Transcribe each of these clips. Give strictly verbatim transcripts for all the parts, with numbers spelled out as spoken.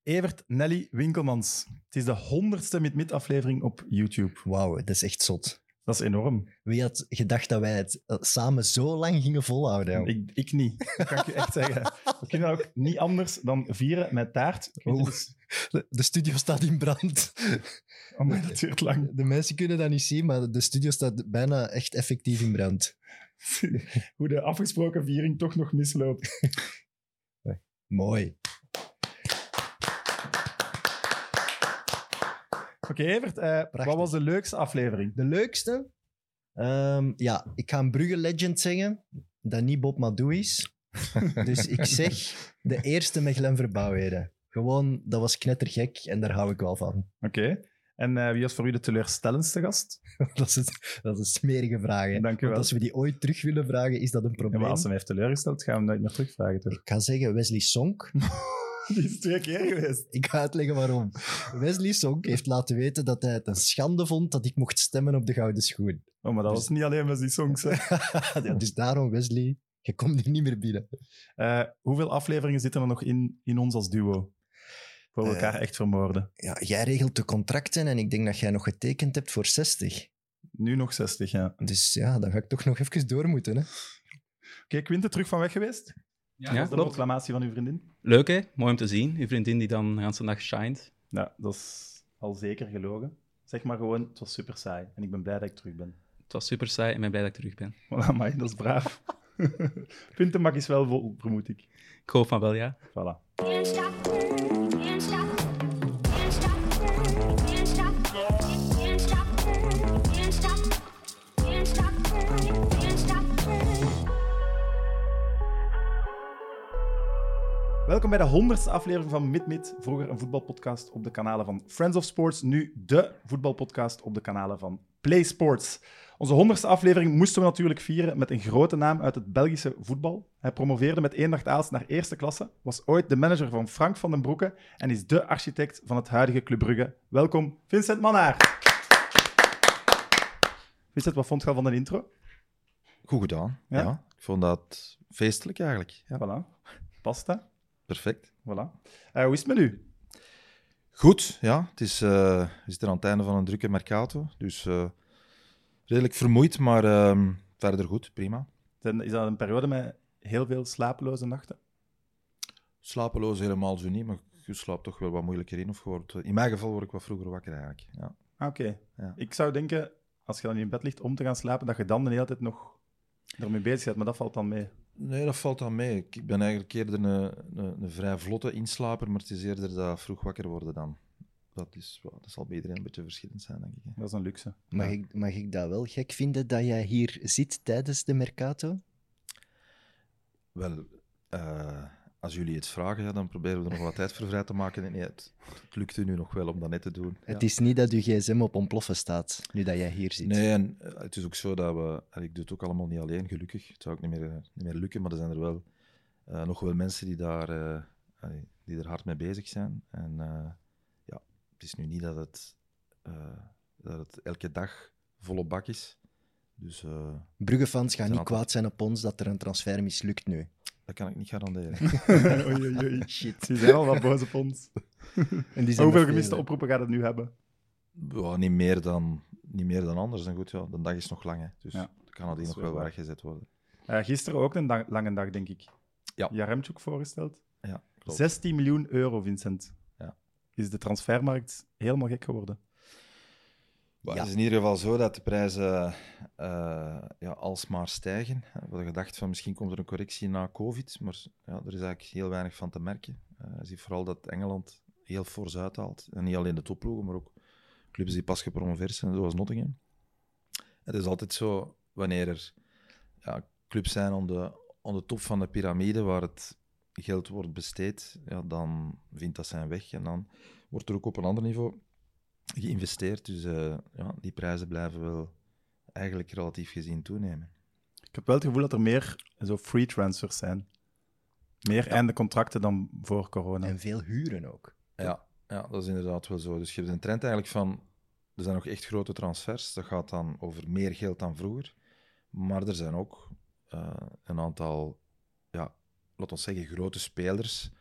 Evert Nelly Winkelmans. Het is de honderdste Mid-Mid-aflevering op YouTube. Wauw, dat is echt zot. Dat is enorm. Wie had gedacht dat wij het samen zo lang gingen volhouden? Ik, ik niet. Dat kan ik je echt zeggen. We kunnen ook niet anders dan vieren met taart. Oh, de, de studio staat in brand. Oh, maar dat duurt lang. De mensen kunnen dat niet zien, maar de studio staat bijna echt effectief in brand. Hoe de afgesproken viering toch nog misloopt. Mooi. Oké, okay, Evert. Uh, wat was de leukste aflevering? De leukste? Um, ja, ik ga een Brugge-legend zeggen, dat niet Bob Madou is. Dus ik zeg de eerste met Glenn Verbouwheden. Gewoon, dat was knettergek en daar hou ik wel van. Oké. Okay. En uh, wie was voor u de teleurstellendste gast? dat, is het, dat is een smerige vraag. Hè? Dank u wel. Want als we die ooit terug willen vragen, is dat een probleem. Ja, maar als ze mij heeft teleurgesteld, gaan we hem nooit meer terugvragen. Toch? Ik ga zeggen Wesley Sonk. Die is twee keer geweest. Ik ga uitleggen waarom. Wesley Sonk heeft laten weten dat hij het een schande vond dat ik mocht stemmen op de Gouden Schoen. Oh, maar dat dus... was niet alleen Wesley Sonk. ja, dus daarom, Wesley, je komt hier niet meer binnen. Uh, hoeveel afleveringen zitten er nog in, in ons als duo? Voor we uh, elkaar echt vermoorden. Ja, jij regelt de contracten en ik denk dat jij nog getekend hebt voor zestig. Nu nog zestig, ja. Dus ja, dan ga ik toch nog even door moeten. Oké, okay, Quinte, terug van weg geweest? Ja, dat is de proclamatie van uw vriendin. Leuk, hè? Mooi om te zien. Uw vriendin die dan de hele dag shined. Ja, dat is al zeker gelogen. Zeg maar gewoon, het was super saai. En ik ben blij dat ik terug ben. Het was super saai en ik ben blij dat ik terug ben. Voilà, maar dat is braaf. Puntenmak is wel vol, vermoed ik. Ik hoop van wel, ja. Voilà. Welkom bij de honderdste aflevering van Mid-Mid, vroeger een voetbalpodcast op de kanalen van Friends of Sports, nu de voetbalpodcast op de kanalen van Play Sports. Onze honderdste aflevering moesten we natuurlijk vieren met een grote naam uit het Belgische voetbal. Hij promoveerde met Eendracht Aalst naar eerste klasse, was ooit de manager van Frank van den Broeke en is de architect van het huidige Club Brugge. Welkom, Vincent Mannaert. Vincent, wat vond je al van de intro? Goed gedaan, ja. ja. Ik vond dat feestelijk eigenlijk. Ja. Voilà, past hè? Perfect. Voilà. Uh, hoe is het met u? Goed, ja. Het is, uh, we zitten aan het einde van een drukke mercato. Dus uh, redelijk vermoeid, maar uh, verder goed, prima. Is dat een periode met heel veel slapeloze nachten? Slapeloos helemaal zo niet, maar je slaapt toch wel wat moeilijker in. Of wordt, in mijn geval word ik wat vroeger wakker eigenlijk. Ja. Ah, Oké. Okay. Ja. Ik zou denken, als je dan in je bed ligt om te gaan slapen, dat je dan de hele tijd nog ermee bezig bent, maar dat valt dan mee. Nee, dat valt dan mee. Ik ben eigenlijk eerder een, een, een vrij vlotte inslaper, maar het is eerder dat vroeg wakker worden dan. Dat, is, dat zal bij iedereen een beetje verschillend zijn, denk ik. Hè. Dat is een luxe. Mag, ja. ik, mag ik dat wel gek vinden, dat jij hier zit tijdens de Mercato? Wel, uh, als jullie het vragen, ja, dan proberen we er nog wat tijd voor vrij te maken. Nee, het, het lukt u nu nog wel om dat net te doen. Het ja. is niet dat uw gsm op ontploffen staat, nu dat jij hier zit. Nee, en uh, het is ook zo dat we... Ik doe het ook allemaal niet alleen, gelukkig. Het zou ook niet meer, uh, niet meer lukken, maar er zijn er wel uh, nog wel mensen die daar, uh, die er hard mee bezig zijn. En uh, ja, het is nu niet dat het, uh, dat het elke dag volle bak is. Dus, uh, Brugge-fans gaan niet altijd... kwaad zijn op ons dat er een transfer mislukt nu. Dat kan ik niet garanderen. oei, oei, oei. Shit. Die zijn al wat boos op ons. En die zijn hoeveel gemiste oproepen gaat het nu hebben? Ja, niet, meer dan, niet meer dan anders. En goed, ja, de dag is nog lang, hè. Dus ja, dan kan die nog wel waar. weggezet worden. Uh, gisteren ook een dag, lange dag, denk ik. Ja. Jaremchuk voorgesteld. Ja, klopt. zestien miljoen euro, Vincent. Ja. Is de transfermarkt helemaal gek geworden? Ja. Het is in ieder geval zo dat de prijzen uh, ja, alsmaar stijgen. We hadden gedacht van misschien komt er een correctie na COVID, maar ja, er is eigenlijk heel weinig van te merken. Uh, je ziet vooral dat Engeland heel fors uithaalt. En niet alleen de topploegen, maar ook clubs die pas gepromoveerd zijn, zoals Nottingham. Het is altijd zo, wanneer er ja, clubs zijn aan de, aan de top van de piramide, waar het geld wordt besteed, ja, dan vindt dat zijn weg. En dan wordt er ook op een ander niveau geïnvesteerd, dus uh, ja, die prijzen blijven wel eigenlijk relatief gezien toenemen. Ik heb wel het gevoel dat er meer zo free transfers zijn. Meer ja. einde contracten dan voor corona. En veel huren ook. Ja, ja, dat is inderdaad wel zo. Dus je hebt een trend eigenlijk van, er zijn nog echt grote transfers, dat gaat dan over meer geld dan vroeger, maar er zijn ook uh, een aantal, ja, laten we zeggen, grote spelers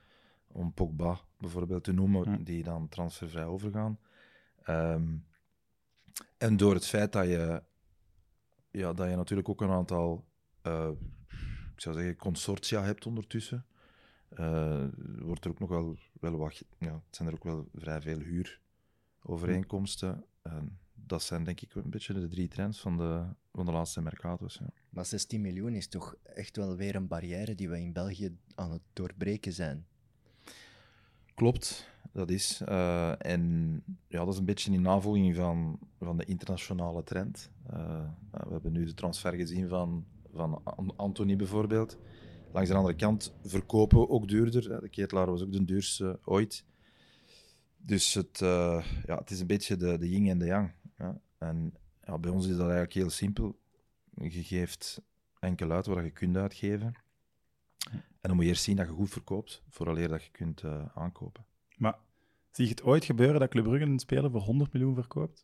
om Pogba bijvoorbeeld te noemen, Hm. die dan transfervrij overgaan. Um, en door het feit dat je, ja, dat je natuurlijk ook een aantal, uh, ik zou zeggen, consortia hebt ondertussen, uh, wordt er ook nog wel, wel wat, ja, het zijn er ook wel vrij veel huurovereenkomsten. Uh, dat zijn denk ik een beetje de drie trends van de, van de laatste mercato's. Ja. Maar zestien miljoen is toch echt wel weer een barrière die we in België aan het doorbreken zijn. Klopt, dat is. Uh, en ja, dat is een beetje in navolging van, van de internationale trend. Uh, we hebben nu de transfer gezien van, van Antony bijvoorbeeld. Langs de andere kant verkopen ook duurder. De Ketelaar was ook de duurste ooit. Dus het, uh, ja, het is een beetje de, de yin en de yang. Ja. En ja, bij ons is dat eigenlijk heel simpel. Je geeft enkel uit wat je kunt uitgeven. En dan moet je eerst zien dat je goed verkoopt, vooraleer dat je kunt uh, aankopen. Maar zie je het ooit gebeuren dat Club Brugge een speler voor honderd miljoen verkoopt?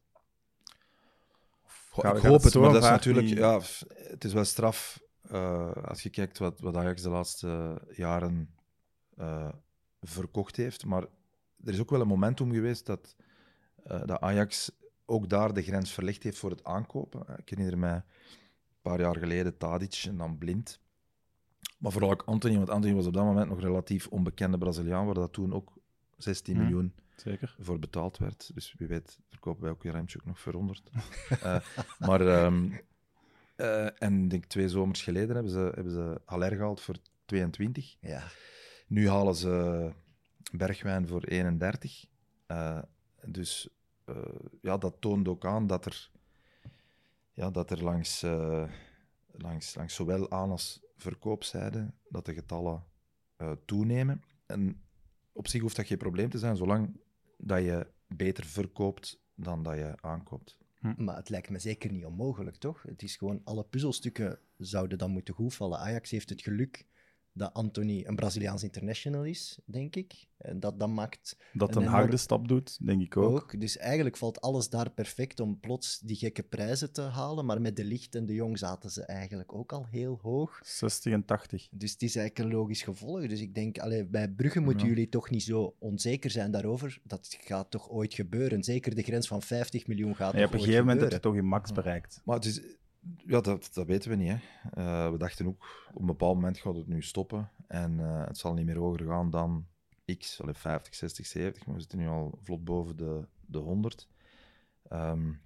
Goh, ik hoop het, maar dat is natuurlijk... Niet... Ja, het is wel straf uh, als je kijkt wat, wat Ajax de laatste jaren uh, verkocht heeft. Maar er is ook wel een momentum geweest dat, uh, dat Ajax ook daar de grens verlegd heeft voor het aankopen. Ik herinner mij een paar jaar geleden Tadic en dan Blind. Maar vooral ook Antony, want Antony was op dat moment nog relatief onbekende Braziliaan, waar dat toen ook zestien miljoen zeker voor betaald werd. Dus wie weet verkopen wij ook Jaremchuk nog voor honderd. uh, maar, um, uh, en ik denk twee zomers geleden hebben ze, hebben ze Haller gehaald voor tweeëntwintig. Ja. Nu halen ze Bergwijn voor eenendertig. Uh, dus uh, ja, dat toont ook aan dat er, ja, dat er langs, uh, langs, langs zowel aan als verkoopzijde, dat de getallen uh, toenemen. En op zich hoeft dat geen probleem te zijn, zolang dat je beter verkoopt dan dat je aankoopt. Hm. Maar het lijkt me zeker niet onmogelijk, toch? Het is gewoon, alle puzzelstukken zouden dan moeten goedvallen. Ajax heeft het geluk dat Antony een Braziliaans international is, denk ik. En dat, dat maakt... Dat een, een harde enorm... stap doet, denk ik ook. ook. Dus eigenlijk valt alles daar perfect om plots die gekke prijzen te halen. Maar met De Ligt en De Jong zaten ze eigenlijk ook al heel hoog. zestig en tachtig. Dus het is eigenlijk een logisch gevolg. Dus ik denk, allee, bij Brugge moeten ja. jullie toch niet zo onzeker zijn daarover. Dat gaat toch ooit gebeuren. Zeker de grens van vijftig miljoen gaat ja, toch op een ooit gegeven moment gebeuren. heb je toch je max bereikt. Maar het is... Ja, dat, dat weten we niet. Hè. Uh, we dachten ook, op een bepaald moment gaat het nu stoppen. En uh, het zal niet meer hoger gaan dan x, allee, vijftig, zestig, zeventig. Maar we zitten nu al vlot boven de, de honderd. Um,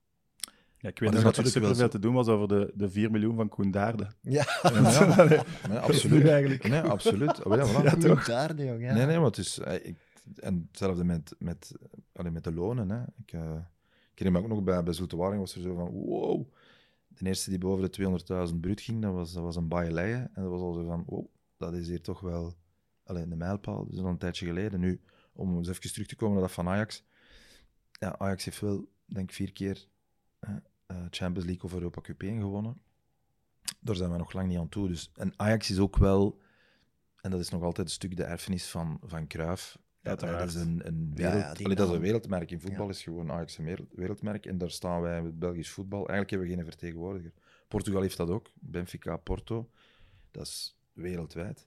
ja, ik weet nog dat er superveel zo... te doen was over de, de vier miljoen van Koen Daarde. Ja, ja, ja. Nee, nee, absoluut. eigenlijk. Nee, absoluut. Oh, ja, voilà. ja, Koen Daarde, jong. Ja. Nee, nee, maar het is... Ik, en hetzelfde met, met, allee, met de lonen. Hè. Ik, uh, ik herinner me ook nog bij, bij Zulte Waregem was er zo van... Wow, de eerste die boven de tweehonderdduizend bruut ging, dat was, dat was een Baaieleien. En dat was al zo van, wow, dat is hier toch wel alleen een mijlpaal. Dat is al een tijdje geleden. Nu, om eens even terug te komen naar dat van Ajax. Ja, Ajax heeft wel, denk ik, vier keer uh, Champions League of Europa Cup één gewonnen. Daar zijn we nog lang niet aan toe. Dus, en Ajax is ook wel, en dat is nog altijd een stuk de erfenis van, van Cruijff. Ja, dat is een, een wereld... Ja, ja, Allee, dat is een wereldmerk. In voetbal ja. is gewoon Ajax een wereldmerk. En daar staan wij met Belgisch voetbal. Eigenlijk hebben we geen vertegenwoordiger. Portugal heeft dat ook. Benfica, Porto. Dat is wereldwijd.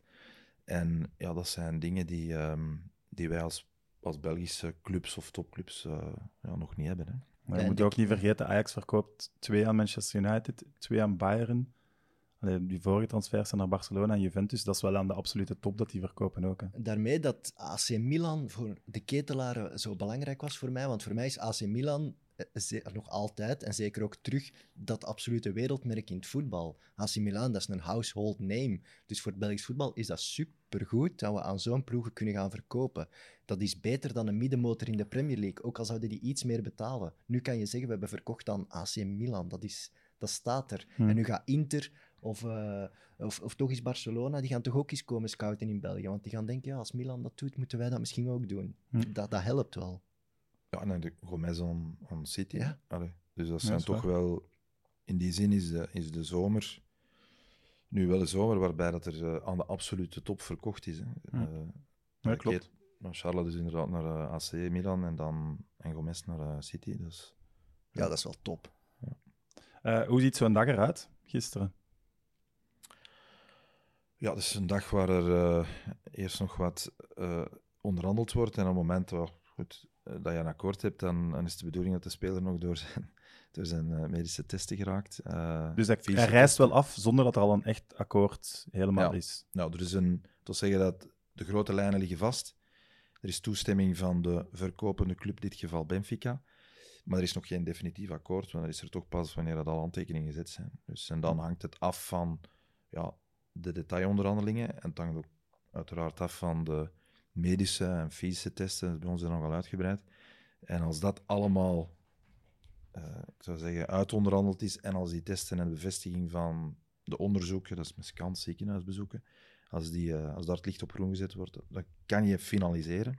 En ja, dat zijn dingen die, um, die wij als, als Belgische clubs of topclubs uh, ja, nog niet hebben. Hè. Maar je moet ook niet vergeten, Ajax verkoopt twee aan Manchester United, twee aan Bayern. Allee, die vorige transfers zijn naar Barcelona en Juventus. Dat is wel aan de absolute top dat die verkopen ook. Hè. Daarmee dat A C Milan voor de ketelaren zo belangrijk was voor mij. Want voor mij is A C Milan eh, nog altijd, en zeker ook terug, dat absolute wereldmerk in het voetbal. A C Milan, dat is een household name. Dus voor het Belgisch voetbal is dat supergoed dat we aan zo'n ploegen kunnen gaan verkopen. Dat is beter dan een middenmotor in de Premier League. Ook al zouden die iets meer betalen. Nu kan je zeggen, we hebben verkocht aan A C Milan. Dat, is, dat staat er. Hmm. En nu gaat Inter... Of, uh, of, of toch is Barcelona, die gaan toch ook eens komen scouten in België. Want die gaan denken, ja, als Milan dat doet, moeten wij dat misschien ook doen. Hm. Dat, dat helpt wel. Ja, en de Gomez aan, aan City. Ja. Allee, dus dat zijn ja, dat toch waar. wel... In die zin is de, is de zomer... Nu wel een zomer waarbij dat er uh, aan de absolute top verkocht is. Hè. Hm. Uh, ja, klopt. Nou, Charlotte dus inderdaad naar uh, A C Milan en dan en Gomez naar uh, City. Dus, ja. ja, dat is wel top. Ja. Uh, hoe ziet zo'n dag eruit, gisteren? Ja, het is een dag waar er uh, eerst nog wat uh, onderhandeld wordt. En op het moment well, goed, uh, dat je een akkoord hebt, dan, dan is de bedoeling dat de speler nog door zijn, door zijn uh, medische testen geraakt. Uh, dus hij, hij reist wel af zonder dat er al een echt akkoord helemaal ja. is. Nou, er is een... Dat wil zeggen dat de grote lijnen liggen vast. Er is toestemming van de verkopende club, in dit geval Benfica. Maar er is nog geen definitief akkoord, want dat is er toch pas wanneer dat al handtekeningen gezet zijn. Dus, en dan hangt het af van ja, de detailonderhandelingen. En het hangt ook uiteraard af van de medische en fysische testen. Dat is bij ons dan nogal uitgebreid. En als dat allemaal, uh, ik zou zeggen, uitonderhandeld is, en als die testen en de bevestiging van de onderzoeken, dat is met scans, ziekenhuisbezoeken, als, die, uh, als daar het licht op groen gezet wordt, dan kan je finaliseren.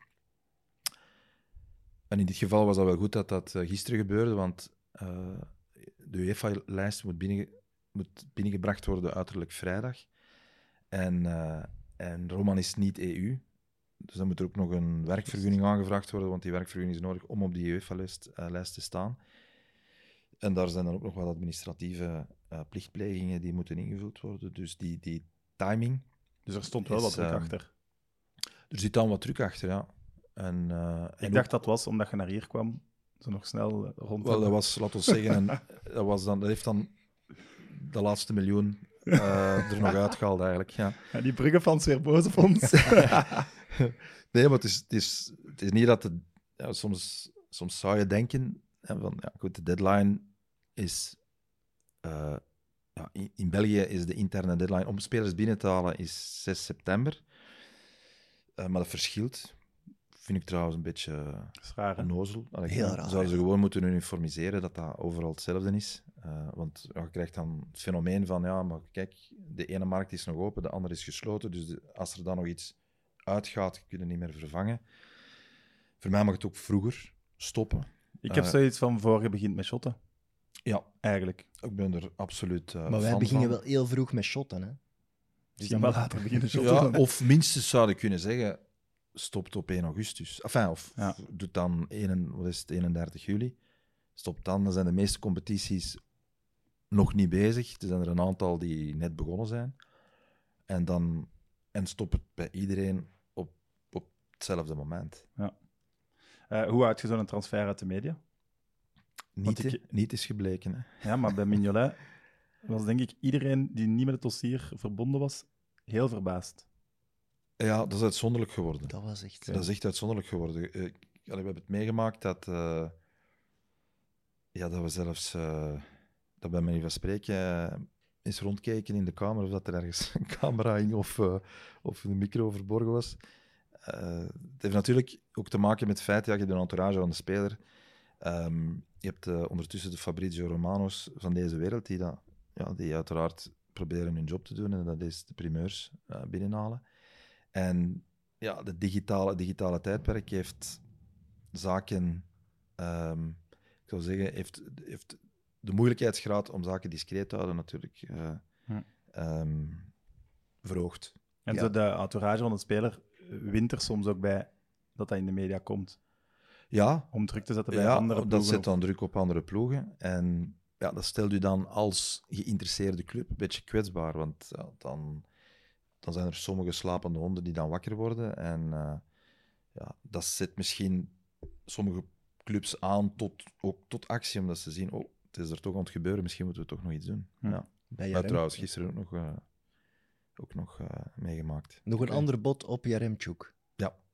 En in dit geval was dat wel goed dat dat uh, gisteren gebeurde, want uh, de UEFA-lijst moet, binnen, moet binnengebracht worden uiterlijk vrijdag. En, uh, en Roman is niet E U, dus dan moet er ook nog een werkvergunning aangevraagd worden, want die werkvergunning is nodig om op die UEFA-lijst uh, lijst te staan. En daar zijn dan ook nog wat administratieve uh, plichtplegingen die moeten ingevuld worden. Dus die, die timing... Dus er stond wel is, wat druk uh, achter. Er zit dan wat druk achter, ja. En, uh, ik en dacht ook, dat was omdat je naar hier kwam, zo nog snel rond. Wel, dat was, laten we zeggen, een, dat, was dan, dat heeft dan de laatste miljoen uh, er nog uitgehaald eigenlijk. Ja. Ja, die Brugge-fans weer boos op ons. Nee, maar het is, het is, het is niet dat het... Ja, soms, soms zou je denken, van, ja, goed, de deadline is... Uh, ja, in, in België is de interne deadline om spelers binnen te halen is zes september. Uh, maar dat verschilt. Vind ik trouwens een beetje raar, onnozel. Heel ja, raar. Zouden ze gewoon moeten uniformiseren dat dat overal hetzelfde is. Uh, want ja, je krijgt dan het fenomeen van, ja, maar kijk, de ene markt is nog open, de andere is gesloten. Dus de, als er dan nog iets uitgaat, kun je niet meer vervangen. Voor mij mag het ook vroeger stoppen. Ik heb uh, zoiets van, voor je begint met shotten. Ja. Eigenlijk. Ik ben er absoluut uh, Maar wij beginnen van. wel heel vroeg met shotten, hè. Dus dan wel later beginnen shotten. Ja, of minstens zou ik kunnen zeggen, stopt op één augustus. Enfin, of ja. doet dan een, wat is het, eenendertig juli. Stopt dan, dan zijn de meeste competities nog niet bezig. Er zijn er een aantal die net begonnen zijn. En dan en stop het bij iedereen op, op hetzelfde moment. Ja. Uh, hoe houd je zo'n transfer uit de media? Niet, ik... niet is gebleken. Hè? Ja, maar bij Mignolet was denk ik iedereen die niet met het dossier verbonden was, heel verbaasd. Ja, dat is uitzonderlijk geworden. Dat was echt... Dat is echt uitzonderlijk geworden. Uh, allee, we hebben het meegemaakt dat... Uh, ja, dat we zelfs... Uh, dat bij mij van spreken... Uh, eens rondkijken in de kamer of dat er ergens een camera hing of, uh, of een micro verborgen was. Uh, het heeft natuurlijk ook te maken met het feit dat je de entourage van de speler... Um, je hebt uh, ondertussen de Fabrizio Romano's van deze wereld, die, dat, ja, die uiteraard proberen hun job te doen en dat is de primeurs uh, binnenhalen. En ja, de digitale, digitale tijdperk heeft zaken, um, ik zou zeggen, heeft, heeft de moeilijkheidsgraad om zaken discreet te houden natuurlijk uh, hm. um, verhoogd. En ja. zo de entourage van de speler wint er soms ook bij dat dat in de media komt. Ja, om druk te zetten bij ja, andere ploegen. dat zet dan druk op andere ploegen. En ja, dat stelt u dan als geïnteresseerde club een beetje kwetsbaar. Want ja, dan, dan zijn er sommige slapende honden die dan wakker worden. En uh, ja, dat zet misschien sommige clubs aan tot, ook tot actie, omdat ze zien, oh, het is er toch aan het gebeuren, misschien moeten we toch nog iets doen. Hm. Ja. Maar trouwens, gisteren ook nog, uh, ook nog uh, meegemaakt. Nog een okay. ander bod op Jaremchuk. Ja. Oké.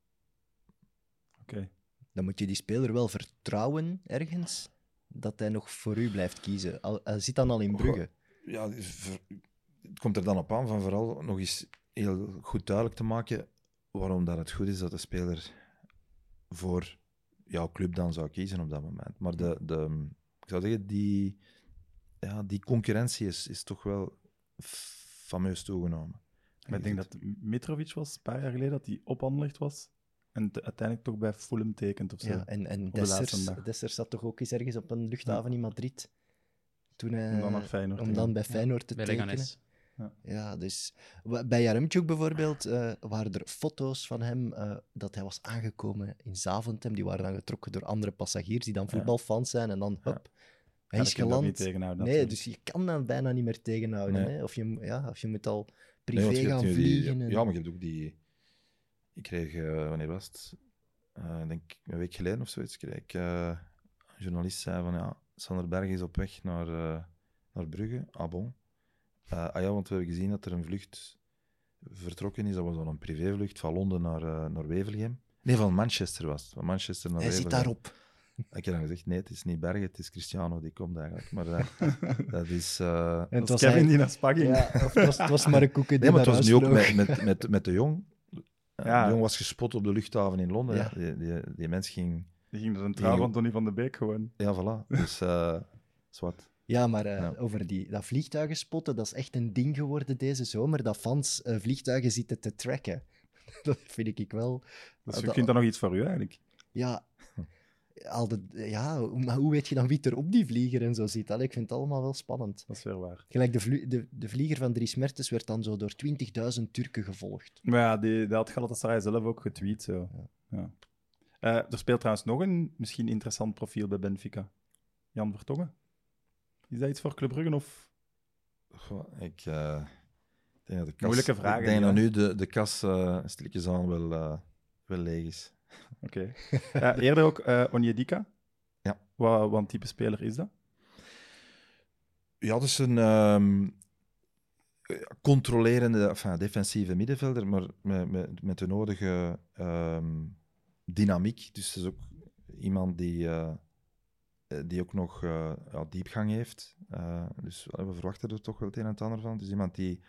Okay. Dan moet je die speler wel vertrouwen ergens, dat hij nog voor u blijft kiezen. Al, hij zit dan al in Brugge. Ja, het komt er dan op aan van vooral nog eens heel goed duidelijk te maken waarom dat het goed is dat de speler voor jouw club dan zou kiezen op dat moment. Maar de, de, ik zou zeggen, die, ja, die concurrentie is, is toch wel fameus toegenomen. Maar ik denk dat Mitrovic was, een paar jaar geleden, dat hij op Anderlecht was. En te, uiteindelijk toch bij Fulham tekent of zo. Ja, en en Dessers, Dessers zat toch ook eens ergens op een luchthaven ja. in Madrid. Toen hij, om dan, naar Feyenoord, om dan bij Feyenoord ja. te bij tekenen. Ja. ja, dus bij Jaremchuk bijvoorbeeld uh, waren er foto's van hem uh, dat hij was aangekomen in Zaventem. Die waren dan getrokken door andere passagiers die dan voetbalfans zijn. En dan, hup, ja. hij ja, is geland. Niet tegenhouden, nee, dus je kan dat bijna niet meer tegenhouden. Nee. Hè? Of, je, ja, of je moet al privé want je hebt gaan nu die- vliegen. en- Ja, maar je hebt ook die... Ik kreeg, uh, wanneer was het? Uh, denk ik een week geleden of zoiets, kreeg ik... Uh, een journalist zei van, ja, Sander Berge is op weg naar, uh, naar Brugge. Ah bon. Uh, ah ja, want we hebben gezien dat er een vlucht vertrokken is. Dat was dan een privévlucht van Londen naar, uh, naar Wevelgem. Nee, van Manchester was het. Van Manchester naar Hij zit Wevelgem. daarop. Ik heb dan gezegd, nee, het is niet Berge, het is Cristiano die komt eigenlijk. Maar uh, dat is... Uh... En Dat is Kevin hij- die naar Spa ging. Ja, of het was, het was maar een koeken die Nee, maar het naar was nu huis ook vloog. met, met, met, met de Jong. Uh, Ja. De Jong was gespot op de luchthaven in Londen. Ja. Ja. Die, die, die mens ging... Die ging er een trouw Die- van Donny van de Beek gewoon. Ja, voilà. Dus, uh, zwart. Ja, maar uh, Ja. over die, dat vliegtuigen spotten, dat is echt een ding geworden deze zomer, dat fans uh, vliegtuigen zitten te tracken. Dat vind ik wel... Dus dat- ik vind dat nog iets voor u eigenlijk. Ja, al de, ja, maar hoe weet je dan wie er op die vlieger en zo zit? Allee, ik vind het allemaal wel spannend. Dat is weer waar. Gelijk de, vlu- de, de vlieger van Dries Mertens werd dan zo door twintigduizend Turken gevolgd. Maar ja, die, dat had Galatasaray zelf ook getweet. Zo. Ja. Uh, er speelt trouwens nog een misschien interessant profiel bij Benfica. Jan Vertongen. Is dat iets voor Club Brugge? Of... Goh, ik uh, denk dat de kas... Moeilijke vragen, Ik denk ja. dat nu de, de kas uh, stilletjes aan wel, uh, wel leeg is. Oké. Okay. Uh, eerder ook uh, Onyedika. Ja. Wat, wat een type speler is dat? Ja, dat is een um, controlerende, enfin, defensieve middenvelder, maar met, met, met de nodige um, dynamiek. Dus het is ook iemand die, uh, die ook nog uh, ja, diepgang heeft. Uh, dus we verwachten er toch wel het een en het ander van. Het is iemand die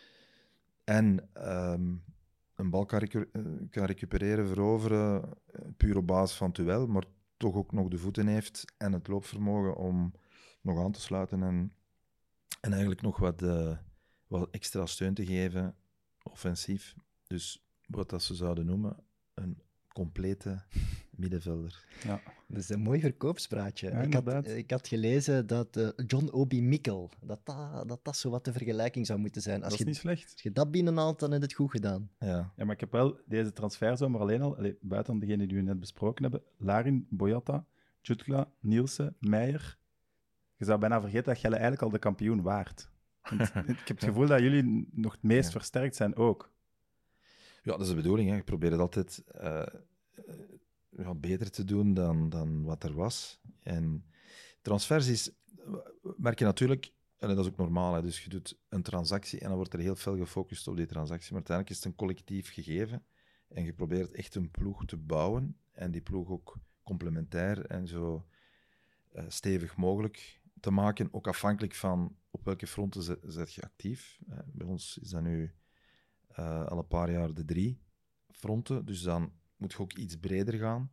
en um, een bal kan, recu- kan recupereren, veroveren, puur op basis van het duel, maar toch ook nog de voeten heeft en het loopvermogen om nog aan te sluiten en, en eigenlijk nog wat, uh, wat extra steun te geven, offensief. Dus wat dat ze zouden noemen, een complete middenvelder. Ja. Dat is een mooi verkoopspraatje. Ja, ik, had, inderdaad. ik had gelezen dat uh, John Obi Mikel, dat dat, dat dat zo wat de vergelijking zou moeten zijn. Als, Dat je, is niet slecht. als je dat binnenhaalt, dan heb je het goed gedaan. Ja. Ja, maar ik heb wel deze transferzomer alleen al, allee, buiten degene die we net besproken hebben, Larin, Boyata, Jutkla, Nielsen, Meijer. Je zou bijna vergeten dat jij eigenlijk al de kampioen waart. Want ik heb het gevoel dat jullie nog het meest Ja. versterkt zijn ook. Ja, dat is de bedoeling. Hè. Ik probeer het altijd uh, ja, beter te doen dan, dan wat er was. En transfers is, merk je natuurlijk, en dat is ook normaal, hè. Dus je doet een transactie en dan wordt er heel veel gefocust op die transactie. Maar uiteindelijk is het een collectief gegeven en je probeert echt een ploeg te bouwen en die ploeg ook complementair en zo uh, stevig mogelijk te maken, ook afhankelijk van op welke fronten zet, zet je actief. Uh, bij ons is dat nu uh, al een paar jaar de drie fronten, dus dan moet je ook iets breder gaan.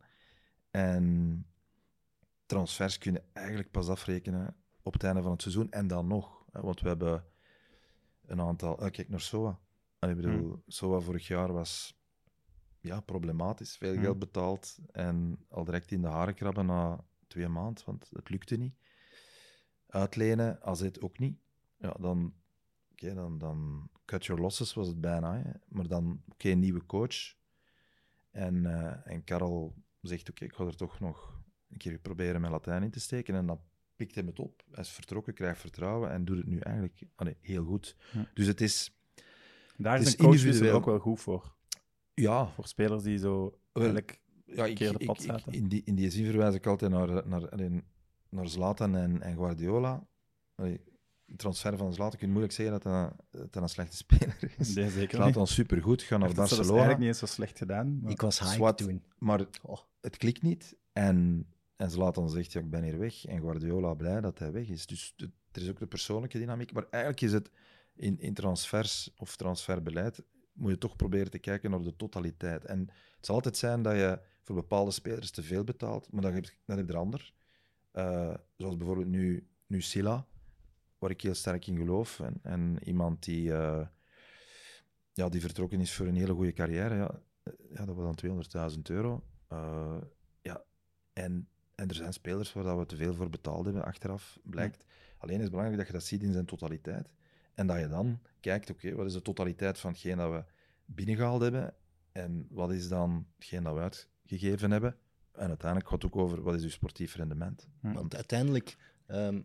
En transfers kunnen eigenlijk pas afrekenen op het einde van het seizoen en dan nog. Hè, want we hebben een aantal... Uh, kijk naar Soa. Ik bedoel, hmm. Soa vorig jaar was ja, problematisch, veel geld betaald en al direct in de haren krabben na twee maanden, want het lukte niet. Uitlenen, A Z ook niet. Ja, dan, okay, dan, dan cut your losses was het bijna. Hè. Maar dan, oké, okay, een nieuwe coach. En, uh, en Karel zegt, oké, okay, ik ga er toch nog een keer proberen met Latijn in te steken. En dan pikt hij het op. Hij is vertrokken, krijgt vertrouwen en doet het nu eigenlijk allee, heel goed. Ja. Dus het is... Daar het is is een coach individueel ook wel goed voor. Ja. Voor spelers die zo eigenlijk ja, ik, verkeerde ik, pad ik, zaten. in, die, in die zin verwijs ik altijd naar, naar, alleen, naar Zlatan en, en Guardiola. Allee, de transfer van Zlatan kun je moeilijk zeggen dat hij, dat hij een slechte speler is. Nee, zeker Zlatan niet. supergoed, gaan naar Hij heeft het zelfs Barcelona. eigenlijk niet eens zo slecht gedaan. Maar... Ik was hyped Zwart, toen. Maar Oh. het klikt niet. En, en Zlatan zegt, ja, ik ben hier weg. En Guardiola blij dat hij weg is. Dus de, er is ook de persoonlijke dynamiek. Maar eigenlijk is het in, in transfers of transferbeleid moet je toch proberen te kijken naar de totaliteit. En het zal altijd zijn dat je voor bepaalde spelers te veel betaalt, maar dan heb je, dan heb je er ander. Uh, zoals bijvoorbeeld nu, nu Silla, waar ik heel sterk in geloof. En, en iemand die, uh, ja, die vertrokken is voor een hele goede carrière. Ja, ja, dat was dan tweehonderdduizend euro. Uh, ja, en, en er zijn spelers waar we te veel voor betaald hebben, achteraf blijkt. Ja. Alleen is het belangrijk dat je dat ziet in zijn totaliteit. En dat je dan kijkt, oké, okay, wat is de totaliteit van hetgeen dat we binnengehaald hebben en wat is dan hetgeen dat we uitgegeven hebben. En uiteindelijk gaat het ook over wat is uw sportief rendement. Hm. Want uiteindelijk, um,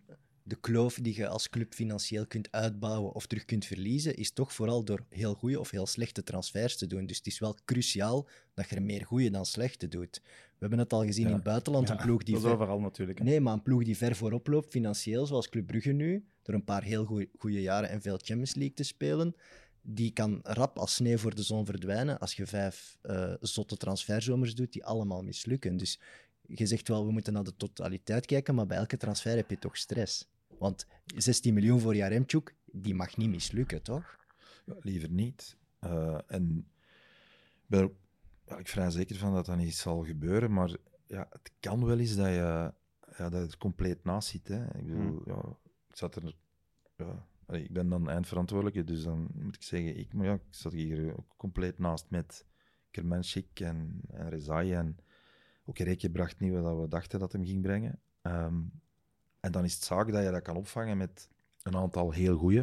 de kloof die je als club financieel kunt uitbouwen of terug kunt verliezen, is toch vooral door heel goede of heel slechte transfers te doen. Dus het is wel cruciaal dat je er meer goede dan slechte doet. We hebben het al gezien Ja. in het buitenland, Ja, een ploeg die dat is ver... overal natuurlijk. Hè. Nee, maar een ploeg die ver voorop loopt financieel, zoals Club Brugge nu, door een paar heel goede jaren en veel Champions League te spelen, die kan rap als sneeuw voor de zon verdwijnen als je vijf uh, zotte transferzomers doet die allemaal mislukken. Dus je zegt wel, we moeten naar de totaliteit kijken, maar bij elke transfer heb je toch stress. Want zestien miljoen voor Jaremchuk, die mag niet mislukken, toch? Ja, liever niet. Uh, en ik ben er ja, ik vrij zeker van dat dat niet zal gebeuren, maar ja, het kan wel eens dat je, ja, dat je er compleet naast zit. Hè. Ik bedoel, hmm. ja, ik zat er... Ja, ik ben dan eindverantwoordelijke, dus dan moet ik zeggen, ik, maar ja, ik zat hier ook compleet naast met Kermenschik en, en Rezai. En ook Reke bracht niet wat we dachten dat hem ging brengen. Um, en dan is het zaak dat je dat kan opvangen met een aantal heel goeie.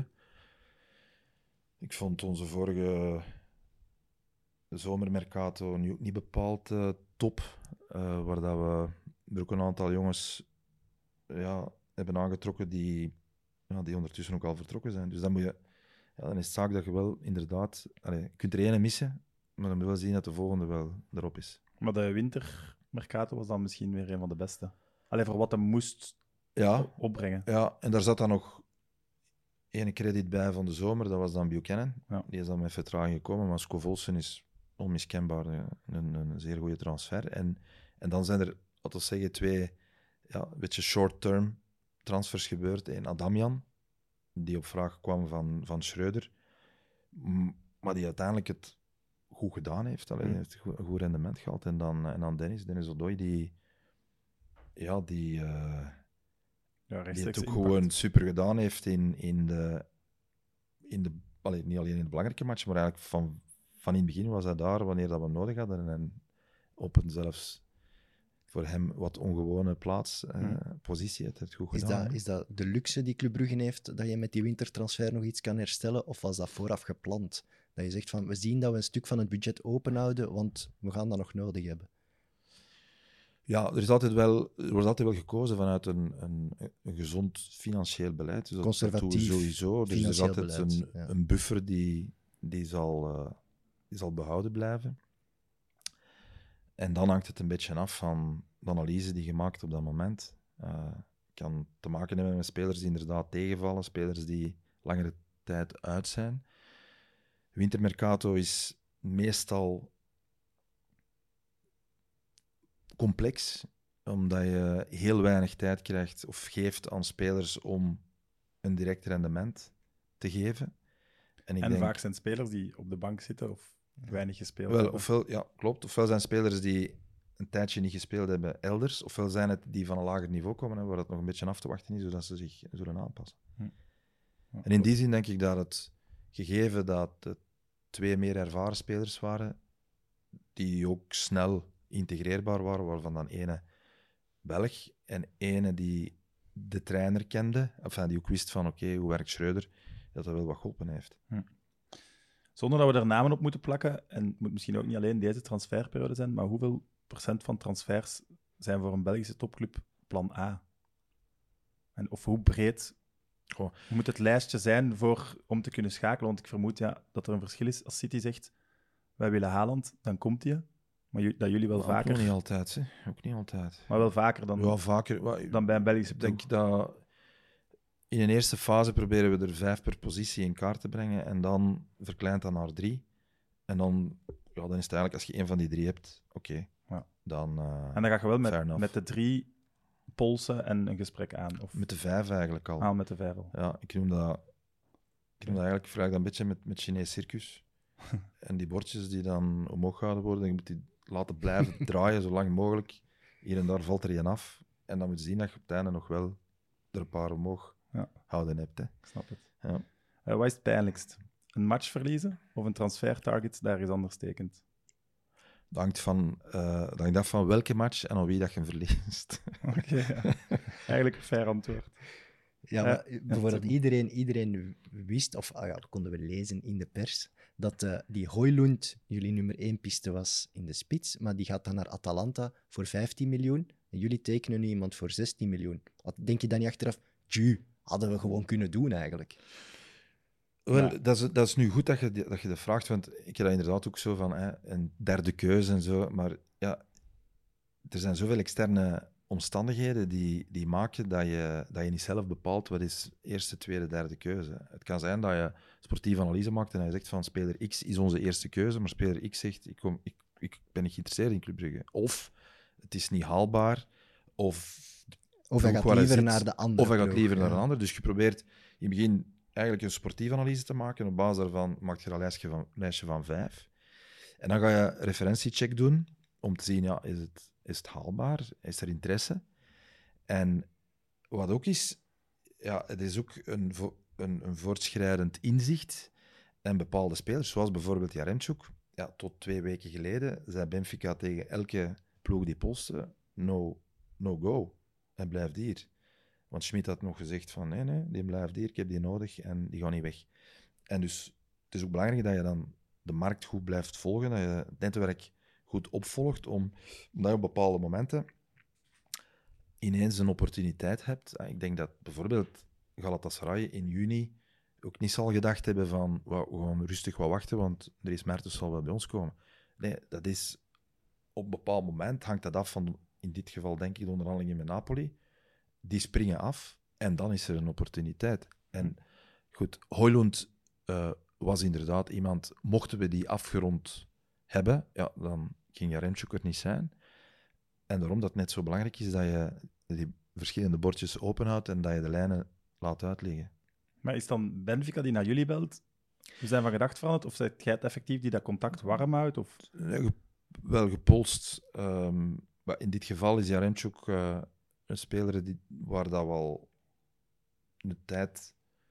Ik vond onze vorige zomermercato nu ook niet bepaald uh, top, uh, waar dat we er ook een aantal jongens ja, hebben aangetrokken die... Ja, die ondertussen ook al vertrokken zijn. Dus dan, moet je, ja, dan is het zaak dat je wel inderdaad... Allez, je kunt er ene missen, maar dan moet je wel zien dat de volgende wel erop is. Maar de wintermercato was dan misschien weer een van de beste. Alleen voor wat hij moest ja, opbrengen. Ja, en daar zat dan nog ene credit bij van de zomer, dat was dan Buchanan. Ja. Die is dan met vertraging gekomen, maar Scovolsen is onmiskenbaar een, een, een zeer goede transfer. En, en dan zijn er, laten we zeggen, twee ja, een beetje short-term transfers gebeurd. Eén Adamian, die op vraag kwam van, van Schreuder, maar die uiteindelijk het goed gedaan heeft. Allee, mm. heeft een goed, een goed rendement gehad. En dan, en dan Dennis, Dennis Odoi, die, ja, die, uh, ja, die het ook impact. Gewoon super gedaan heeft in, in de... In de allee, niet alleen in de belangrijke match, maar eigenlijk van, van in het begin was hij daar wanneer dat we nodig hadden. En op een zelfs... voor hem wat ongewone plaats, uh, hmm. positie, heeft het goed gedaan. Is dat, is dat de luxe die Club Brugge heeft, dat je met die wintertransfer nog iets kan herstellen, of was dat vooraf gepland? Dat je zegt van, we zien dat we een stuk van het budget openhouden, want we gaan dat nog nodig hebben. Ja, er, is altijd wel, er wordt altijd wel gekozen vanuit een, een, een gezond financieel beleid. Dus conservatief dat sowieso. Dus er is altijd beleid, een, ja. een buffer die, die, zal, uh, die zal behouden blijven. En dan hangt het een beetje af van de analyse die je maakt op dat moment. Uh, kan te maken hebben met spelers die inderdaad tegenvallen, spelers die langere tijd uit zijn. Wintermercato is meestal complex, omdat je heel weinig tijd krijgt of geeft aan spelers om een direct rendement te geven. En, ik en denk, vaak zijn spelers die op de bank zitten of weinig gespeeld wel, hebben. Ofwel, ja, klopt. Ofwel zijn spelers die een tijdje niet gespeeld hebben elders, ofwel zijn het die van een lager niveau komen, hè, waar het nog een beetje af te wachten is, zodat ze zich zullen aanpassen. Hm. Ja, en in die zin denk ik dat het gegeven dat het twee meer ervaren spelers waren, die ook snel integreerbaar waren, waarvan dan ene Belg en ene die de trainer kende, enfin, die ook wist van oké, okay, hoe werkt Schreuder, dat dat wel wat geholpen heeft. Hm. Zonder dat we er namen op moeten plakken, en het moet misschien ook niet alleen deze transferperiode zijn, maar hoeveel procent van transfers zijn voor een Belgische topclub plan A? En of hoe breed Goh. moet het lijstje zijn voor, om te kunnen schakelen? Want ik vermoed ja, dat er een verschil is. Als City zegt, wij willen Haaland, dan komt hij. Maar j- dat jullie wel maar vaker... Ook niet altijd, hè. Ook niet altijd. Maar wel vaker dan, ja, vaker, well, dan bij een Belgische ploeg. Ik denk dat in een eerste fase proberen we er vijf per positie in kaart te brengen en dan verkleint dat naar drie. En dan, ja, dan is het eigenlijk, als je één van die drie hebt, oké. Okay, ja. Dan, uh, en dan ga je wel met, met de drie polsen en een gesprek aan? Of... Met de vijf eigenlijk al. Ah, met de vijf al. Ja, ik noem dat, ik noem dat eigenlijk, ik vergelijk dat een beetje met, met Chinees circus. En die bordjes die dan omhoog gehouden worden, je moet die laten blijven draaien zo lang mogelijk. Hier en daar valt er een af. En dan moet je zien dat je op het einde nog wel er een paar omhoog ja. houden hebt. Hè. Ik snap het. Ja. Uh, wat is het pijnlijkst? Een match verliezen of een transfertarget daar is anders tekent? Dat hangt, van, uh, dat hangt af van welke match en aan wie dat je hem verliest. Oké, okay, ja. Eigenlijk een fair antwoord. Ja, maar uh, bijvoorbeeld ja, iedereen, iedereen wist, of ah ja, dat konden we lezen in de pers, dat uh, die Højlund jullie nummer één piste was in de spits, maar die gaat dan naar Atalanta voor vijftien miljoen en jullie tekenen nu iemand voor zestien miljoen. Wat denk je dan niet achteraf? Tju, hadden we gewoon kunnen doen eigenlijk. Wel, Ja. dat, is, dat is nu goed dat je, die- dat je dat vraagt, want ik heb dat inderdaad ook zo van hè, een derde keuze en zo. Maar ja, er zijn zoveel externe omstandigheden die, die maken dat je, dat je niet zelf bepaalt wat is eerste, tweede, derde keuze. Het kan zijn dat je sportieve analyse maakt en hij zegt van speler X is onze eerste keuze, maar speler X zegt ik, kom, ik, ik ben niet geïnteresseerd in Club Brugge. Of het is niet haalbaar, of, Of hij ploeg gaat waar liever zit, naar de andere of hij gaat ploeg, liever naar ja. een ander. Dus je probeert in het begin eigenlijk een sportieve analyse te maken. Op basis daarvan maak je een lijstje van, lijstje van vijf. En dan ga je een referentiecheck doen om te zien, ja, is het, is het haalbaar? Is er interesse? En wat ook is, ja, het is ook een, vo- een, een voortschrijdend inzicht. En bepaalde spelers, zoals bijvoorbeeld Jaremchuk, ja, tot twee weken geleden zei Benfica tegen elke ploeg die postte, no, no go. Hij blijft hier. Want Schmid had nog gezegd van, nee, nee, die blijft hier, ik heb die nodig en die gaat niet weg. En dus het is ook belangrijk dat je dan de markt goed blijft volgen, dat je het netwerk goed opvolgt, om, omdat je op bepaalde momenten ineens een opportuniteit hebt. Ik denk dat bijvoorbeeld Galatasaray in juni ook niet zal gedacht hebben van we gaan rustig wat wachten, want Dries Mertens zal wel bij ons komen. Nee, dat is op een bepaald moment hangt dat af van, in dit geval denk ik, de onderhandelingen met Napoli. Die springen af en dan is er een opportuniteit. En goed, Højlund uh, was inderdaad iemand, mochten we die afgerond hebben, ja, dan ging Jaremchuk er niet zijn. En daarom dat het net zo belangrijk is dat je die verschillende bordjes openhoudt en dat je de lijnen laat uitliggen. Maar is dan Benfica die naar jullie belt? We zijn van gedacht van het? Of zijt jij het effectief die dat contact warm houdt? Of... Nee, ge- wel gepolst. Um, maar in dit geval is Jaremchuk uh, een speler die, waar dat we al een tijd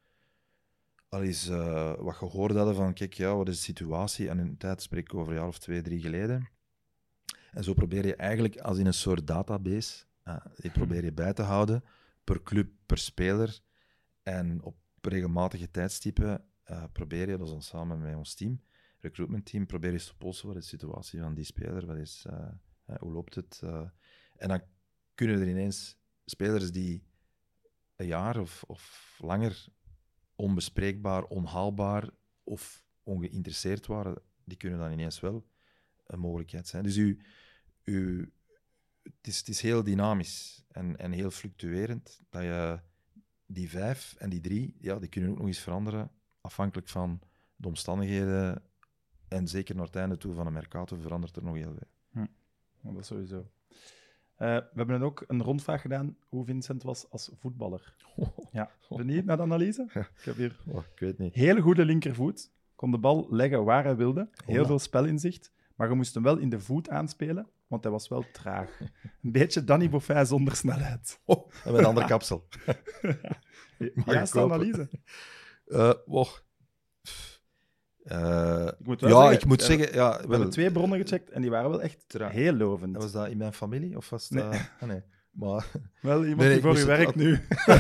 al eens uh, wat gehoord hadden van kijk, ja, wat is de situatie? En in een tijd spreek ik over een jaar of twee, drie geleden. En zo probeer je eigenlijk als in een soort database, uh, die probeer je bij te houden, per club, per speler. En op regelmatige tijdstippen uh, probeer je, dat is dan samen met ons team, recruitment team, probeer je te polsen wat is de situatie van die speler, wat is, uh, uh, hoe loopt het. Uh, en dan kunnen er ineens spelers die een jaar of, of langer onbespreekbaar, onhaalbaar of ongeïnteresseerd waren, die kunnen dan ineens wel een mogelijkheid zijn. Dus u, u, het, is, het is heel dynamisch en, en heel fluctuerend dat je die vijf en die drie, ja, die kunnen ook nog eens veranderen afhankelijk van de omstandigheden en zeker naar het einde toe van een Mercato verandert er nog heel veel. Hm. Ja, dat sowieso. Uh, we hebben ook een rondvraag gedaan hoe Vincent was als voetballer. Oh. Ja, benieuwd naar de analyse? Ja. Ik heb hier Oh, ik weet niet. hele goede linkervoet. Kon de bal leggen waar hij wilde. Heel Hola. veel spelinzicht. Maar je moest hem wel in de voet aanspelen, want hij was wel traag. Een beetje Danny Boffin zonder snelheid. Oh, en met een andere kapsel. Juiste analyse. Uh, oh. uh, Ik moet wel ja, zeggen, ik moet uh, zeggen... Ja, We wel, hebben twee bronnen gecheckt en die waren wel echt Tra- heel lovend. was dat in mijn familie of was het... Nee. Uh, ah, nee. Maar... Wel iemand Nee, nee, die ik voor moest u het werkt wel- nu.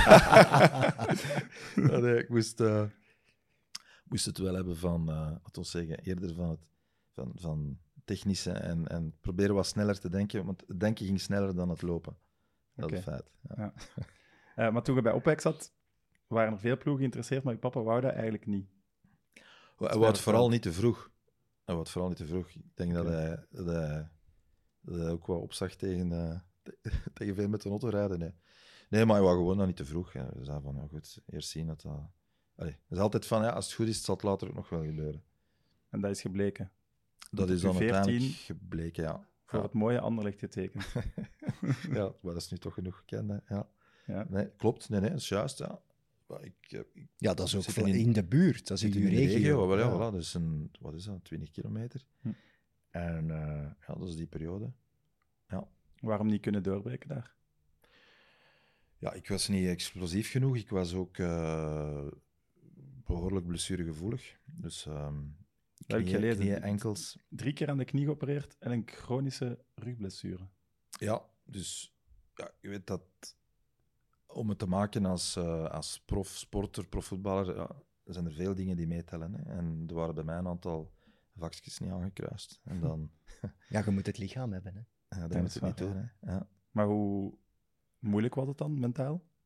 ja, nee, ik moest, uh, moest het wel hebben van, uh, laten we zeggen, eerder van het van, van technische en, en proberen wat sneller te denken, want het denken ging sneller dan het lopen. Dat Oké. is een feit. Ja. Ja. Uh, maar toen je bij Opwek zat, waren er veel ploegen geïnteresseerd, maar je papa wou dat eigenlijk niet. Hij Ja, wou het dat vooral wel. niet te vroeg. Hij wou het vooral niet te vroeg. Ik denk Oké. dat, hij, dat, hij, dat hij ook wel opzag tegen, uh, te- tegen veel met de auto rijden. Nee. nee, maar hij wou gewoon dat niet te vroeg. Hij zei van, ja goed, eerst zien dat dat... Allee, het is altijd van, ja, als het goed is, zal het later ook nog wel gebeuren. En dat is gebleken. Dat Op is dan U veertien uiteindelijk gebleken, ja. Voor Ja. het mooie Anderlecht getekend. Ja, maar dat is nu toch genoeg gekend. Hè? Ja. Ja. Nee, klopt. Nee, nee, dat is juist. Ja. Maar ik, eh, ik Ja, dat is ook zit voor in, in de buurt. Dat is in zit uw in de regio. regio. Wel, ja, Ja. voilà, dat is een, wat is dat, twintig kilometer. Hm. En uh, ja, dat is die periode. Ja. Waarom niet kunnen doorbreken daar? ja, ik was niet explosief genoeg. Ik was ook uh, behoorlijk blessuregevoelig. Dus um, Dat heb ik knieën, gelezen. knieën, enkels. Drie keer aan de knie geopereerd en een chronische rugblessure. Ja, dus ja, je weet dat om het te maken als, uh, als profsporter, profvoetballer, ja, er zijn er veel dingen die meetellen. Hè. En er waren bij mij een aantal vakjes niet aangekruist. En dan, Ja, je moet het lichaam hebben. Hè. ja, dat dat moet is je niet waar, doen. Hè. Ja. Maar hoe moeilijk was het dan, mentaal?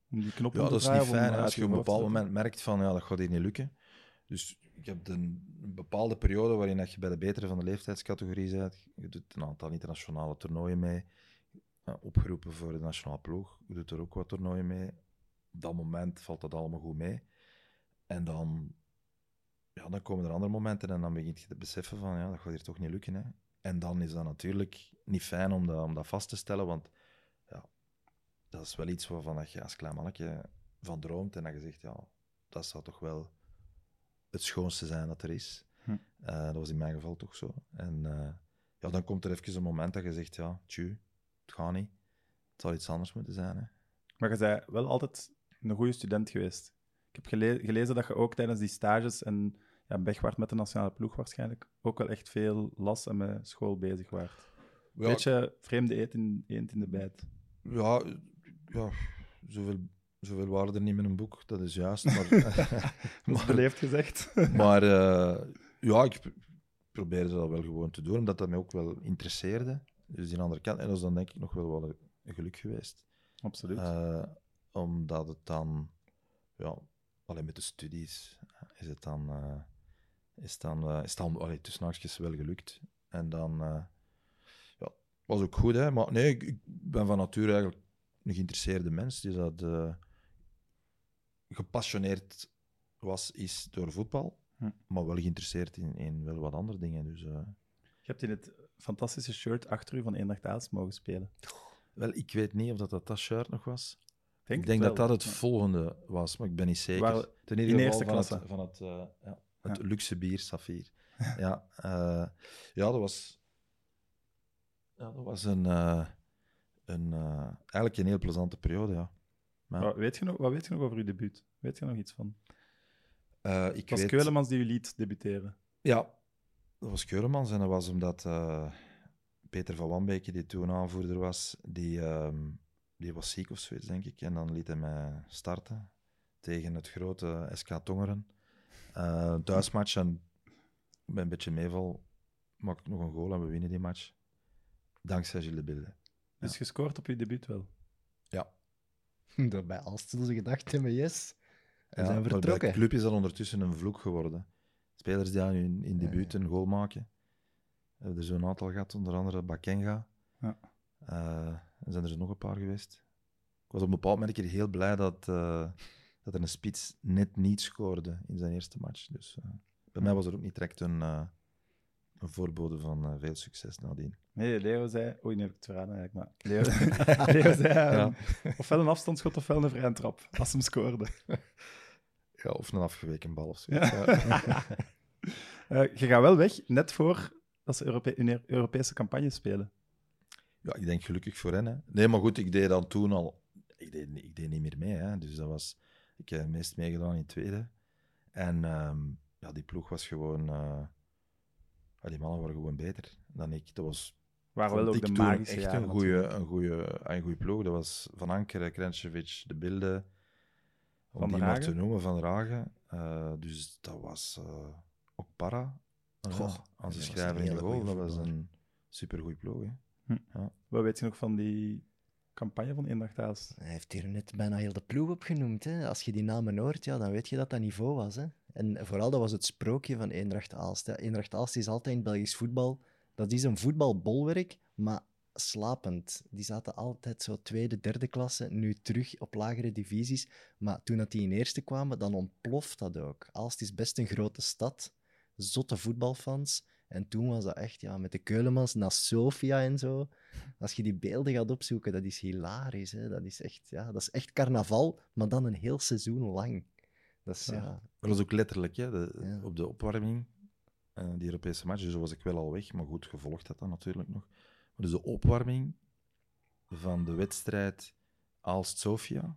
Om die knop Ja, om te dat is draaien niet of om fijn hè, uit als je je op een hoofd te bepaald zetten? moment merkt van ja, dat gaat hier niet lukken. Dus ik heb een, een bepaalde periode waarin dat je bij de betere van de leeftijdscategorie bent. Je doet een aantal internationale toernooien mee. Uh, opgeroepen voor de nationale ploeg. Je doet er ook wat toernooien mee. Op dat moment valt dat allemaal goed mee. En dan, ja, dan komen er andere momenten en dan begint je te beseffen van ja, dat gaat hier toch niet lukken. Hè. En dan is dat natuurlijk niet fijn om dat, om dat vast te stellen, want ja, dat is wel iets waarvan dat je als klein mannetje van droomt en dat je zegt, ja, dat zou toch wel het schoonste zijn dat er is. Hm. Uh, dat was in mijn geval toch zo. En uh, ja, dan komt er even een moment dat je zegt, ja, tju, het gaat niet. Het zou iets anders moeten zijn. Hè. Maar je bent wel altijd een goede student geweest. Ik heb gele- gelezen dat je ook tijdens die stages en ja, weg waart met de nationale ploeg waarschijnlijk, ook wel echt veel las en met school bezig waart. Ja, Beetje vreemde eend in, eend in de bijt. Ja, ja zoveel, zoveel waren er niet met een boek, dat is juist. Maar, Dat is beleefd gezegd. maar uh, ja, ik probeerde dat wel gewoon te doen, omdat dat mij ook wel interesseerde. Dus die andere kant, en dat is dan denk ik nog wel wel een geluk geweest. Absoluut. Uh, omdat het dan, ja, alleen met de studies is het dan, uh, is dan, uh, is dan allee, tussen haakjes wel gelukt. En dan, uh, ja, was ook goed, hè. Maar nee, ik, ik ben van nature eigenlijk een geïnteresseerde mens die dat uh, gepassioneerd was, is door voetbal, hm. maar wel geïnteresseerd in, in wel wat andere dingen. Dus, uh... Je hebt in het fantastische shirt achter u van Eendracht Aalst mogen spelen. Wel, ik weet niet of dat dat, dat shirt nog was. Denk ik denk wel. dat dat het ja. volgende was, maar ik ben niet zeker. Waar, Ten ieder geval eerste van klasse. het, van het, uh, ja, het ja. luxe bier, Safir. ja, uh, ja, dat was... Ja, dat was een... Uh, een uh, eigenlijk een heel plezante periode, ja. Maar... Wat, weet je nog, wat weet je nog over uw debuut? Weet je nog iets van? Uh, ik het was weet... Keulemans die u liet debuteren. Ja, dat was Keulemans en dat was omdat uh, Peter van Wanbeke, die toen aanvoerder was, die, uh, die was ziek of zoiets, denk ik. En dan liet hij mij starten tegen het grote S K Tongeren. Uh, thuismatch en bij een beetje meeval maak ik nog een goal en we winnen die match. Dankzij Gilles de Bilde. Dus ja. gescoord op je debuut wel? Ja. Dat bij Aalst ze gedacht hebben, yes. En ja, zijn vertrokken. Maar bij de club is dat ondertussen een vloek geworden. Spelers die aan hun in debuut een goal maken. We hebben er zo'n aantal gehad, onder andere Bakenga. Ja. Uh, en zijn er nog een paar geweest. Ik was op een bepaald moment een keer heel blij dat, uh, dat er een spits net niet scoorde in zijn eerste match. Dus uh, bij mij was er ook niet direct een, uh, een voorbode van uh, veel succes nadien. Nee, Leo zei... Oei, nu heb ik het verraden eigenlijk, maar... Leo, Leo zei um, ja. ofwel een afstandsschot ofwel een vrije trap, als hem scoorde. Ja, of een afgeweken bal of zo. Ja. Ja. uh, je gaat wel weg, net voor dat ze Europe- een Europese campagne spelen. Ja, ik denk gelukkig voor hen. Hè. Nee, maar goed, ik deed dan toen al... Ik deed, ik deed niet meer mee, hè. Dus dat was... Ik heb meest meegedaan in tweede. En um, ja, die ploeg was gewoon... Uh, ja, die mannen waren gewoon beter dan ik. Dat was... Waren wel ook de magische echt jaren, een goede, een goede, een goede ploeg. Dat was Van Ankeren, Krencevic, De Bilde... Om van die Ragen. maar te noemen, Van Ragen. Uh, dus dat was uh, ook para. Goh, aan zijn schrijver in de goal. Dat was een supergoeie ploeg. Hè. Hm. Ja. Wat weet je nog van die campagne van Eendracht Aalst? Hij heeft hier net bijna heel de ploeg opgenoemd. Hè. Als je die namen hoort, ja, dan weet je dat dat niveau was. Hè. En vooral, dat was het sprookje van Eendracht Aalst. Hè. Eendracht Aalst is altijd in Belgisch voetbal. Dat is een voetbalbolwerk, maar slapend. Die zaten altijd zo tweede, derde klasse, nu terug op lagere divisies. Maar toen dat die in eerste kwamen, dan ontploft dat ook. Aalst is best een grote stad, zotte voetbalfans. En toen was dat echt, ja, met de Keulemans naar Sofia en zo. Als je die beelden gaat opzoeken, dat is hilarisch. Hè? Dat is echt, ja, dat is echt carnaval, maar dan een heel seizoen lang. Dat is, ja. Ja. Dat was ook letterlijk, hè, de, Ja. op de opwarming, uh, die Europese match. Dus was ik wel al weg, maar goed, gevolgd had dat natuurlijk nog. Dus de opwarming van de wedstrijd Aalst-Sofia,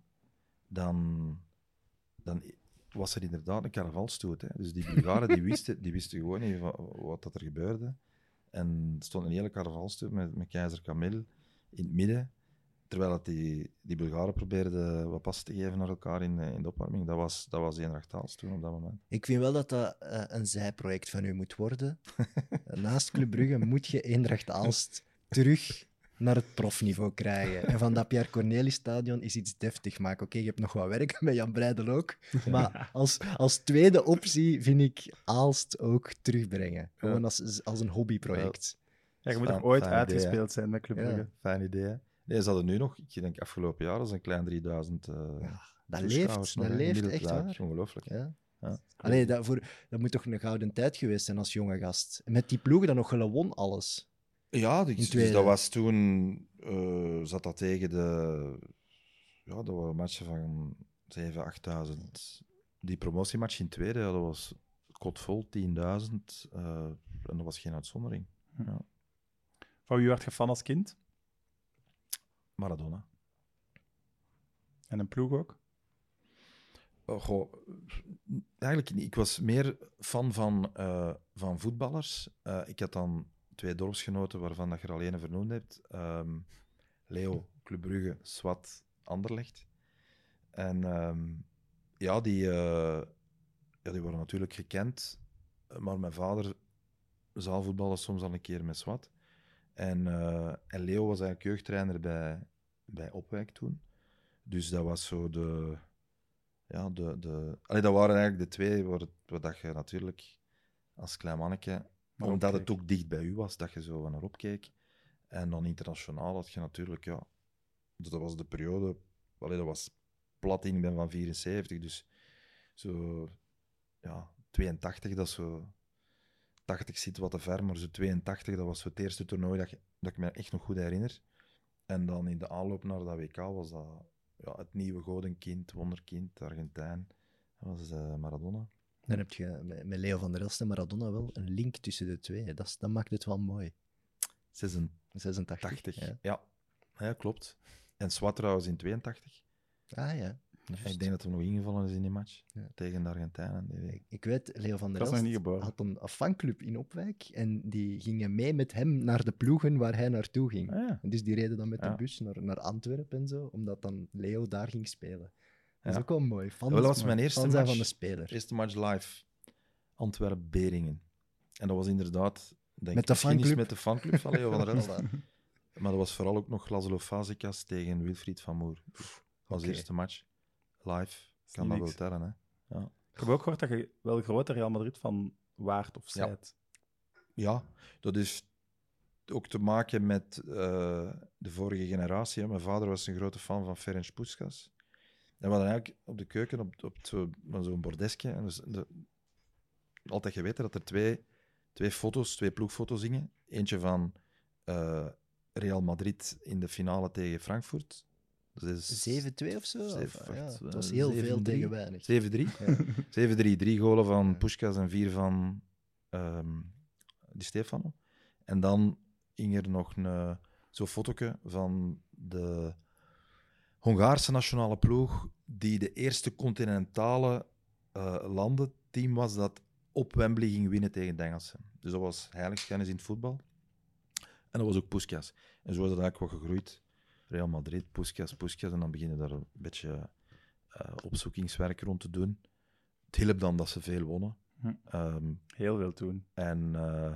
dan, dan was er inderdaad een carnavalstoet. Hè. Dus die Bulgaren die wisten, die wisten gewoon niet wat, wat dat er gebeurde. En er stond een hele carnavalstoet met, met keizer Camille in het midden, terwijl dat die, die Bulgaren probeerden wat pas te geven naar elkaar in, in de opwarming. Dat was, dat was Eendracht Aalst toen op dat moment. Ik vind wel dat dat uh, een zijproject van u moet worden. Naast Club Brugge moet je Eendracht Aalst terug naar het profniveau krijgen. En van dat Pierre Cornelis stadion is iets deftig maken. Oké, je hebt nog wat werk met Jan Breidel ook. Maar als, als tweede optie vind ik Aalst ook terugbrengen. Gewoon Ja. als, als een hobbyproject. Ja, je moet Fijn- toch ooit fijn idee, uitgespeeld zijn met Club Ja. Brugge. Fijn idee, hè? Nee, ze hadden nu nog, ik denk afgelopen jaar, dat is een klein drieduizend uh, Dat toeschouwers leeft, nog, dat hè, leeft gemiddeld. echt Ja, waar. Ongelooflijk. Ja. Ja. Allee, dat, voor, dat moet toch een gouden tijd geweest zijn als jonge gast. Met die ploegen dan nog gewoon alles. Ja, die- In dus tweede. dat was toen, uh, zat dat tegen de, ja, dat waren matchen van zevenduizend, achtduizend. Die promotiematch in tweede, ja, dat was kotvol, tienduizend. Uh, en dat was geen uitzondering. Ja. Van wie werd je fan als kind? Maradona. En een ploeg ook? Oh, goh, eigenlijk niet. Ik was meer fan van, uh, van voetballers. Uh, ik had dan twee dorpsgenoten waarvan dat je er al ene vernoemd hebt. Um, Leo, Club Brugge, Swat, Anderlecht. En um, ja, die, uh, ja, die worden natuurlijk gekend. Maar mijn vader zaalvoetballen soms al een keer met Swat. En, uh, en Leo was eigenlijk jeugdtrainer bij, bij Opwijk toen. Dus dat was zo de... Ja, de, de... Allee, dat waren eigenlijk de twee waar, het, waar dat je natuurlijk als klein manneke... Maar omdat opkeek. het ook dicht bij u was, dat je zo naar opkeek. En dan internationaal had je natuurlijk... Ja, dat was de periode... Allee, dat was plat in, ik ben van vierenzeventig, dus zo... Ja, tweeëntachtig, dat is zo... tachtig zit wat te ver, maar zo tweeëntachtig, dat was zo het eerste toernooi dat, je, dat ik me echt nog goed herinner. En dan in de aanloop naar dat W K was dat ja, het nieuwe godenkind, wonderkind, Argentijn. Dat was uh, Maradona. Dan heb je met, met Leo van der Elst en Maradona wel een link tussen de twee. Dat, is, dat maakt het wel mooi. zesentachtig. zesentachtig. Ja. Ja. Ja, klopt. En Swat trouwens in tweeëntachtig. Ah ja. Ik denk dat hij nog ingevallen is in die match Ja. tegen de Argentijnen. Die week. Ik, ik weet, Leo van Ik der was nog Elst niet geboren. had een, een fanclub in Opwijk en die gingen mee met hem naar de ploegen waar hij naartoe ging. Ah, ja. En dus die reden dan met Ja. de bus naar, naar Antwerpen en zo, omdat dan Leo daar ging spelen. Dat is Ja. ook wel mooi. Fans, Ja, wel, dat was mijn eerste fan zijn match. van de speler. Eerste match live. Antwerp-Beringen. En dat was inderdaad... Denk Met de misschien iets fanclub. met de fanclub van Leo van der Elst. Voilà. Maar dat was vooral ook nog Laszlo Fazekas tegen Wilfried van Moer. Als Oké. eerste match. Live. is Kan niet dat wel niks. tellen, hè. Ja. Ik heb ook gehoord dat je wel groter Real Madrid van waard of Ja. zijt. Ja, dat is ook te maken met uh, de vorige generatie. Hè. Mijn vader was een grote fan van Ferenc Puskas. En we hadden eigenlijk op de keuken, op, op zo, zo'n bordesje, en dus de, altijd geweten dat er twee, twee foto's, twee ploegfoto's hingen. Eentje van uh, Real Madrid in de finale tegen Frankfurt. Dat is zeven twee of zo? Zeven, Of, ja, wacht, het eh, was heel zeven veel drie. tegen weinig. zeven drie. Ja. zeven drie. Drie golen van Ja. Puskas en vier van um, Di Stefano. En dan ging er nog een, zo'n fotootje van de Hongaarse nationale ploeg, die de eerste continentale uh, landenteam was dat op Wembley ging winnen tegen de Engelsen. Dus dat was heiligschennis in het voetbal. En dat was ook Puskas. En zo is dat eigenlijk wat gegroeid. Real Madrid, Puskas, Puskas. En dan beginnen daar een beetje uh, opzoekingswerk rond te doen. Het hielp dan dat ze veel wonnen. Hm. Um, Heel veel toen. en uh,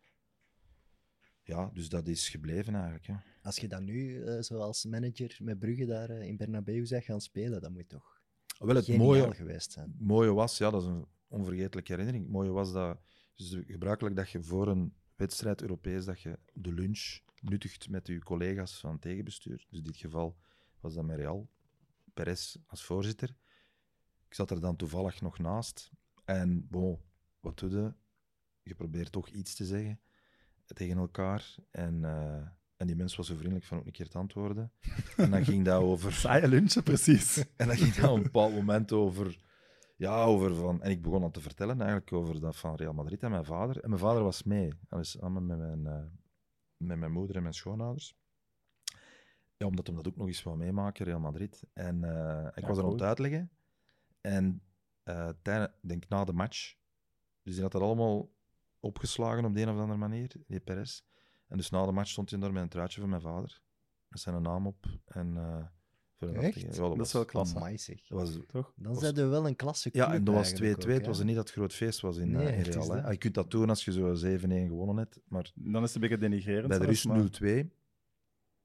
ja, dus dat is gebleven eigenlijk. Hè. Als je dan nu, uh, zoals manager met Brugge daar uh, in Bernabeu zegt gaan spelen, dat moet toch Wel, het geniaal mooie, geweest zijn. mooie was, ja, dat is een onvergetelijke herinnering. Het mooie was dat, dus gebruikelijk dat je voor een wedstrijd Europees, dat je de lunch nuttigt met je collega's van het tegenbestuur. Dus in dit geval was dat met Real, Perez als voorzitter. Ik zat er dan toevallig nog naast. En bon, wat doe je? Je probeert toch iets te zeggen tegen elkaar. En, uh, en die mens was zo vriendelijk van ook een keer te antwoorden. En dan ging dat over... Saaie lunchen, precies. En dan ging dat op een bepaald moment over... Ja, over van... En ik begon dan te vertellen eigenlijk over dat van Real Madrid en mijn vader. En mijn vader was mee. Hij was samen met mijn, uh, met mijn moeder en mijn schoonouders. Ja, omdat hem dat ook nog eens wou meemaken, Real Madrid. En uh, ik Ja, was er cool. aan het uitleggen. En uh, tijden, denk na de match... Dus die had dat allemaal opgeslagen op de een of andere manier, die Perez. En dus na de match stond hij daar met een truitje van mijn vader. Met zijn naam op. En, uh, voor een Echt? ja, dat, Dat was, is wel klasse. Amai, zeg. dat was, Toch? Dan was- zijn we wel een klasse club ja, en dat was eigenlijk twee twee. ook, Het was ja. er niet dat het groot feest was in, Nee, uh, in het is Real. Hè. dat. Ah, je kunt dat doen als je zo zeven één gewonnen hebt. Maar Dan is het een beetje denigrerend. bij de zelfs, rust maar- nul twee.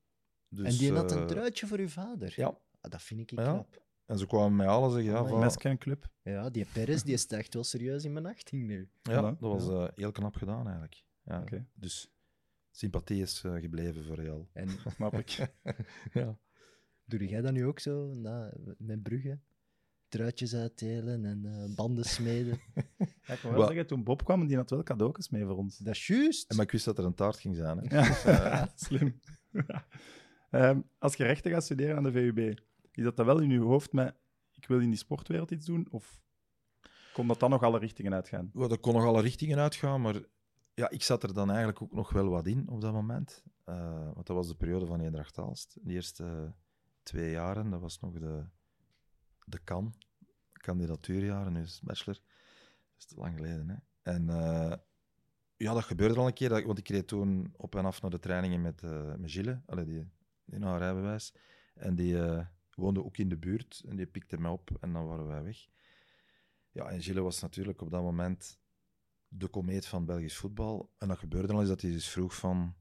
Dus, en die had een eh, truitje voor uw vader. Ja. Ah, dat vind ik Ja. knap. En ze kwamen mij alles zeggen, ja, Amai. van, Mesken Club. Ja, die Perez die is echt wel serieus in mijn achting nu. ja, Voilà. dat was eh, heel knap gedaan eigenlijk. Ja. Oké. Dus sympathie is eh, gebleven voor Real. En Snap ik. Ja. doe jij dat nu ook zo, na, met Brugge? Truitjes uitdelen en eh, banden smeden. Ja, ik kan wel Wel- zeggen, toen Bob kwam, die had wel cadeautjes mee voor ons. Dat is juist. En maar ik wist dat er een taart ging zijn. Hè. Ja, slim. Ehm, als je rechten gaat studeren aan de V U B, is dat dan wel in je hoofd met ik wil in die sportwereld iets doen? Of kon dat dan nog alle richtingen uitgaan? Well, er kon nog alle richtingen uitgaan, maar ja, ik zat er dan eigenlijk ook nog wel wat in op dat moment. Uh, want dat was de periode van Eendracht Aalst. De eerste uh, twee jaren, dat was nog de, de K A N, kandidatuurjaren, nu is het bachelor. Dat is te lang geleden. Hè? En uh, ja, dat gebeurde al een keer, dat, want ik reed toen op en af naar de trainingen met, uh, met Gilles, allee, die, die nou rijbewijs. En die uh, woonde ook in de buurt en die pikte mij op en dan waren wij weg. Ja, en Gilles was natuurlijk op dat moment de komeet van Belgisch voetbal. En dat gebeurde al eens dat hij dus vroeg van...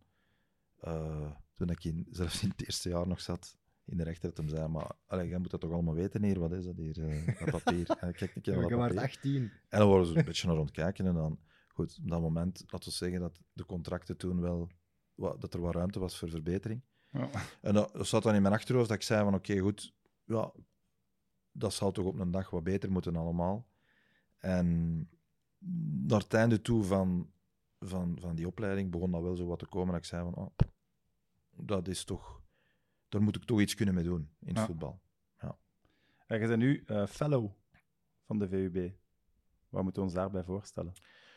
Uh, toen ik in, zelfs in het eerste jaar nog zat, in de rechter, dat hem zei, maar allee, jij moet dat toch allemaal weten hier, wat is dat hier, uh, dat papier? En ik kijk een keer naar Je dat was papier. achttien. En dan worden ze een beetje naar rondkijken en dan... Goed, op dat moment, laten we zeggen dat de contracten toen wel... Wat, dat er wat ruimte was voor verbetering. Ja. En dat, dat zat dan in mijn achterhoofd dat ik zei van oké, okay, goed, ja, dat zou toch op een dag wat beter moeten allemaal. En naar het einde toe van, van, van die opleiding begon dat wel zo wat te komen dat ik zei van, oh, dat is toch, daar moet ik toch iets kunnen mee doen in het Ja. voetbal. Ja. En je bent nu uh, fellow van de V U B. Wat moeten we ons daarbij voorstellen?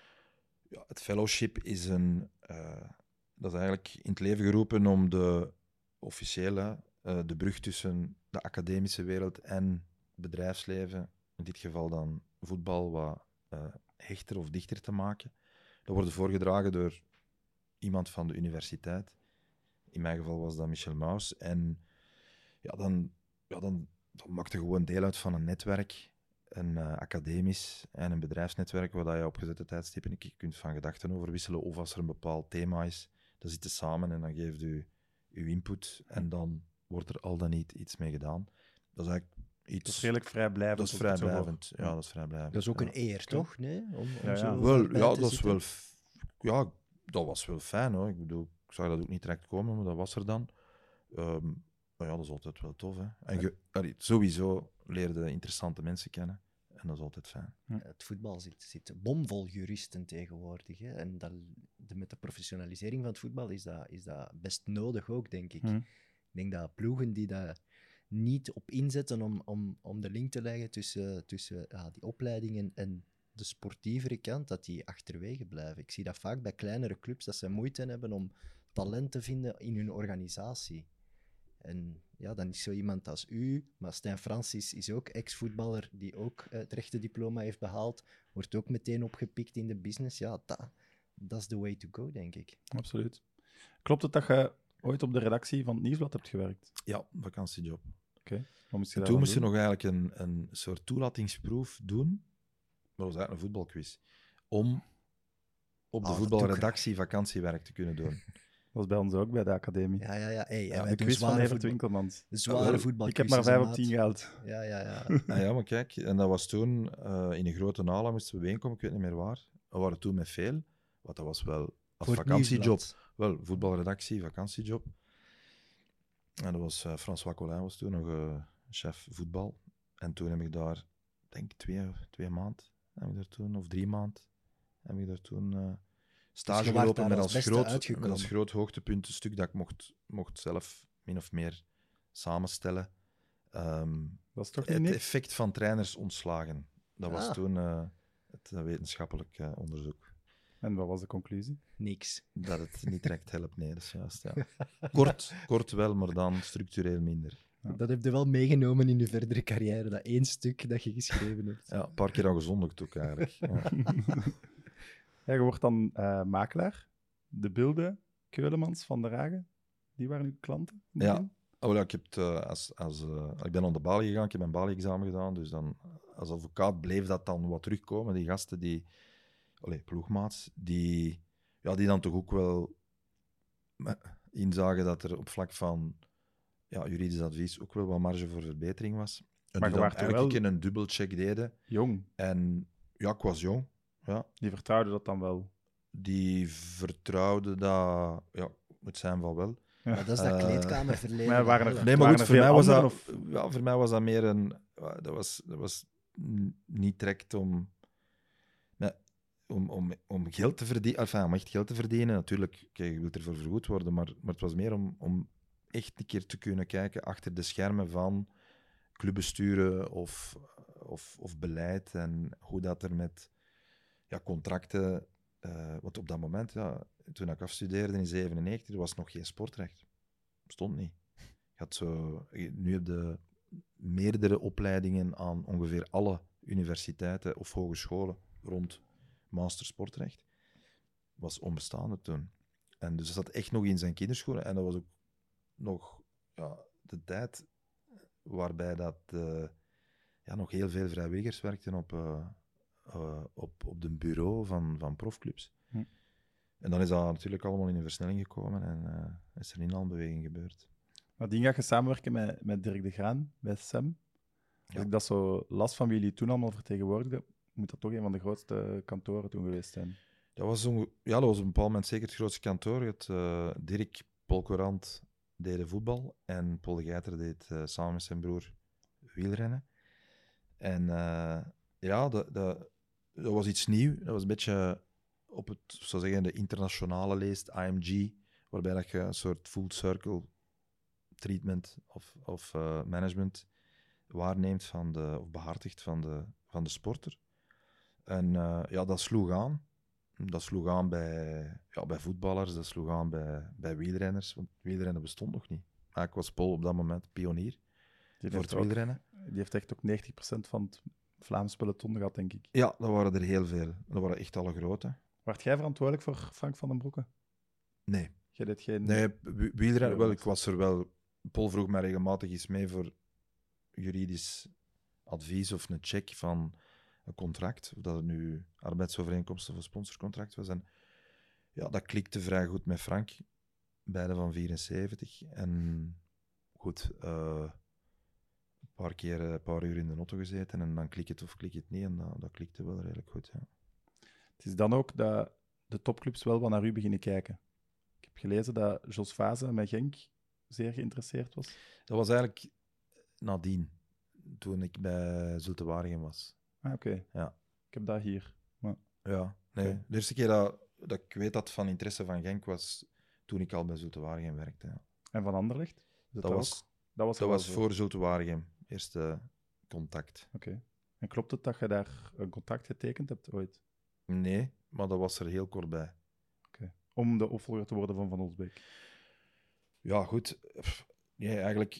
Ja, het fellowship is een, uh, dat is eigenlijk in het leven geroepen om de officiële, uh, de brug tussen de academische wereld en bedrijfsleven, in dit geval dan voetbal, wat uh, hechter of dichter te maken. Dat wordt voorgedragen door iemand van de universiteit. In mijn geval was dat Michel Maus. En ja, dan, ja, dan, dan maakte gewoon deel uit van een netwerk, een uh, academisch en een bedrijfsnetwerk, waar je op gezette tijdstippen je kunt van gedachten over wisselen, of als er een bepaald thema is, dan zitten samen en dan geeft u uw input en dan wordt er al dan niet iets mee gedaan. Dat is eigenlijk iets... Dat is redelijk vrijblijvend. Dat is vrijblijvend, ja, dat is vrijblijvend. Dat is ook ja. een eer, toch? Nee? Om, om Ja, ja. zo Wel, bij ja, te dat is zitten. wel... f- Ja, dat was wel fijn, hoor. Ik bedoel, ik zag dat ook niet direct komen, maar dat was er dan. Um, maar ja, dat is altijd wel tof, hè. En je, allee, sowieso leerde interessante mensen kennen. En dat is altijd fijn. Het voetbal zit, zit bomvol juristen tegenwoordig. Hè? En dat, de, met de professionalisering van het voetbal is dat, is dat best nodig ook, denk ik. Hmm. Ik denk dat ploegen die daar niet op inzetten om, om, om de link te leggen tussen, tussen ja, die opleidingen en de sportievere kant, dat die achterwege blijven. Ik zie dat vaak bij kleinere clubs, dat ze moeite hebben om talent te vinden in hun organisatie. En ja, dan is zo iemand als u, maar Stijn Francis is ook ex-voetballer die ook uh, het rechtendiploma heeft behaald, wordt ook meteen opgepikt in de business. Ja, dat dat is the way to go, denk ik. Absoluut. Klopt het dat je ooit op de redactie van het Nieuwsblad hebt gewerkt? Ja, vakantiejob. Oké. Okay. Wat moest je En daar toen dan moest je doen? nog eigenlijk een, een soort toelatingsproef doen. Dat was eigenlijk een voetbalquiz. Om op de Oh, dat voetbalredactie vakantiewerk te kunnen doen. Dat was bij ons ook, bij de academie. Ja, ja, ja. Hey, Ja, en wij de doen quiz van zware Evert voetbal- Winkelmans. Zware wel, voetbal. Ik heb maar vijf op tien gehaald. Ja, ja, ja. Ah ja, maar kijk, en dat was toen uh, in een grote aula moesten we bijeenkomen, ik weet niet meer waar. We waren toen met veel, want dat was wel als Voor het vakantiejob. Nieuwsblad. Wel, voetbalredactie, vakantiejob. En dat was uh, François Collin was toen nog uh, chef voetbal. En toen heb ik daar, denk ik, twee, twee maanden, heb ik daar toen, of drie maanden, heb ik daar toen uh, stage Dus je waart gelopen daar met als als, beste groot, met uitgekomen. als groot hoogtepunt een stuk dat ik mocht, mocht zelf min of meer samenstellen. Um, Dat is toch niet het niks? effect van trainers ontslagen. Dat was Ah. toen uh, het uh, wetenschappelijk uh, onderzoek. En wat was de conclusie? Niks. Dat het niet direct helpt, nee, dat is juist. Ja. Kort, kort wel, maar dan structureel minder. Ja. Dat heb je wel meegenomen in je verdere carrière, dat één stuk dat je geschreven hebt. Ja, een paar keer al gezondigd ook eigenlijk. Ja. Ja, je wordt dan uh, makelaar. De Beelden, Keulemans, Van der Hagen, die waren uw klanten? in het Ja. begin? Oh, ja, ik, heb het, uh, als, als, uh, ik ben aan de balie gegaan, ik heb mijn balie-examen gedaan, dus dan, als advocaat bleef dat dan wat terugkomen. Die gasten, die, allee, ploegmaats, die, ja, die dan toch ook wel inzagen dat er op vlak van ja, juridisch advies ook wel wat marge voor verbetering was. En Maar die je dan waart er eigenlijk wel- een dubbelcheck deden. Jong, En ja, ik was jong. Ja. die vertrouwde dat dan wel. Die vertrouwde dat... Ja, moet zijn van wel. Maar dat is dat Eh, kleedkamerverleden. maar waren er- wel, hè. Nee, maar Waren goed, er voor veel mij, was dat, anderen, ja, voor mij was dat meer een... Dat was, dat was n- niet direct om... nee, om, om, om geld te verdienen, enfin, om echt geld te verdienen. Natuurlijk, kijk, je wilt ervoor vergoed worden, maar, maar het was meer om, om echt een keer te kunnen kijken achter de schermen van clubbesturen of, of, of beleid en hoe dat er met ja, contracten... eh, want op dat moment, ja, toen ik afstudeerde in zevenennegentig, er was nog geen sportrecht. Bestond niet. Je had zo, nu heb je meerdere opleidingen aan ongeveer alle universiteiten of hogescholen rond master sportrecht. Was onbestaande toen. En dus dat zat echt nog in zijn kinderschoenen. En dat was ook nog ja, de tijd waarbij dat, eh, ja, nog heel veel vrijwilligers werkten op, uh, uh, op, op de bureau van, van profclubs. Hm. En dan is dat natuurlijk allemaal in een versnelling gekomen en uh, is er een inhaalbeweging gebeurd. Nadien ga je samenwerken met, met Dirk de Graan bij S E M. Als Ja. ik dat zo las van wie jullie toen allemaal vertegenwoordigden, moet dat toch een van de grootste kantoren toen geweest zijn. Dat was, onge- ja, dat was op een bepaald moment zeker het grootste kantoor. Het, uh, Dirk, Paul Courant deden voetbal en Paul de Geiter deed uh, samen met zijn broer wielrennen. En uh, ja, dat, dat, dat was iets nieuws. Dat was een beetje op het, zo zeggen, de internationale leest, I M G, waarbij dat je een soort full circle treatment of, of uh, management waarneemt van de, of behartigt van de, van de sporter. En uh, ja, dat sloeg aan. Dat sloeg aan bij, ja, bij voetballers, dat sloeg aan bij, bij wielrenners, want wielrennen bestond nog niet. Eigenlijk was Paul op dat moment pionier Die voor het ook, wielrennen. Die heeft echt ook negentig procent van het Vlaams peloton gehad, denk ik. Ja, dat waren er heel veel. Dat waren echt alle grote. Waart jij verantwoordelijk voor Frank van den Broeke? Nee. Jij deed geen... Nee, wielrennen, wel, ik was er wel... Paul vroeg mij regelmatig eens mee voor juridisch advies of een check van een contract, of dat het nu arbeidsovereenkomst of een sponsorcontract was. En ja, dat klikte vrij goed met Frank, beide van vierenzeventig. En goed, uh, een paar keer een paar uur in de auto gezeten en dan klik het of klik het niet. En dat, dat klikte wel redelijk goed, ja. Het is dan ook dat de topclubs wel wat naar u beginnen kijken. Ik heb gelezen dat Jos Vaze met Genk zeer geïnteresseerd was. Dat was eigenlijk nadien, toen ik bij Zulte Waregem was. Ah, oké. Okay. Ja. Ik heb dat hier. Maar... Ja, nee. Okay. De eerste keer dat, dat ik weet dat van interesse van Genk was toen ik al bij Zulte Waregem werkte. Ja. En van Anderlecht? Dat, dat was, dat was, dat was voor Zulte Waregem, eerste contact. Oké. Okay. En klopt het dat je daar een contract getekend hebt ooit? Nee, maar dat was er heel kort bij. Oké. Okay. Om de opvolger te worden van Van Olsbeek? Ja, goed. Nee, eigenlijk...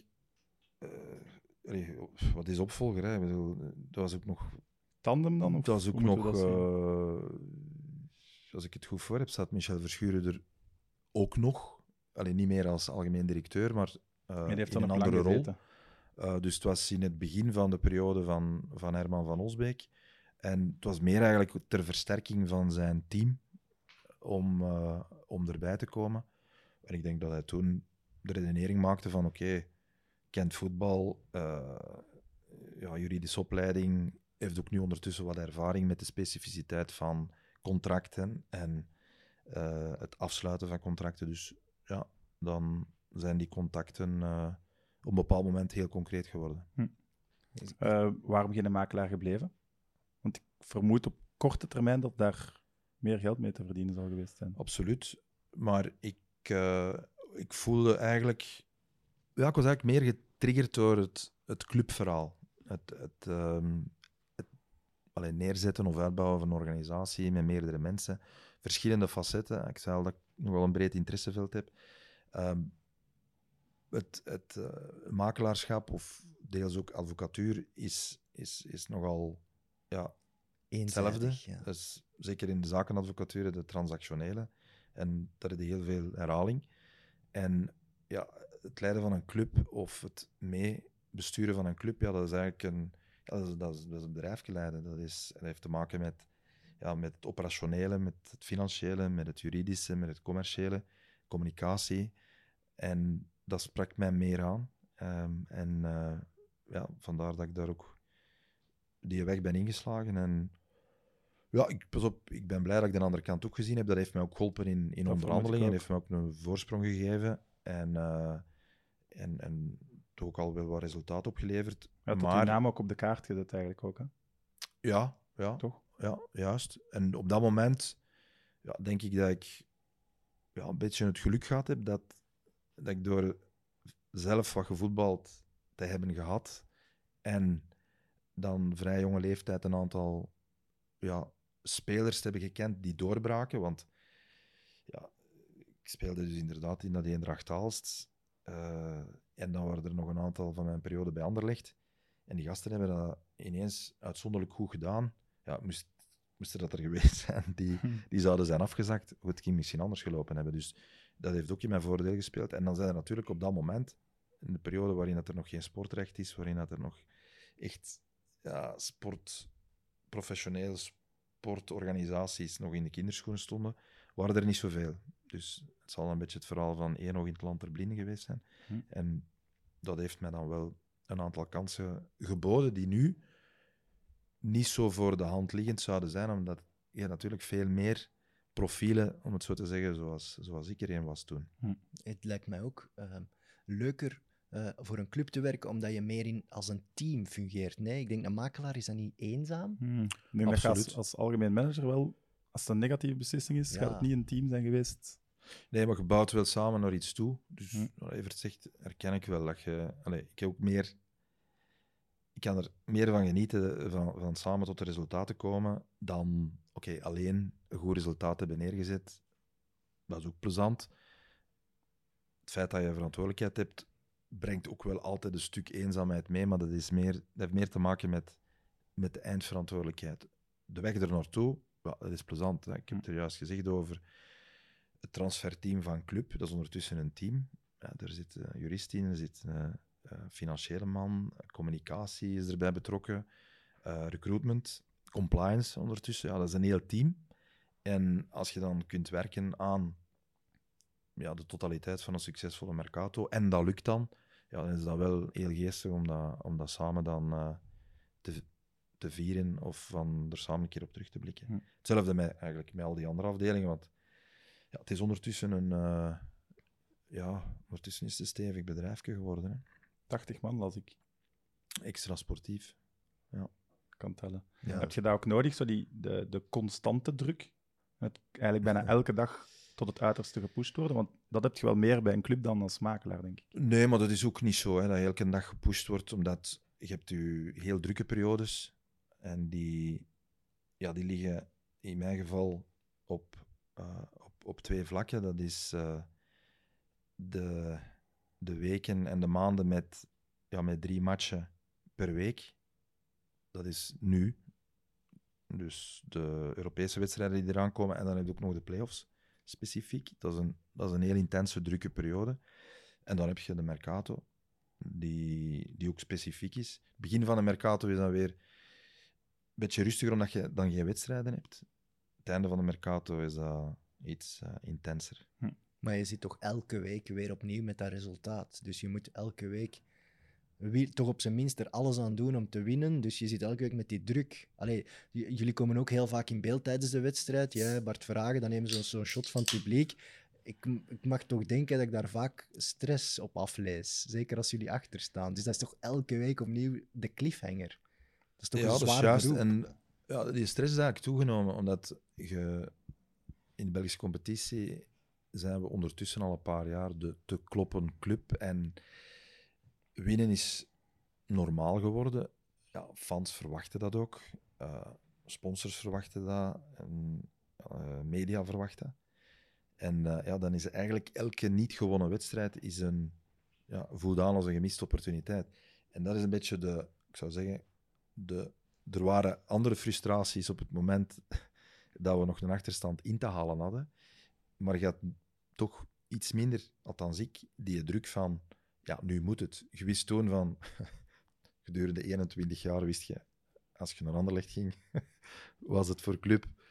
Uh, wat is opvolger? Hè? Ik bedoel, dat was ook nog... Tandem dan? Of dat was ook nog... Uh, als ik het goed voor heb, staat Michel Verschuren er ook nog. Alleen niet meer als algemeen directeur, maar uh, heeft in een andere rol. Uh, dus het was in het begin van de periode van, van Herman van Olsbeek. En het was meer eigenlijk ter versterking van zijn team om, uh, om erbij te komen. En ik denk dat hij toen de redenering maakte van oké, okay, kent voetbal, uh, ja, juridische opleiding, heeft ook nu ondertussen wat ervaring met de specificiteit van contracten en uh, het afsluiten van contracten. Dus ja, dan zijn die contacten uh, op een bepaald moment heel concreet geworden. Hm. Uh, waarom geen makelaar gebleven? Want ik vermoed op korte termijn dat daar meer geld mee te verdienen zal geweest zijn. Absoluut. Maar ik, uh, ik voelde eigenlijk... Ja, ik was eigenlijk meer getriggerd door het, het clubverhaal. Het, het, um, het alleen neerzetten of uitbouwen van een organisatie met meerdere mensen. Verschillende facetten. Ik zei al dat ik nog wel een breed interesseveld heb. Um, het het uh, makelaarschap, of deels ook advocatuur, is, is, is nogal... Ja, hetzelfde. Ja. Dus zeker in de zakenadvocatuur, de transactionele. En daar heb je heel veel herhaling. En ja, het leiden van een club of het meebesturen van een club, ja, dat is eigenlijk een, ja, dat is, dat is, dat is een bedrijfje leiden. Dat, is, dat heeft te maken met, ja, met het operationele, met het financiële, met het juridische, met het commerciële, communicatie. En dat sprak mij meer aan. Um, en uh, ja, vandaar dat ik daar ook die weg ben ingeslagen. En ja, ik, pas op, ik ben blij dat ik de andere kant ook gezien heb. Dat heeft mij ook geholpen in, in onderhandelingen. Dat heeft mij ook een voorsprong gegeven. En, uh, en, en toch ook al wel wat resultaat opgeleverd. Ja, tot maar uw naam ook op de kaart gezet eigenlijk ook, hè? Ja, ja. Toch? Ja, juist. En op dat moment ja, denk ik dat ik ja, een beetje het geluk gehad heb dat, dat ik door zelf wat gevoetbald te hebben gehad en dan vrij jonge leeftijd een aantal ja, spelers te hebben gekend die doorbraken. Want ja, ik speelde dus inderdaad in dat Eendracht Aalst. Uh, en dan waren er nog een aantal van mijn periode bij Anderlecht. En die gasten hebben dat ineens uitzonderlijk goed gedaan. Ja, moest, moesten dat er geweest zijn, die, die zouden zijn afgezakt. Het ging misschien anders gelopen hebben. Dus dat heeft ook in mijn voordeel gespeeld. En dan zijn er natuurlijk op dat moment, in de periode waarin dat er nog geen sportrecht is, waarin dat er nog echt ja, sport, professionele sportorganisaties nog in de kinderschoenen stonden, waren er niet zoveel. Dus het zal een beetje het verhaal van één oog in het land der blinden geweest zijn. Hm. En dat heeft mij dan wel een aantal kansen geboden die nu niet zo voor de hand liggend zouden zijn, omdat je natuurlijk veel meer profielen, om het zo te zeggen, zoals, zoals ik er een was toen. Hm. Het lijkt mij ook uh, leuker uh, voor een club te werken, omdat je meer in, als een team fungeert. Nee, ik denk een makelaar is dat niet eenzaam. Hm. Ik denk Absoluut. dat je als, als algemeen manager wel, als het een negatieve beslissing is, ja. gaat het niet een team zijn geweest. Nee, maar je bouwt wel samen naar iets toe. Dus, hm. wat Evert zegt, herken ik wel dat je... Allez, ik heb ook meer... Ik kan er meer van genieten van, van samen tot de resultaten komen dan oké, okay, alleen een goed resultaat hebben neergezet. Dat is ook plezant. Het feit dat je verantwoordelijkheid hebt, brengt ook wel altijd een stuk eenzaamheid mee, maar dat, is meer, dat heeft meer te maken met, met de eindverantwoordelijkheid. De weg er naartoe, ja, dat is plezant. Hè. Ik heb het er juist gezegd over het transferteam van club. Dat is ondertussen een team. Ja, er zit een jurist in, er zit een uh, financiële man, communicatie is erbij betrokken, uh, recruitment, compliance ondertussen. Ja, dat is een heel team. En als je dan kunt werken aan ja, de totaliteit van een succesvolle Mercato, en dat lukt dan, ja, dan is dat wel heel geestig om dat, om dat samen dan uh, te, te vieren of van er samen een keer op terug te blikken. Hm. Hetzelfde met, eigenlijk met al die andere afdelingen, want ja, het is ondertussen een... Uh, ja, ondertussen is het een stevig bedrijfje geworden. Hè. tachtig man las ik. Extra sportief. Ja. Kan tellen. Ja. Heb je dat ook nodig, zo die, de, de constante druk? Het eigenlijk bijna ja. elke dag tot het uiterste gepusht worden? Want dat heb je wel meer bij een club dan als makelaar, denk ik. Nee, maar dat is ook niet zo, hè, dat je elke dag gepusht wordt, omdat je hebt je heel drukke periodes en die, ja, die liggen in mijn geval op, uh, op, op twee vlakken. Dat is uh, de, de weken en de maanden met, ja, met drie matchen per week. Dat is nu. Dus de Europese wedstrijden die eraan komen en dan heb je ook nog de play-offs specifiek. Dat is een, dat is een heel intense, drukke periode. En dan heb je de Mercato, die, die ook specifiek is. Het begin van de Mercato is dan weer een beetje rustiger, omdat je dan geen wedstrijden hebt. Het einde van de Mercato is dat iets uh, intenser. Hm. Maar je zit toch elke week weer opnieuw met dat resultaat. Dus je moet elke week wie, toch op zijn minst er alles aan doen om te winnen. Dus je zit elke week met die druk. Allee, j- jullie komen ook heel vaak in beeld tijdens de wedstrijd. Ja, Bart Verhagen, dan nemen ze zo'n shot van het publiek. Ik, ik mag toch denken dat ik daar vaak stress op aflees. Zeker als jullie achter staan. Dus dat is toch elke week opnieuw de cliffhanger. Dat is toch ja, een zwaar dat is juist. beroep. En ja, die stress is eigenlijk toegenomen, omdat je in de Belgische competitie zijn we ondertussen al een paar jaar de te kloppen club. En winnen is normaal geworden. Ja, fans verwachten dat ook. Uh, sponsors verwachten dat. En, uh, media verwachten. En uh, ja, dan is eigenlijk elke niet gewonnen wedstrijd is een, ja, voelt aan als een gemiste opportuniteit. En dat is een beetje de, ik zou zeggen, de, er waren andere frustraties op het moment dat we nog een achterstand in te halen hadden. Maar je had toch iets minder, althans ik, die druk van ja, nu moet het. Je wist toen van... gedurende eenentwintig jaar wist je... Als je naar Anderlecht ging, was het voor club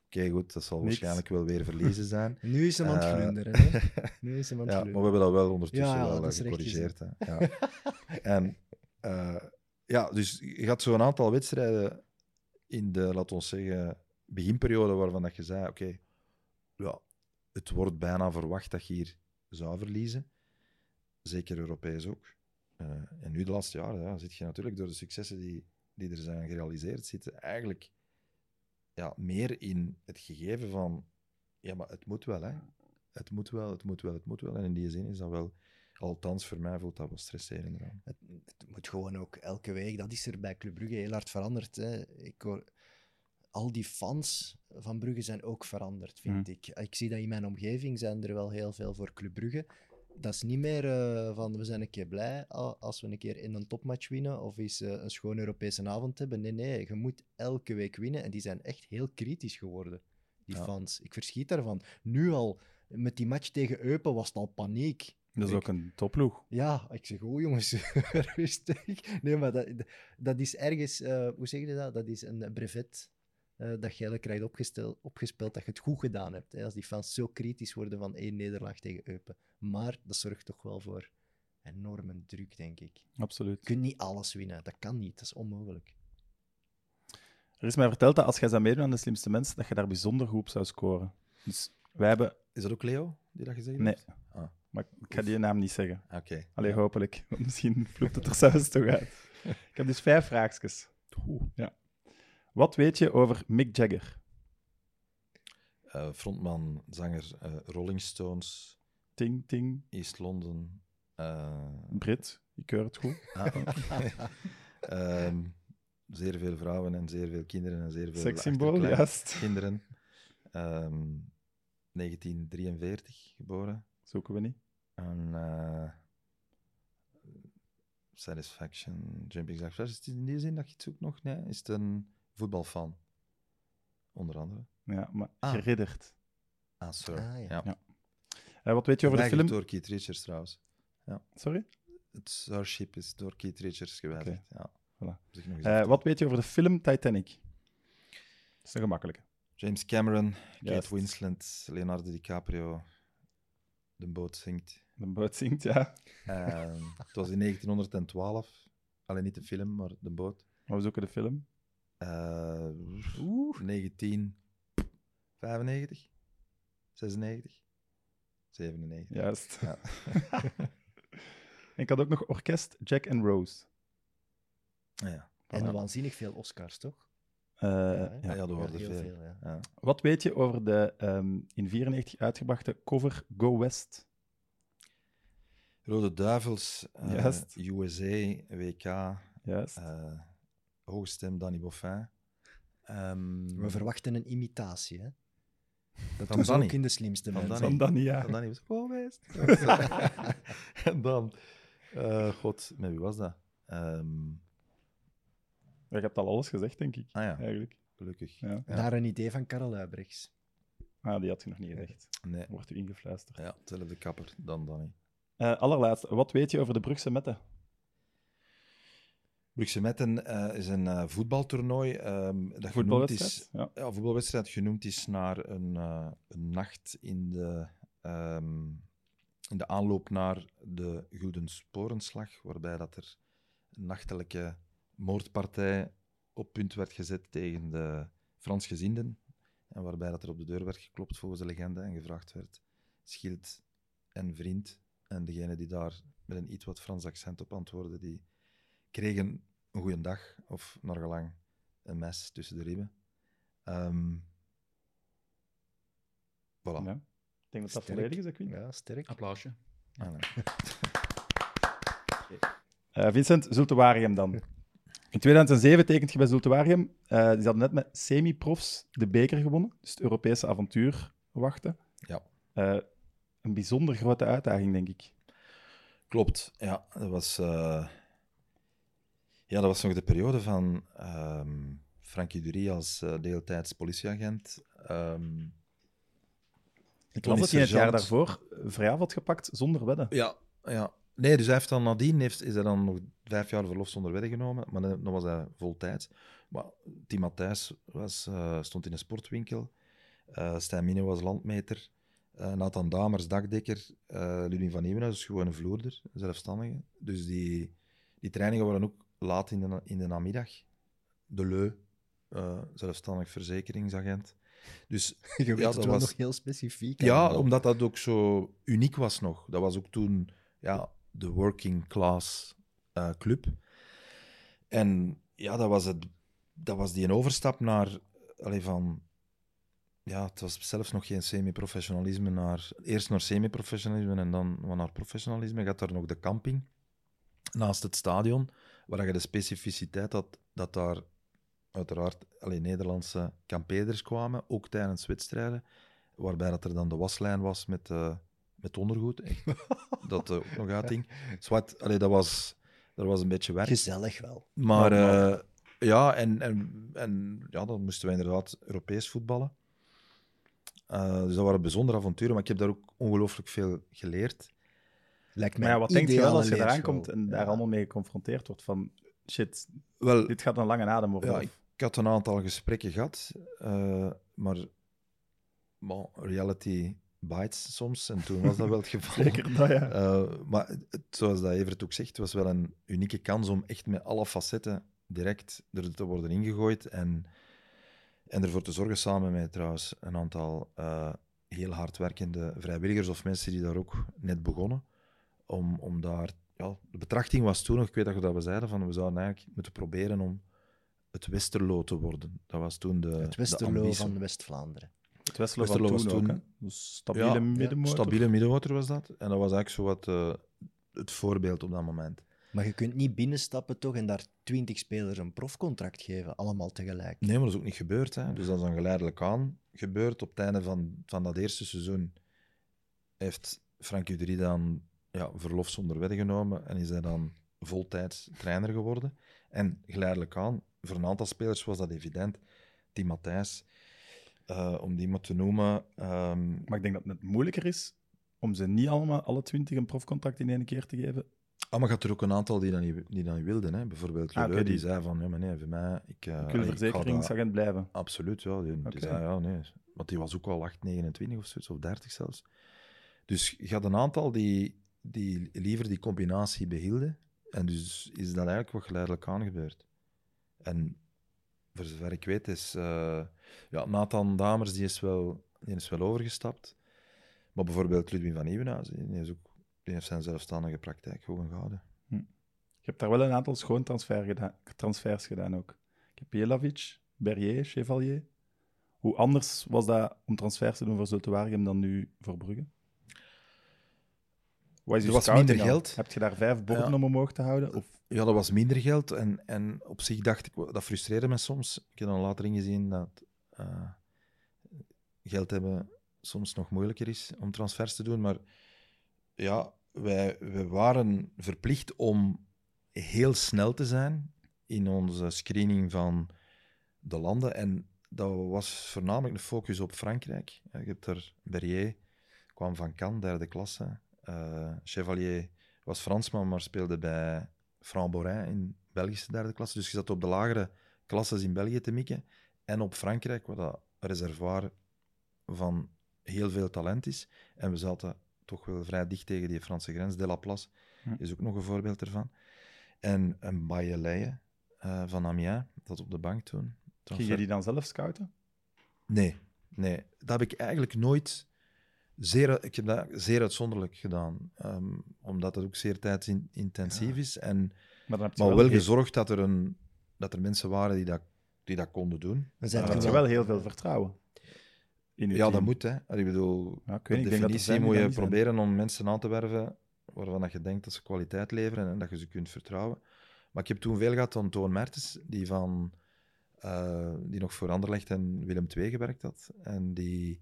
okay, goed, dat zal Niks. waarschijnlijk wel weer verliezen zijn. Nu is hem aan het Eh, glunderen. Hè? Nu is hem aan het Ja, maar we glunderen. hebben dat wel ondertussen Ja, ja, wel dat eh, is recht gecorrigeerd. Hè. Ja. En uh, ja, dus je had zo'n aantal wedstrijden in de, laten we zeggen, beginperiode waarvan dat je zei, oké, okay, ja, het wordt bijna verwacht dat je hier zou verliezen. Zeker Europees ook. Uh, en nu de laatste jaren ja, zit je natuurlijk door de successen die, die er zijn gerealiseerd, zitten eigenlijk ja, meer in het gegeven van ja, maar het moet wel, hè. Het moet wel, het moet wel, het moet wel. En in die zin is dat wel, althans voor mij voelt dat wel stresserend. Het, het moet gewoon ook elke week, dat is er bij Club Brugge heel hard veranderd. Hè. Ik hoor, al die fans van Brugge zijn ook veranderd, vind Mm. ik. Ik zie dat in mijn omgeving zijn er wel heel veel voor Club Brugge. Dat is niet meer uh, van we zijn een keer blij als we een keer in een topmatch winnen of eens uh, een schone Europese avond hebben. Nee, nee, je moet elke week winnen. En die zijn echt heel kritisch geworden, die ja. fans. Ik verschiet daarvan. Nu al, met die match tegen Eupen was het al paniek. Dat is ik, ook een topploeg. Ja, ik zeg, oh jongens, rustig. Nee, maar dat, dat is ergens, uh, hoe zeg je dat? Dat is een brevet uh, dat je eigenlijk krijgt opgestel, opgespeeld dat je het goed gedaan hebt. Hè? Als die fans zo kritisch worden van één nederlaag tegen Eupen. Maar dat zorgt toch wel voor enorme druk, denk ik. Absoluut. Je kunt niet alles winnen, dat kan niet, dat is onmogelijk. Er is mij verteld dat als jij zou meedoen aan de slimste mensen, dat je daar bijzonder goed op zou scoren. Dus wij hebben... Is dat ook Leo die dat gezegd nee. heeft? Nee. Ah. Maar ik ga die naam niet zeggen. Oké. Okay. Allee, ja. hopelijk. Want misschien vloept het er zelfs toch uit. Ik heb dus vijf vraagjes. Ja. Wat weet je over Mick Jagger? Uh, frontman, zanger, uh, Rolling Stones. Ting, ting. East London. Uh... Brit, ik keur het goed. Ah, um, zeer veel vrouwen en zeer veel kinderen en zeer veel sekssymbool, juist. Kinderen. Um, negentien drieënveertig geboren. Zoeken we niet. En uh, Satisfaction, Jumping Jacks. Is het in die zin dat je het zoekt nog? Nee, is het een voetbalfan? Onder andere. Ja, maar ah. geridderd. Ah, sir. Ah, ja. ja. ja. Uh, wat weet je over de film? door Keith Richards trouwens. Ja. Sorry? Het Starship is door Keith Richards gewijzigd. Okay. Ja. Voilà. Uh, wat weet je over de film Titanic? Dat is een gemakkelijke. James Cameron, Kate Winslet, Leonardo DiCaprio. De boot zinkt. De boot zinkt, ja. Uh, het was in negentienhonderdtwaalf. Alleen niet de film, maar de boot. Maar we zoeken de film. Uh, Oeh. negentien vijfennegentig? zesennegentig? zevenennegentig. Juist. Ja. En ik had ook nog Orkest Jack and Rose. Ja. En ja. waanzinnig veel Oscars, toch? Uh, ja, ja, ja, er worden ja, veel. veel ja. Ja. Wat weet je over de um, in vierennegentig uitgebrachte cover Go West? Rode Duivels, uh, U S A, W K, Juist. Uh, Hoogstem, Danny Boffin. Um, We verwachten een imitatie, hè? Dat van was Danny. ook in de slimste van mensen. Van Danny, ja. Van Danny was Go West. En dan, uh, god, met wie was dat? Um, Je hebt al alles gezegd, denk ik. Ah ja, eigenlijk. Gelukkig. Ja. Ja. Naar een idee van Karel Huybrechts. Ah, die had je nog niet gezegd. Nee. Wordt u ingefluisterd. Ja, hetzelfde kapper dan Danny. Uh, allerlaatste, wat weet je over de Brugse Metten? Brugse Metten uh, is een uh, voetbaltoernooi. Um, dat voetbalwedstrijd? Is, ja. ja, voetbalwedstrijd genoemd is naar een, uh, een nacht in de, um, in de aanloop naar de Gulden Sporenslag, waarbij dat er een nachtelijke moordpartij op punt werd gezet tegen de Fransgezinden. En waarbij dat er op de deur werd geklopt volgens de legende en gevraagd werd: schild en vriend. En degene die daar met een iets wat Frans accent op antwoordde, die kregen een goeie dag, of naar gelang een mes tussen de ribben. Um, voilà. Ja. Ik denk dat dat volledig is, ik weet. Ja, sterk. Applausje. Ah, nee. uh, Vincent, Zulte Waregem dan. In tweeduizend zeven tekent je bij Zulte Waregem. Uh, die hadden net met semi-profs de beker gewonnen, dus het Europese avontuur wachten. Ja. Uh, een bijzonder grote uitdaging, denk ik. Klopt, ja. Dat was, uh... ja, dat was nog de periode van um, Frankie Dury als uh, deeltijds politieagent. Um, ik las dat hij het jaar daarvoor vrijaf had gepakt zonder wedden. Ja, ja. Nee, dus hij heeft dan nadien heeft, is hij dan nog vijf jaar verlof zonder wedden genomen, maar dan was hij voltijds. Maar Tim Matthijs was, uh, stond in een sportwinkel Uh, Stijn Mine was landmeter. Uh, Nathan Damers, dakdekker. Uh, Ludwig van Nieuwenhuis is gewoon een vloerder, zelfstandige. Dus die, die trainingen waren ook laat in de, in de namiddag. De Leu, uh, zelfstandig verzekeringsagent. Dus, Je weet ja, het dat wel was nog heel specifiek. Ja, allemaal. omdat dat ook zo uniek was nog. Dat was ook toen ja, de working class uh, club. En ja, dat was, het, dat was die een overstap naar... Allee, van... Ja, het was zelfs nog geen semi-professionalisme naar... Eerst naar semi-professionalisme en dan naar professionalisme. Je had daar nog de camping naast het stadion, waar je de specificiteit had dat daar uiteraard alleen Nederlandse kampeerders kwamen, ook tijdens wedstrijden, waarbij dat er dan de waslijn was met, uh, met ondergoed, echt, dat uh, ook nog uitging. Zwart, allee, dat was, dat was een beetje werk. Gezellig wel. Maar uh, ja, en, en, en ja, dan moesten we inderdaad Europees voetballen. Uh, dus dat waren bijzondere avonturen, maar ik heb daar ook ongelooflijk veel geleerd. Lijkt Maar ja, wat denk je wel als je eraan komt en daar ja. allemaal mee geconfronteerd wordt van shit, wel, dit gaat een lange adem worden? Ja, ik had een aantal gesprekken gehad, uh, maar bon, reality bites soms, en toen was dat wel het geval. Zeker dat, ja. Uh, maar het, zoals dat Evert ook zegt, het was wel een unieke kans om echt met alle facetten direct er te worden ingegooid en, en ervoor te zorgen, samen met trouwens een aantal uh, heel hardwerkende vrijwilligers of mensen die daar ook net begonnen, om, om daar... Ja, de betrachting was toen nog, ik weet dat we dat we zeiden, van we zouden eigenlijk moeten proberen om het Westerlo te worden. Dat was toen de Het Westerlo de van West-Vlaanderen. Het Westerlo, Westerlo van toen, was toen ook, dus stabiele ja, middenmotor. Stabiele middenmotor was dat. En dat was eigenlijk zo wat uh, het voorbeeld op dat moment. Maar je kunt niet binnenstappen toch en daar twintig spelers een profcontract geven, allemaal tegelijk. Nee, maar dat is ook niet gebeurd. Hè. Dus dat is dan geleidelijk aan gebeurd. Op het einde van, van dat eerste seizoen heeft Frank Udry dan ja, verlof zonder wedden genomen en is hij dan voltijds trainer geworden. En geleidelijk aan, voor een aantal spelers was dat evident. Tim Matthijs, uh, om die maar te noemen. Um... Maar ik denk dat het moeilijker is om ze niet allemaal, alle twintig, een profcontract in één keer te geven. Ah, maar gaat er ook een aantal die dat niet, die dat niet wilden. Hè? Bijvoorbeeld Leleu, ah, okay, die... die zei van, ja, maar nee, voor mij... Ik, uh, ik wil verzekeringsagent dat... blijven. Absoluut, ja. Die, okay. die zei, ja, nee. Want die was ook al acht, negenentwintig of zoiets, of dertig zelfs. Dus je had een aantal die, die liever die combinatie behielden. En dus is dat eigenlijk wat geleidelijk aan gebeurd. En voor zover ik weet is... Uh, ja, Nathan Damers, die is, wel, die is wel overgestapt. Maar bijvoorbeeld Ludwig van Nieuwenhuis, die is ook... Die heeft zijn zelfstandige praktijk gewoon gehouden. Hm. Je hebt daar wel een aantal schoon transfer gedaan, transfers gedaan ook. Ik heb Jelavic, Berrier, Chevalier. Hoe anders was dat om transfers te doen voor Zulte Waregem dan nu voor Brugge? Wat is er was minder geld. Heb je daar vijf borden ja. om omhoog te houden? Of? Ja, dat was minder geld. En, en op zich dacht ik, dat frustreerde me soms. Ik heb dan later ingezien dat uh, geld hebben soms nog moeilijker is om transfers te doen. Maar ja, wij, wij waren verplicht om heel snel te zijn in onze screening van de landen. En dat was voornamelijk een focus op Frankrijk. Je hebt er Berrier, kwam van Cannes, derde klasse. Uh, Chevalier was Fransman, maar speelde bij Framborin in Belgische derde klasse. Dus je zat op de lagere klasses in België te mikken. En op Frankrijk, wat dat reservoir van heel veel talent is. En we zaten toch wel vrij dicht tegen die Franse grens. Delaplace hm. is ook nog een voorbeeld ervan. En een Bayeleie uh, van Amiens, dat op de bank toen. Ging je die dan zelf scouten? Nee, nee. Dat heb ik eigenlijk nooit... Zeer, ik heb dat zeer uitzonderlijk gedaan, um, omdat het ook zeer tijdsintensief ja. is. En, maar, maar wel, wel gezorgd dat er, een, dat er mensen waren die dat, die dat konden doen. Maar dan heb je wel heel veel vertrouwen. In ja, team. Dat moet. Hè. Ik bedoel, ja, per definitie moet je proberen zijn. Om mensen aan te werven waarvan dat je denkt dat ze kwaliteit leveren en dat je ze kunt vertrouwen. Maar ik heb toen veel gehad aan Toon Mertens, die, van, uh, die nog voor Anderlecht en Willem twee gewerkt had. En die...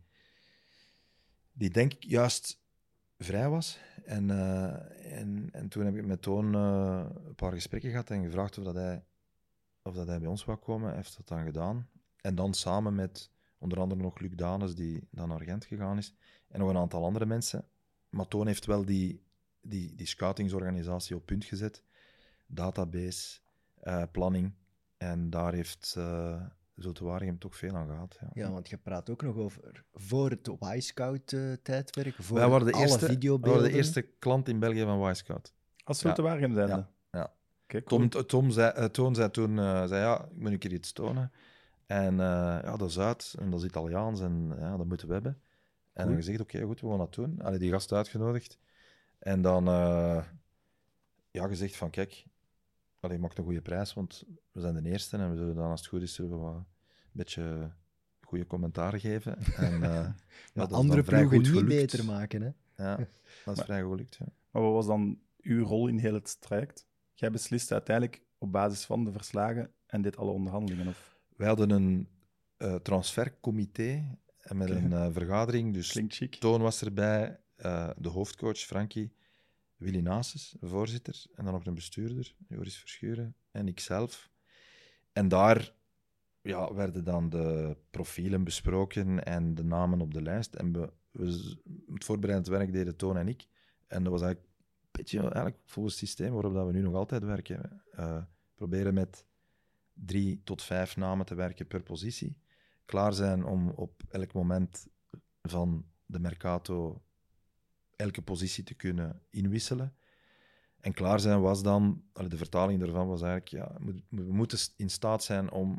die denk ik juist vrij was. En, uh, en, en toen heb ik met Toon uh, een paar gesprekken gehad en gevraagd of, dat hij, of dat hij bij ons wou komen. Hij heeft dat dan gedaan. En dan samen met onder andere nog Luc Danes, die dan naar Gent gegaan is, en nog een aantal andere mensen. Maar Toon heeft wel die, die, die scoutingsorganisatie op punt gezet. Database, uh, planning. En daar heeft uh, Zulte Waregem toch veel aan gehad. Ja. Ja, want je praat ook nog over voor het Y-Scout-tijdperk, voor Wij waren de alle eerste, wij videobeelden. waren de eerste klant in België van Y-Scout. Als Zulte Waregem zijnde? Ja, ja. Oké, cool. Tom, Tom zei, uh, Toon zei toen, uh, zei, ja, ik moet een keer iets tonen. En uh, ja, dat is uit, en dat is Italiaans, en ja, dat moeten we hebben. En Cool. dan gezegd, oké, okay, goed, we gaan dat doen. Allee, die gast uitgenodigd. En dan uh, ja, gezegd van, kijk, allee, maak een goede prijs, want we zijn de eerste en we zullen dan, als het goed is, zullen we wat, een beetje goede commentaar geven. En, uh, ja, Maar dat is andere dan vrij ploegen goed niet gelukt. beter maken, hè? Ja, dat is Maar- vrij goed gelukt, ja. Maar wat was dan uw rol in heel het traject? Jij beslist uiteindelijk op basis van de verslagen en dit alle onderhandelingen? Of... Wij hadden een uh, transfercomité en met Oké. een uh, vergadering, dus Klinkt chic. Toon was erbij, uh, de hoofdcoach Frankie, Willy Nases, de voorzitter, en dan nog een bestuurder, Joris Verschuren, en ikzelf. En daar ja, werden dan de profielen besproken en de namen op de lijst. En we, we, het voorbereidend werk deden Toon en ik. En dat was eigenlijk een beetje eigenlijk volgens het systeem waarop dat we nu nog altijd werken. Uh, proberen met drie tot vijf namen te werken per positie. Klaar zijn om op elk moment van de Mercato elke positie te kunnen inwisselen. En klaar zijn was dan, de vertaling daarvan was eigenlijk, ja, we moeten in staat zijn om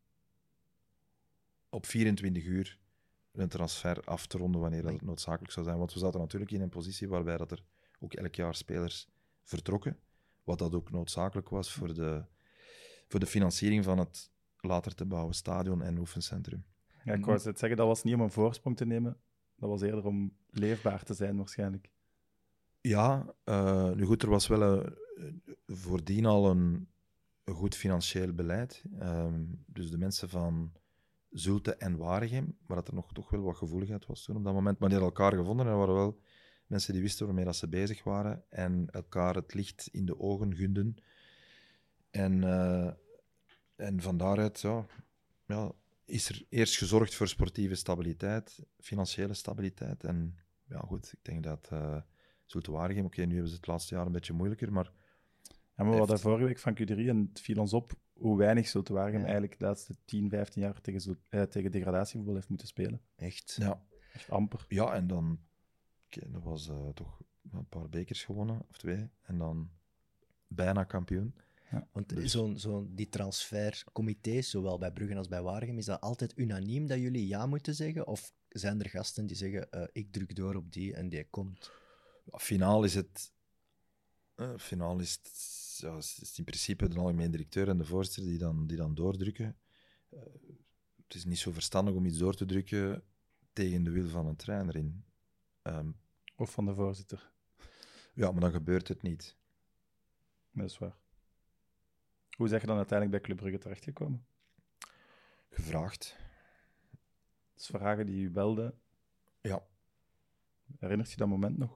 op vierentwintig uur een transfer af te ronden wanneer dat noodzakelijk zou zijn. Want we zaten natuurlijk in een positie waarbij dat er ook elk jaar spelers vertrokken, wat dat ook noodzakelijk was voor de, voor de financiering van het later te bouwen stadion en oefencentrum. Ja, ik wou net zeggen, dat was niet om een voorsprong te nemen, dat was eerder om leefbaar te zijn waarschijnlijk. Ja, uh, nu goed, er was wel een, voordien al een, een goed financieel beleid. Um, dus de mensen van Zulte en Waregem, waar dat er nog toch wel wat gevoeligheid was toen op dat moment, maar die hadden elkaar gevonden en er waren wel mensen die wisten waarmee dat ze bezig waren en elkaar het licht in de ogen gunden. En, uh, en van daaruit ja, ja, is er eerst gezorgd voor sportieve stabiliteit, financiële stabiliteit. En ja, goed, ik denk dat uh, Zulte Waregem, oké, okay, nu hebben ze het laatste jaar een beetje moeilijker, maar... Ja, maar we hadden vorige week van Q drie en het viel ons op hoe weinig Zulte Waregem Ja. eigenlijk de laatste tien, vijftien jaar tegen, Zult- eh, tegen degradatievoetbal heeft moeten spelen. Echt. Ja, Echt amper. ja en dan... Okay, dat was uh, toch een paar bekers gewonnen, of twee, en dan bijna kampioen. Ja. Want Dus- zo'n, zo'n, die transfercomité's, zowel bij Brugge als bij Waregem, is dat altijd unaniem dat jullie ja moeten zeggen? Of zijn er gasten die zeggen, uh, ik druk door op die en die komt? Ja, finaal is het... Uh, finaal is het, ja, is het in principe de algemeen directeur en de voorzitter die dan, die dan doordrukken. Uh, het is niet zo verstandig om iets door te drukken tegen de wil van een trainer in. Um, Of van de voorzitter. ja, maar dan gebeurt het niet. Dat is waar. Hoe zeg je dan uiteindelijk bij Club Brugge terechtgekomen? Gevraagd. Dus vragen die u belden. Ja. Herinnert je dat moment nog?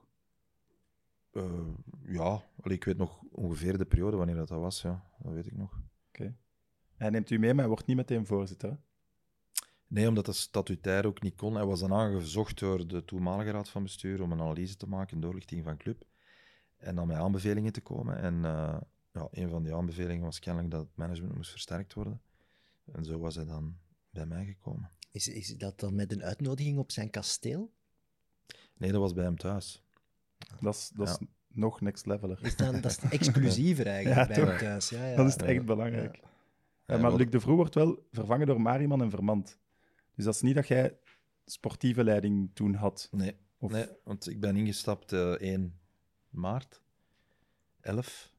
Uh, ja, allee, ik weet nog ongeveer de periode wanneer dat, dat was. Ja. Dat weet ik nog. Oké. Okay. Hij neemt u mee, maar hij wordt niet meteen voorzitter, hè? Nee, omdat dat statutair ook niet kon. Hij was dan aangezocht door de toenmalige raad van bestuur om een analyse te maken, een doorlichting van club. En dan met aanbevelingen te komen. En uh, ja, een van die aanbevelingen was kennelijk dat het management moest versterkt worden. En zo was hij dan bij mij gekomen. Is, is dat dan met een uitnodiging op zijn kasteel? Nee, dat was bij hem thuis. Dat is, dat is Ja. nog next leveler. Is dat, dat is exclusiever eigenlijk Ja, bij toch? hem thuis. Ja, ja. Dat is het echt Ja. belangrijk. Ja. Ja, Ja, maar wat- Luc de Vroe wordt wel vervangen door Mariman en Vermand. Dus dat is niet dat jij sportieve leiding toen had. Nee, Of... nee, want ik ben ingestapt uh, één maart, elf.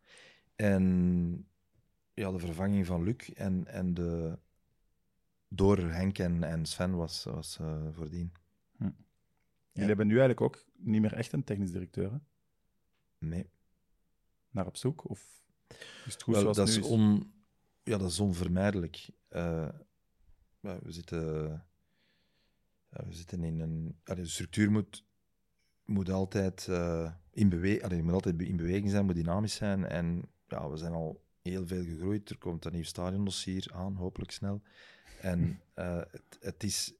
En ja, de vervanging van Luc en, en de door Henk en, en Sven was, was uh, voordien. Jullie hebben nu eigenlijk ook niet meer echt een technisch directeur, hè? Nee. Naar op zoek? Of is het goed Wel, zoals dat, het is nu is? on, ja, dat is onvermijdelijk. Uh, we, zitten, uh, we zitten in een... Allee, de structuur moet, moet, altijd, uh, in bewe, allee, moet altijd in beweging zijn, moet dynamisch zijn. En ja, we zijn al heel veel gegroeid. Er komt een nieuw stadiondossier aan, hopelijk snel. En uh, het, het is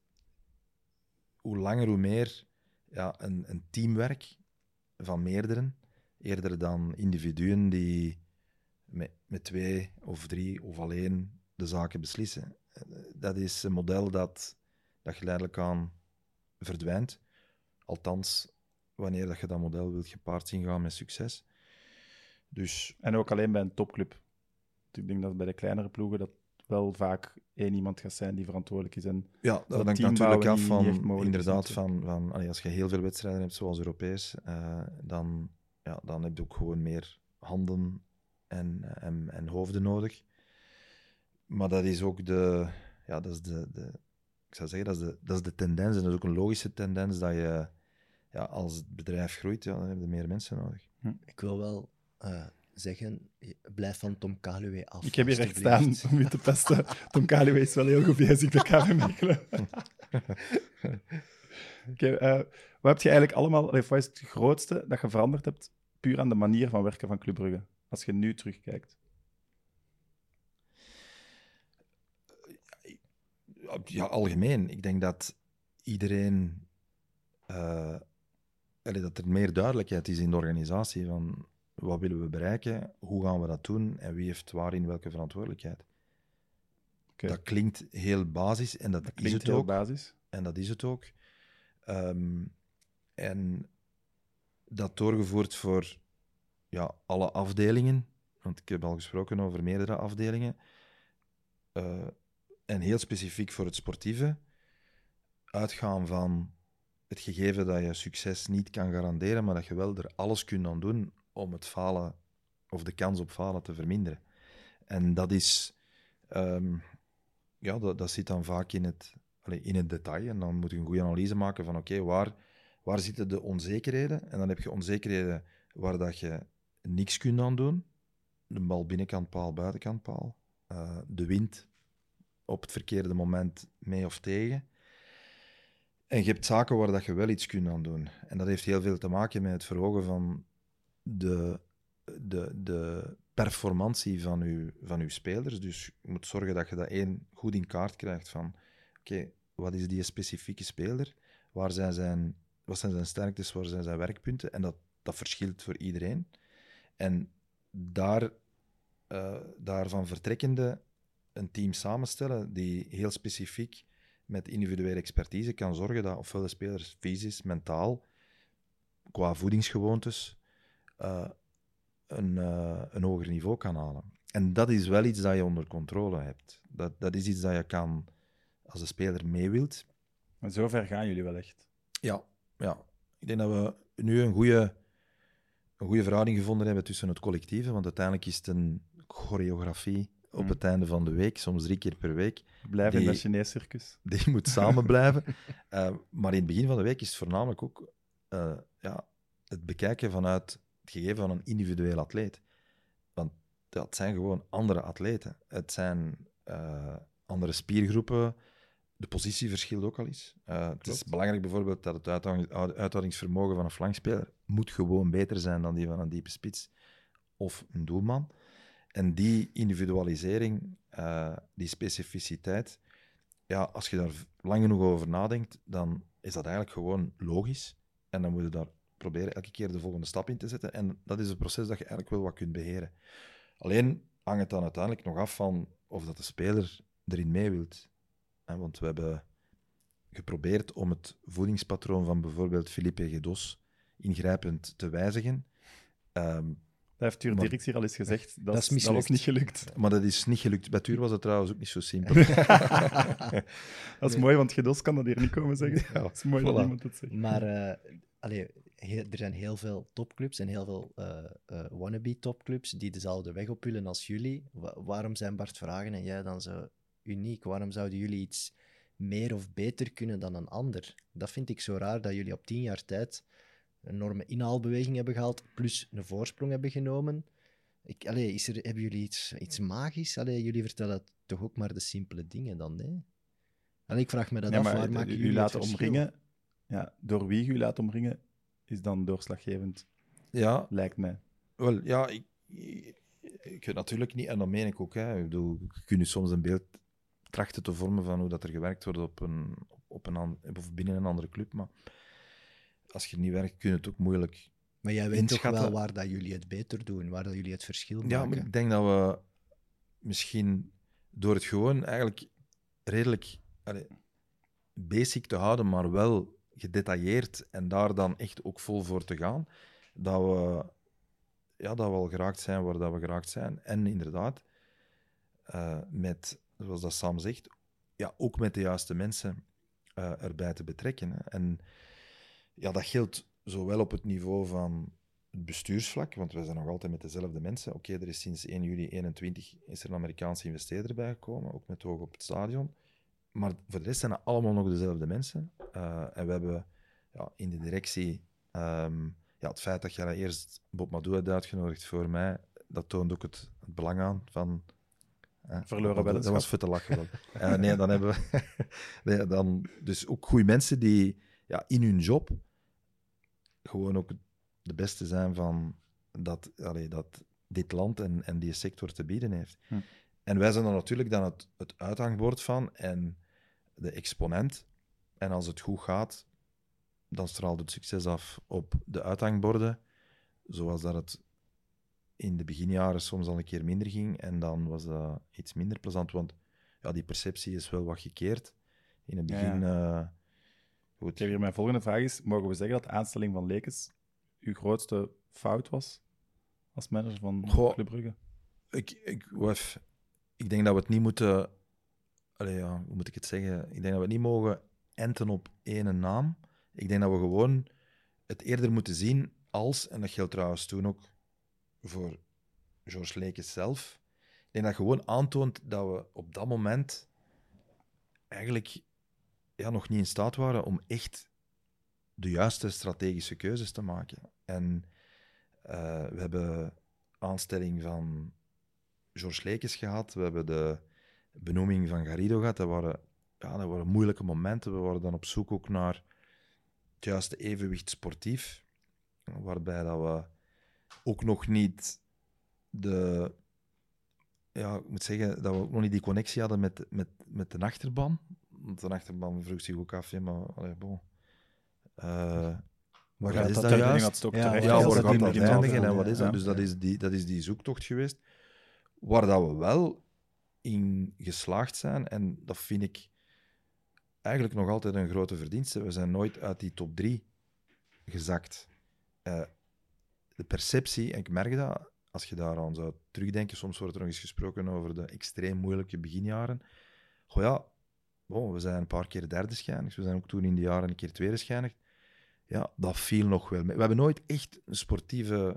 hoe langer hoe meer ja, een, een teamwerk van meerderen, eerder dan individuen die met, met twee of drie of alleen de zaken beslissen. dat is een model dat, dat geleidelijk aan verdwijnt. Althans, wanneer dat je dat model wilt gepaard zien gaan met succes. Dus, En ook alleen bij een topclub. Ik denk dat bij de kleinere ploegen dat wel vaak één iemand gaat zijn die verantwoordelijk is. En ja, dat dat hangt team natuurlijk bouwen af niet- van, niet echt mogelijk is inderdaad, natuurlijk. van, van allee, als je heel veel wedstrijden hebt, zoals Europees, uh, dan, ja, dan heb je ook gewoon meer handen en, en, en hoofden nodig. Maar dat is ook de, ja, dat is de, de ik zou zeggen, dat is, de, dat is de tendens. En dat is ook een logische tendens dat je, ja, als het bedrijf groeit, ja, dan heb je meer mensen nodig. Ik wil wel uh, zeggen, blijf van Tom Kaluwe af. Ik heb hier echt staan alstublieft. om je te pesten. Tom Kaluwe is wel heel goed bezig, de K V Mechelen. Okay, uh, wat heb je eigenlijk allemaal... Wat is het grootste dat je veranderd hebt, puur aan de manier van werken van Club Brugge? Als je nu terugkijkt. Ja, algemeen. Ik denk dat iedereen... Uh, allee, dat er meer duidelijkheid is in de organisatie van wat willen we bereiken, hoe gaan we dat doen en wie heeft waarin welke verantwoordelijkheid. Okay. Dat klinkt heel basis en dat, dat is het heel ook. Basis. En dat is het ook. Um, en dat doorgevoerd voor ja, alle afdelingen, want ik heb al gesproken over meerdere afdelingen, uh, en heel specifiek voor het sportieve, uitgaan van het gegeven dat je succes niet kan garanderen, maar dat je wel er alles kunt aan doen om het falen of de kans op falen te verminderen. En dat is... Um, ja, dat, dat zit dan vaak in het, allez, in het detail. En dan moet je een goede analyse maken van oké, okay, waar, waar zitten de onzekerheden? En dan heb je onzekerheden waar dat je niks kunt aan doen. De bal binnenkant paal, buitenkant paal. Uh, de wind op het verkeerde moment mee of tegen. En je hebt zaken waar dat je wel iets kunt aan doen. En dat heeft heel veel te maken met het verhogen van de, de, de performantie van uw, van uw spelers. Dus je moet zorgen dat je dat één goed in kaart krijgt van oké, okay, wat is die specifieke speler? Waar zijn zijn, wat zijn zijn sterktes? Waar zijn zijn werkpunten? En dat, dat verschilt voor iedereen. En daar, uh, daarvan vertrekkende een team samenstellen die heel specifiek met individuele expertise kan zorgen dat ofwel de spelers fysisch, mentaal, qua voedingsgewoontes, uh, een, uh, een hoger niveau kan halen. En dat is wel iets dat je onder controle hebt. Dat, dat is iets dat je kan, als de speler mee wilt. Maar zover gaan jullie wel echt. Ja, ja. Ik denk dat we nu een goede, een goede verhouding gevonden hebben tussen het collectieve, want uiteindelijk is het een choreografie op hmm. het einde van de week, soms drie keer per week. Blijf die, in dat Chinees circus. Die moet samen blijven. uh, maar in het begin van de week is het voornamelijk ook uh, ja, het bekijken vanuit het gegeven van een individueel atleet. Want ja, het zijn gewoon andere atleten. Het zijn uh, andere spiergroepen. De positie verschilt ook al eens. Uh, het is belangrijk bijvoorbeeld dat het uithoudings- uithoudingsvermogen van een flankspeler moet gewoon beter zijn dan die van een diepe spits of een doelman. En die individualisering, uh, die specificiteit, ja, als je daar lang genoeg over nadenkt, dan is dat eigenlijk gewoon logisch. En dan moet je daar proberen elke keer de volgende stap in te zetten. En dat is een proces dat je eigenlijk wel wat kunt beheren. Alleen hangt het dan uiteindelijk nog af van of dat de speler erin mee wilt. Want we hebben geprobeerd om het voedingspatroon van bijvoorbeeld Felipe Gedos ingrijpend te wijzigen. Um, Dat heeft Tuur Dirks hier al eens gezegd. Dat, dat, is is, dat was niet gelukt. Maar dat is niet gelukt. Bij Tuur was het trouwens ook niet zo simpel. Dat is nee. mooi, want Gedos kan dat hier niet komen zeggen. Ja, dat is mooi voilà. dat iemand het zegt. Maar uh, allee, heel, er zijn heel veel topclubs en heel veel uh, uh, wannabe topclubs die dezelfde weg op willen als jullie. Wa- waarom zijn Bart Vragen en jij dan zo uniek? Waarom zouden jullie iets meer of beter kunnen dan een ander? Dat vind ik zo raar, dat jullie op tien jaar tijd een enorme inhaalbeweging hebben gehaald, plus een voorsprong hebben genomen. Ik, allee, is er, hebben jullie iets, iets magisch? Allee, jullie vertellen toch ook maar de simpele dingen dan, nee? Allee, ik vraag me dat ja, af, maar waar maken jullie u laten het omringen, ja, door wie je u laat omringen, is dan doorslaggevend, ja, lijkt mij. Wel, ja, ik, ik, ik weet natuurlijk niet, en dat meen ik ook, hè. Ik bedoel, je kunt soms een beeld trachten te vormen van hoe dat er gewerkt wordt op een, op een, of binnen een andere club, maar als je niet werkt, kun je het ook moeilijk Maar jij weet inschatten. toch wel waar dat jullie het beter doen, waar dat jullie het verschil ja, maken? Maar ik denk dat we misschien door het gewoon eigenlijk redelijk allee, basic te houden, maar wel gedetailleerd en daar dan echt ook vol voor te gaan, dat we, ja, dat we al geraakt zijn waar dat we geraakt zijn. En inderdaad, uh, met, zoals dat Sam zegt, ja, ook met de juiste mensen uh, erbij te betrekken. Hè. En ja, dat geldt zowel op het niveau van het bestuursvlak, want we zijn nog altijd met dezelfde mensen. Oké, okay, er is sinds één juli eenentwintig is er een Amerikaanse investeerder bijgekomen, ook met oog op het stadion. Maar voor de rest zijn het allemaal nog dezelfde mensen. Uh, en we hebben ja, in de directie... Um, ja, het feit dat je eerst Bob Madou hebt uitgenodigd voor mij, dat toont ook het, het belang aan van... Uh, Verloren weddenschap. Dat was voor te lachen. uh, nee, dan hebben we... nee, dan, dus ook goede mensen die ja, in hun job gewoon ook de beste zijn van dat, allee, dat dit land en, en die sector te bieden heeft. Hm. En wij zijn dan natuurlijk dan het, het uithangbord van en de exponent. En als het goed gaat, dan straalt het succes af op de uithangborden, zoals dat het in de beginjaren soms al een keer minder ging. En dan was dat iets minder plezant, want ja, die perceptie is wel wat gekeerd. In het begin... Ja, ja. Uh, goed. Ik heb hier mijn volgende vraag is, mogen we zeggen dat de aanstelling van Lekes uw grootste fout was als manager van Goh, Club Brugge? Ik, ik, wef, ik denk dat we het niet moeten... Allee, ja, hoe moet ik het zeggen? Ik denk dat we het niet mogen enten op één naam. Ik denk dat we gewoon het eerder moeten zien als, en dat geldt trouwens toen ook voor Georges Lekes zelf, ik denk dat gewoon aantoont dat we op dat moment eigenlijk ja, nog niet in staat waren om echt de juiste strategische keuzes te maken. En uh, we hebben aanstelling van Georges Lekes gehad, we hebben de benoeming van Garrido gehad, dat waren, ja, dat waren moeilijke momenten. We waren dan op zoek ook naar het juiste evenwicht sportief, waarbij dat we ook nog niet de... Ja, ik moet zeggen dat we ook nog niet die connectie hadden met, met, met de achterban. Want de achterban vroeg zich ook af, ja, maar... Allee, bon. Uh, Waar gaat is dat, dat juist? Ook ja, ja, waar gaat dat eindigen en wat is dat? Dus dat is, die, dat is die zoektocht geweest, waar dat we wel in geslaagd zijn, en dat vind ik eigenlijk nog altijd een grote verdienste. We zijn nooit uit die top drie gezakt. Uh, de perceptie, en ik merk dat, als je daaraan zou terugdenken, soms wordt er nog eens gesproken over de extreem moeilijke beginjaren. Goh ja, bon, we zijn een paar keer derde geëindigd, we zijn ook toen in die jaren een keer tweede geëindigd. Ja, dat viel nog wel mee. We hebben nooit echt een sportieve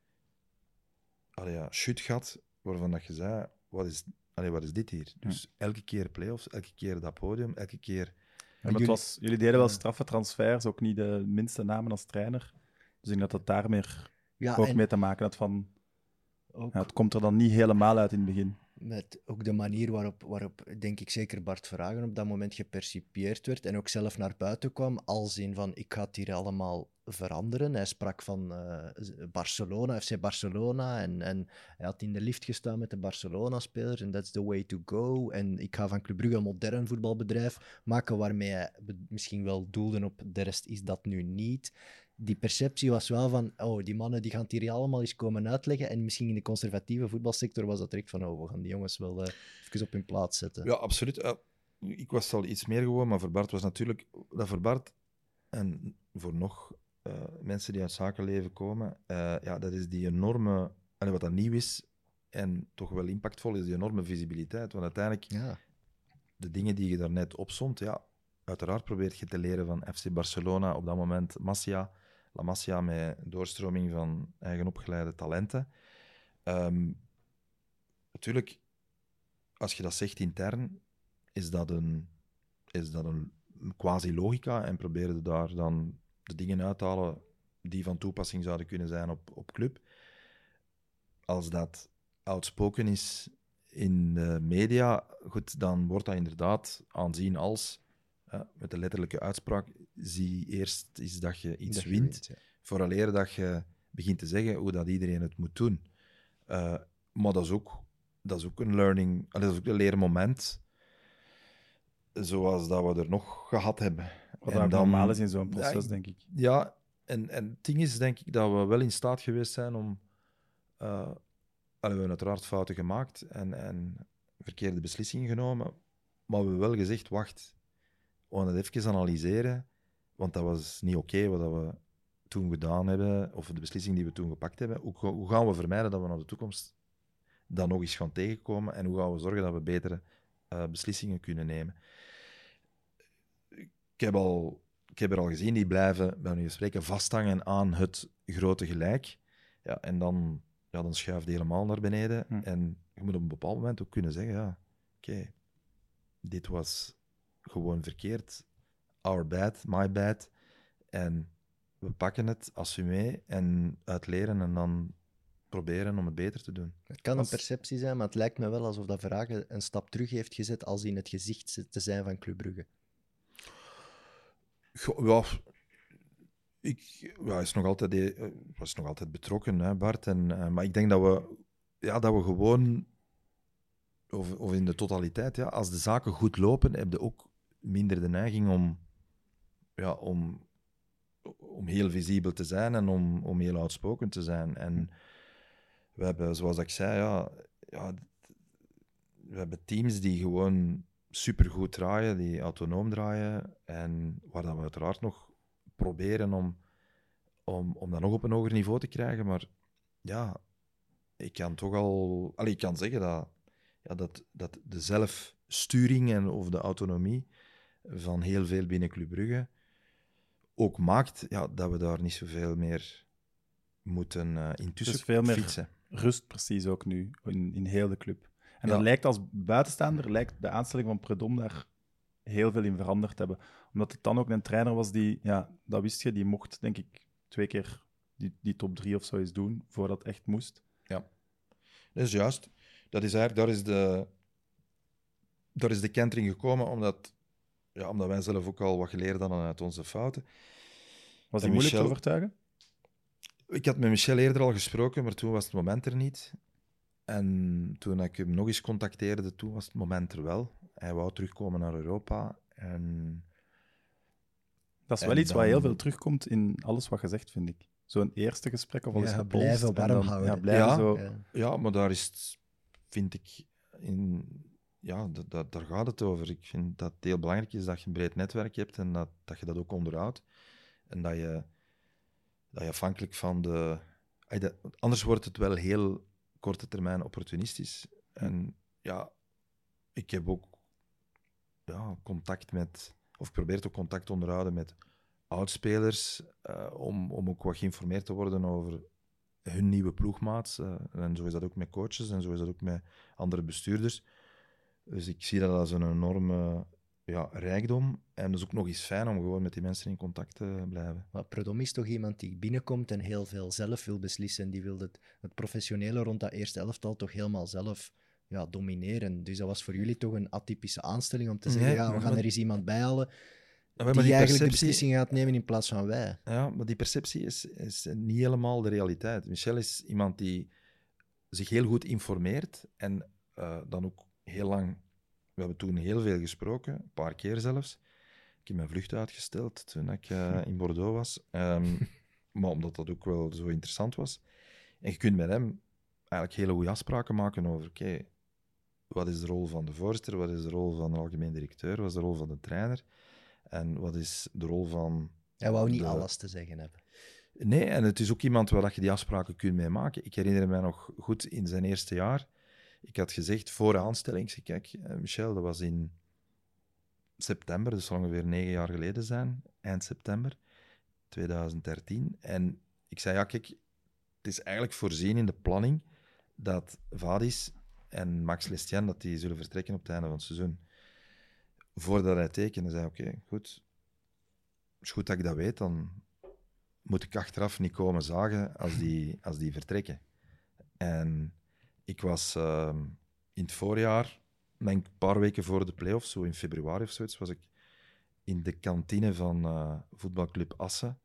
allee, ja, shoot gehad, waarvan dat je zei, wat is, allee, wat is dit hier? Dus ja. elke keer play-offs, elke keer dat podium, elke keer... Ja, jullie... Was, jullie deden wel straffe transfers, ook niet de minste namen als trainer. Dus ik denk dat dat daar meer ja, ook en... mee te maken had van... Ook... Ja, het komt er dan niet helemaal uit in het begin. Met ook de manier waarop, waarop, denk ik, zeker Bart Verhagen op dat moment gepercipieerd werd en ook zelf naar buiten kwam, als in van, ik ga het hier allemaal veranderen. Hij sprak van uh, Barcelona, F C Barcelona, en, en hij had in de lift gestaan met de Barcelona-spelers, en that's the way to go. En ik ga van Club Brugge een modern voetbalbedrijf maken, waarmee hij misschien wel doelde op de rest is dat nu niet. Die perceptie was wel van, oh, die mannen die gaan het hier allemaal eens komen uitleggen. En misschien in de conservatieve voetbalsector was dat direct van, oh, we gaan die jongens wel uh, even op hun plaats zetten. Ja, absoluut. Uh, ik was al iets meer gewoon, maar voor Bart was natuurlijk... Dat voor Bart, en voor nog uh, mensen die uit het zakenleven komen, uh, ja, dat is die enorme... En wat dat nieuw is, en toch wel impactvol, is die enorme visibiliteit. Want uiteindelijk, ja. de dingen die je daarnet opzond, ja, uiteraard probeert je te leren van F C Barcelona, op dat moment Masia... La Masia met doorstroming van eigen opgeleide talenten. Um, natuurlijk, als je dat zegt intern, is dat een, is dat een quasi-logica en proberen daar dan de dingen uit te halen die van toepassing zouden kunnen zijn op, op club. Als dat outspoken is in de media, goed, dan wordt dat inderdaad aanzien als... Ja, met de letterlijke uitspraak, zie eerst is dat je iets dat je wint, weet, ja. vooraleer dat je begint te zeggen hoe dat iedereen het moet doen. Uh, maar dat is, ook, dat is ook een learning, dat is ook een leermoment, zoals dat we er nog gehad hebben. Wat en dan, normaal is in zo'n proces, ja, denk ik. Ja, en, en het ding is, denk ik, dat we wel in staat geweest zijn om... Uh, allee, we hebben uiteraard fouten gemaakt en, en verkeerde beslissingen genomen. Maar we hebben wel gezegd, wacht, we gaan het even analyseren, want dat was niet oké wat we toen gedaan hebben, of de beslissing die we toen gepakt hebben. Hoe, hoe gaan we vermijden dat we naar de toekomst dat nog eens gaan tegenkomen en hoe gaan we zorgen dat we betere uh, beslissingen kunnen nemen. Ik heb, al, ik heb er al gezien, die blijven, bij nu spreken, vasthangen aan het grote gelijk. Ja, en dan, ja, dan schuift het helemaal naar beneden. Hm. En je moet op een bepaald moment ook kunnen zeggen, ja, oké, okay, dit was gewoon verkeerd. Our bad, my bad. En we pakken het, assumé en uitleren en dan proberen om het beter te doen. Het kan een perceptie zijn, maar het lijkt me wel alsof dat Verhaeghe een stap terug heeft gezet als in het gezicht te zijn van Club Brugge. Ja, ik ja, is nog altijd, was nog altijd betrokken, hè, Bart. En, uh, maar ik denk dat we, ja, dat we gewoon, of, of in de totaliteit, ja, als de zaken goed lopen, heb je ook minder de neiging om, ja, om, om heel visibel te zijn en om, om heel outspoken te zijn. En we hebben, zoals ik zei, ja, ja, we hebben teams die gewoon supergoed draaien, die autonoom draaien. En waar dat we uiteraard nog proberen om, om, om dat nog op een hoger niveau te krijgen. Maar ja, ik kan toch al... Allee, ik kan zeggen dat, ja, dat, dat de zelfsturing en, of de autonomie van heel veel binnen Club Brugge ook maakt ja, dat we daar niet zoveel meer moeten uh, intussen dus veel meer fietsen. Rust precies ook nu, in, in heel de club. En Ja. dat lijkt als buitenstaander, lijkt de aanstelling van Predom daar heel veel in veranderd hebben. Omdat het dan ook een trainer was die, ja, dat wist je, die mocht denk ik twee keer die, die top drie of zo eens doen, voordat het echt moest. Ja, dat is juist. Dat is eigenlijk, daar is de, daar is de kentering gekomen, omdat, ja, omdat wij zelf ook al wat geleerd hadden uit onze fouten. Was die En moeilijk Michel, te overtuigen? Ik had met Michel eerder al gesproken, maar toen was het moment er niet. En toen ik hem nog eens contacteerde, toen was het moment er wel. Hij wou terugkomen naar Europa. En... Dat is wel en iets dan... wat heel veel terugkomt in alles wat je zegt, vind ik. Zo'n eerste gesprek, of al eens Ja, gepolst, blijven en warm dan- houden. Ja, blijven Ja. zo... Ja. Ja, maar daar is het, vind ik, in... ja, dat, dat, daar gaat het over. Ik vind dat het heel belangrijk is dat je een breed netwerk hebt en dat, dat je dat ook onderhoudt. En dat je, dat je afhankelijk van de... Anders wordt het wel heel korte termijn opportunistisch. En ja, ik heb ook ja, contact met... Of probeer ook contact te onderhouden met oudspelers, uh, om, om ook wat geïnformeerd te worden over hun nieuwe ploegmaats. Uh, en zo is dat ook met coaches en zo is dat ook met andere bestuurders. Dus ik zie dat als een enorme ja, rijkdom. En dat is ook nog eens fijn om gewoon met die mensen in contact te blijven. Maar Predom is toch iemand die binnenkomt en heel veel zelf wil beslissen. Die wil het, het professionele rond dat eerste elftal toch helemaal zelf ja, domineren. Dus dat was voor jullie toch een atypische aanstelling om te zeggen, Nee, ja, we gaan maar- er eens iemand bij halen Ja, die, maar die eigenlijk de perceptie- beslissing gaat nemen in plaats van wij. Ja, maar die perceptie is, is niet helemaal de realiteit. Michel is iemand die zich heel goed informeert en uh, dan ook heel lang... We hebben toen heel veel gesproken, een paar keer zelfs. Ik heb mijn vlucht uitgesteld toen ik uh, in Bordeaux was. Um, maar omdat dat ook wel zo interessant was. En je kunt met hem eigenlijk hele goede afspraken maken over... Oké, okay, wat is de rol van de voorzitter? Wat is de rol van de algemeen directeur? Wat is de rol van de trainer? En wat is de rol van... Hij wou niet de... alles te zeggen hebben. Nee, en het is ook iemand waar je die afspraken kunt mee maken. Ik herinner me nog goed in zijn eerste jaar. Ik had gezegd voor de aanstelling, ik zei, kijk, Michel, dat was in september, dus zal ongeveer negen jaar geleden zijn, eind september tweeduizend dertien. En ik zei, ja, kijk, het is eigenlijk voorzien in de planning dat Vadis en Max Lestienne, dat die zullen vertrekken op het einde van het seizoen. Voordat hij tekende, zei oké, okay, goed. Is goed dat ik dat weet, dan moet ik achteraf niet komen zagen als die, als die vertrekken. En ik was uh, in het voorjaar, een paar weken voor de play-offs, zo in februari of zoiets, was ik in de kantine van uh, voetbalclub Assen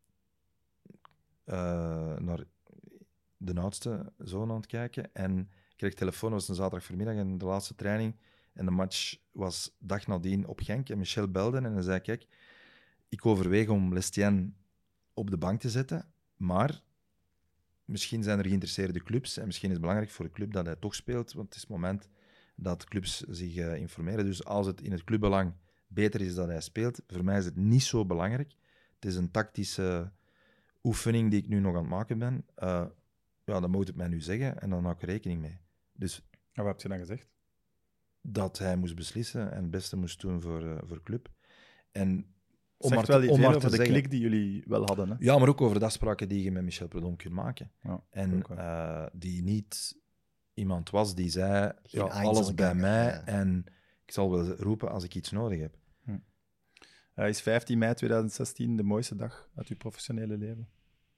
uh, naar de oudste zoon aan het kijken. En ik kreeg telefoon, het was een zaterdag voormiddag en de laatste training. En de match was dag nadien op Genk. En Michel belde en hij zei, kijk, ik overweeg om Lestienne op de bank te zetten, maar misschien zijn er geïnteresseerde clubs en misschien is het belangrijk voor de club dat hij toch speelt, want het is het moment dat clubs zich uh, informeren. Dus als het in het clubbelang beter is dat hij speelt, voor mij is het niet zo belangrijk. Het is een tactische oefening die ik nu nog aan het maken ben. Uh, ja, dan moet het mij nu zeggen en dan hou ik er rekening mee. Dus, en wat heb je dan gezegd? Dat hij moest beslissen en het beste moest doen voor, uh, voor club. En om maar te, wel om maar over de zeggen, klik die jullie wel hadden. Hè? Ja, maar ook over de afspraken die je met Michel Predom kunt maken. Ja, en uh, die niet iemand was die zei, ja, alles bij mij ja. en ik zal wel roepen als ik iets nodig heb. Hm. Uh, is vijftien mei tweeduizend zestien de mooiste dag uit uw professionele leven?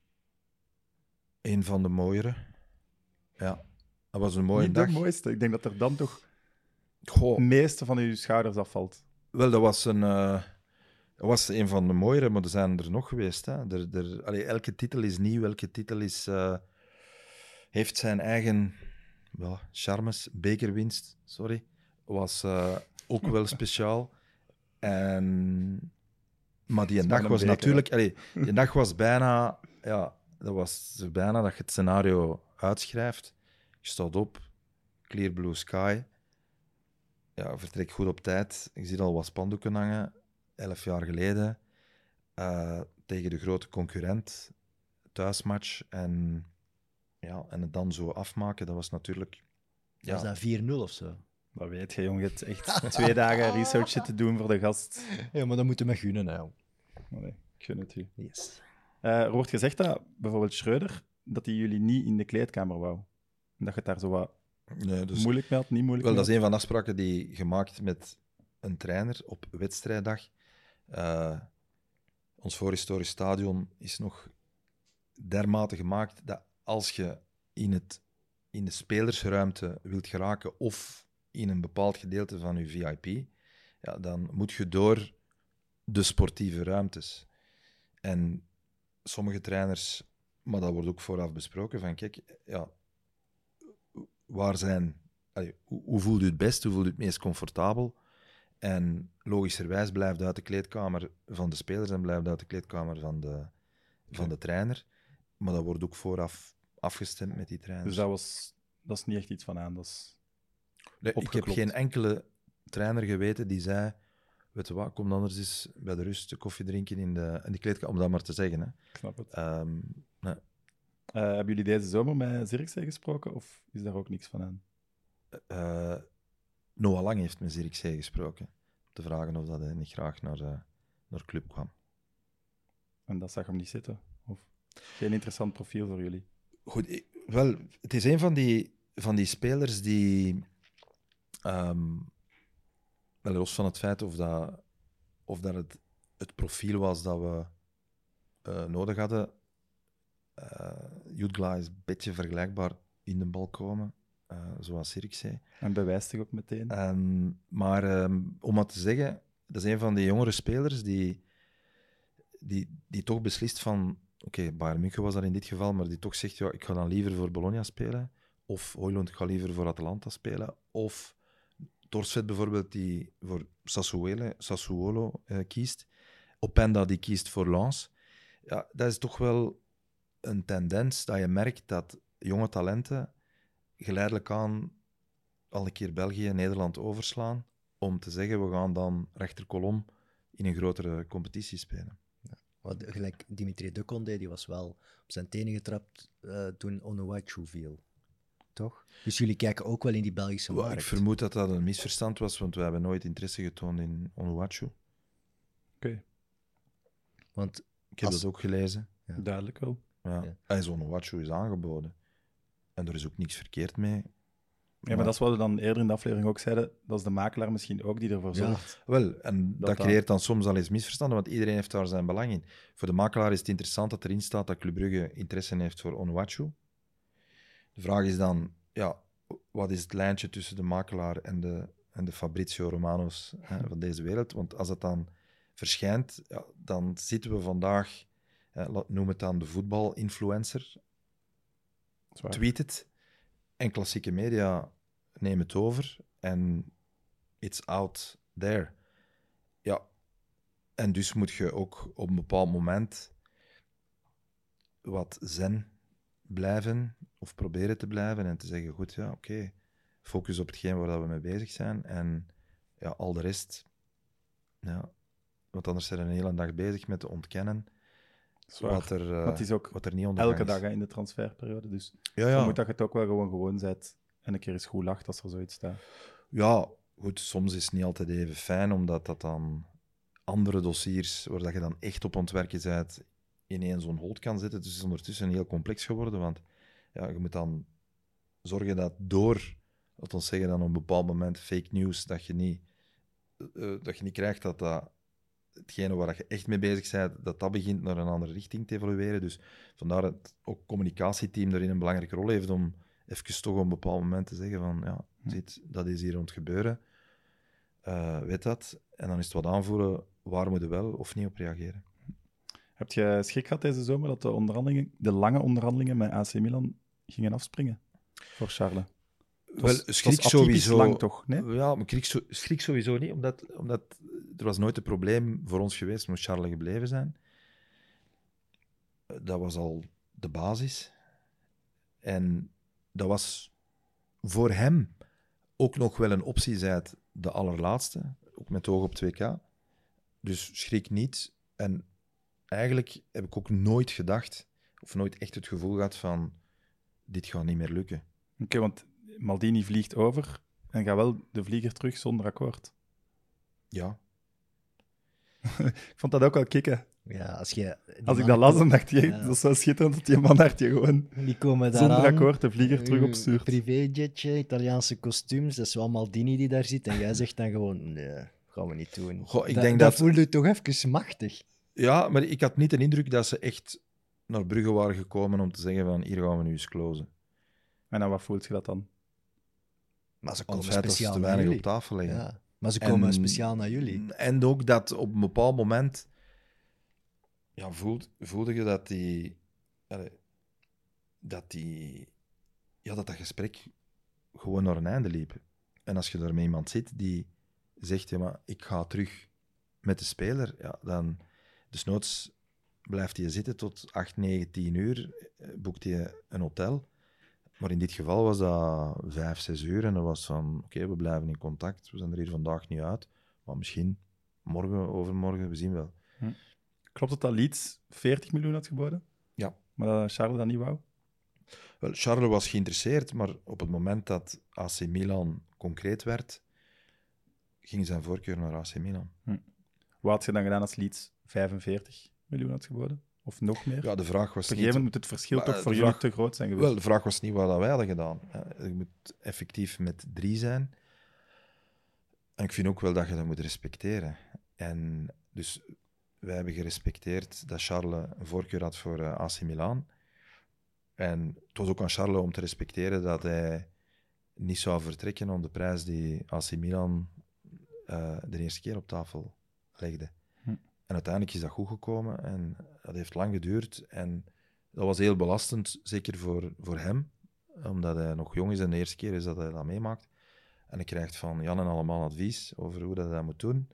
Een van de mooiere. Ja, dat was een mooie niet dag. Niet de mooiste. Ik denk dat er dan toch Goh. het meeste van uw schouders afvalt. Wel, dat was een... Uh, Dat was een van de mooiere, maar er zijn er nog geweest. Hè. Er, er, allee, elke titel is nieuw, elke titel is, uh, heeft zijn eigen well, charmes. Bekerwinst, sorry, was uh, ook wel speciaal. En, maar die dag was beker, natuurlijk... Allee, die dag was bijna... Ja, dat was bijna dat je het scenario uitschrijft. Je staat op, clear blue sky. Ja, vertrek goed op tijd. Je ziet al wat spandoeken hangen. Elf jaar geleden, uh, tegen de grote concurrent, thuismatch. En, ja, en het dan zo afmaken, dat was natuurlijk... Ja. Was dat vier nul of zo? Dat weet je, jongen. Het is echt twee dagen research te doen voor de gast. Ja, maar dat moeten we gunnen, hè. Oh, nee, ik gun het u. Yes. Uh, er wordt gezegd dat bijvoorbeeld Schreuder, dat hij jullie niet in de kleedkamer wou. En dat je het daar zo wat nee, dus, moeilijk mee had, niet moeilijk wel, mee dat is een van de afspraken die gemaakt met een trainer op wedstrijddag. Uh, ons voorhistorisch stadion is nog dermate gemaakt dat als je in, het, in de spelersruimte wilt geraken of in een bepaald gedeelte van je V I P, ja, dan moet je door de sportieve ruimtes. En sommige trainers, maar dat wordt ook vooraf besproken, van kijk, ja, waar zijn, allee, hoe, hoe voelt u het best, hoe voelt u het meest comfortabel? En logischerwijs blijft uit de kleedkamer van de spelers en blijft uit de kleedkamer van de, van de trainer. Maar dat wordt ook vooraf afgestemd met die trainers. Dus dat, was, dat is niet echt iets van aan. Dat is nee, ik heb geen enkele trainer geweten die zei, weet je wat, kom dan anders eens bij de rust koffie drinken in de, in de kleedkamer, om dat maar te zeggen. Hè. Ik snap het. Um, nee. uh, hebben jullie deze zomer met Zirkzee gesproken of is daar ook niks van aan? Uh, Noah Lang heeft met Zirkzee gesproken. Te vragen of dat hij niet graag naar, uh, naar club kwam. En dat zag hem niet zitten? Of geen interessant profiel voor jullie? Goed, ik, wel, het is een van die, van die spelers die... Um, wel los van het feit of dat, of dat het het profiel was dat we uh, nodig hadden. Uh, Jutgla is een beetje vergelijkbaar in de bal komen. Uh, zoals Zirkzee. En bewijst zich ook meteen. Um, maar um, om maar te zeggen, dat is een van die jongere spelers die, die, die toch beslist van... Oké, okay, Bayern München was dat in dit geval, maar die toch zegt, ja, ik ga dan liever voor Bologna spelen. Of Højlund, ik ga liever voor Atalanta spelen. Of Torstvedt bijvoorbeeld, die voor Sassuolo, Sassuolo uh, kiest. Openda, die kiest voor Lens. Ja, dat is toch wel een tendens dat je merkt dat jonge talenten geleidelijk aan al een keer België en Nederland overslaan om te zeggen, we gaan dan rechterkolom in een grotere competitie spelen. Ja, wat, gelijk Dimitri Duconde, die was wel op zijn tenen getrapt uh, toen Onuachu viel. Toch? Dus jullie kijken ook wel in die Belgische well, markt. Ik vermoed dat dat een misverstand was, want we hebben nooit interesse getoond in Onuachu. Oké. Okay. Want ik heb als... dat ook gelezen. Ja. Duidelijk wel. Ja. Ja. Hij is Onuachu is aangeboden. En er is ook niks verkeerd mee. Ja, maar dat is wat we dan eerder in de aflevering ook zeiden. Dat is de makelaar misschien ook die ervoor zorgt. Ja. Wel, en dat, dat creëert dan soms al eens misverstanden, want iedereen heeft daar zijn belang in. Voor de makelaar is het interessant dat erin staat dat Club Brugge interesse heeft voor Onuachu. De vraag is dan, ja, wat is het lijntje tussen de makelaar en de, en de Fabrizio Romano's hè, van deze wereld? Want als dat dan verschijnt, ja, dan zitten we vandaag, hè, noem het dan de voetbal-influencer, tweet het, en klassieke media nemen het over en it's out there. Ja, en dus moet je ook op een bepaald moment wat zen blijven of proberen te blijven en te zeggen, goed, ja, oké, okay, focus op hetgeen waar dat we mee bezig zijn. En ja, al de rest... Ja, want anders zijn we een hele dag bezig met te ontkennen Zwaar. wat er, uh, Maar het is ook wat er niet onder elke is. dag hè, in de transferperiode. Dus Ja, ja. ja. moet dat je het ook wel gewoon gewoon bent en een keer eens goed lacht als er zoiets staat. Ja, goed, soms is het niet altijd even fijn, omdat dat dan andere dossiers, waar dat je dan echt op ontwerken bent, ineens zo'n hold kan zetten. Dus het is ondertussen heel complex geworden, want ja, je moet dan zorgen dat door, laten we zeggen, dan op een bepaald moment fake news, dat je niet, uh, dat je niet krijgt dat dat hetgene waar je echt mee bezig bent, dat dat begint naar een andere richting te evolueren. Dus vandaar dat het ook communicatieteam daarin een belangrijke rol heeft om even toch op een bepaald moment te zeggen van, ja, ziet, dat is hier aan het gebeuren. Uh, weet dat. En dan is het wat aanvoelen, waar moet je wel of niet op reageren. Heb je schrik gehad deze zomer dat de, onderhandelingen, de lange onderhandelingen met A C Milan gingen afspringen voor Charles? Het was, wel, schrik het was atypisch sowieso. lang, toch? Nee? Ja, maar schrik, zo, schrik sowieso niet, omdat, omdat er was nooit een probleem voor ons geweest, moest Charles gebleven zijn. Dat was al de basis. En dat was voor hem ook nog wel een optie, zei het, de allerlaatste, ook met oog op twee K. Dus schrik niet. En eigenlijk heb ik ook nooit gedacht, of nooit echt het gevoel gehad van, dit gaat niet meer lukken. Oké, okay, want Maldini vliegt over en gaat wel de vlieger terug zonder akkoord. Ja. Ik vond dat ook wel kicken. Ja, als je... Als ik dat las, dan dacht je, ja. dat is zo schitterend dat die man daar je gewoon die komen zonder daaraan, akkoord de vlieger terug opstuurt. Privéjetje, Italiaanse kostuums, dat is wel Maldini die daar zit. En jij zegt dan gewoon, nee, gaan we niet doen. Goh, ik dat, denk dat dat... voelde je toch even machtig. Ja, maar ik had niet de indruk dat ze echt naar Brugge waren gekomen om te zeggen van, hier gaan we nu eens closen. En dan wat voelt je dat dan? Maar ze Aan komen het feit dat ze speciaal te naar weinig jullie. op tafel leggen. Ja, maar ze komen En- speciaal naar jullie. En ook dat op een bepaald moment ja, voelde, voelde je dat die, allee, dat die ja, dat dat gesprek gewoon naar een einde liep. En als je daar met iemand zit die zegt, ja, maar ik ga terug met de speler, ja, dan desnoods blijft hij zitten tot acht, negen, tien uur, boekt hij een hotel. Maar in dit geval was dat vijf, zes uur en dat was van, oké, okay, we blijven in contact, we zijn er hier vandaag niet uit, maar misschien morgen, overmorgen, we zien wel. Hm. Klopt het dat Leeds veertig miljoen had geboden? Ja. Maar dat Charles dat niet wou? Wel, Charles was geïnteresseerd, maar op het moment dat A C Milan concreet werd, ging zijn voorkeur naar A C Milan. Hm. Wat had je dan gedaan als Leeds vijfenveertig miljoen had geboden? Of nog meer? Ja, de vraag was Op een niet... gegeven moment moet het verschil Maar, toch uh, voor de jullie vraag- te groot zijn geweest. Wel, de vraag was niet wat wij hadden gedaan. Je moet effectief met drie zijn. En ik vind ook wel dat je dat moet respecteren. En dus wij hebben gerespecteerd dat Charles een voorkeur had voor uh, A C Milan. En het was ook aan Charles om te respecteren dat hij niet zou vertrekken om de prijs die A C Milan uh, de eerste keer op tafel legde. Hm. En uiteindelijk is dat goed gekomen en dat heeft lang geduurd. En dat was heel belastend, zeker voor, voor hem, omdat hij nog jong is en de eerste keer is dat hij dat meemaakt. En hij krijgt van Jan en allemaal advies over hoe dat hij moet doen.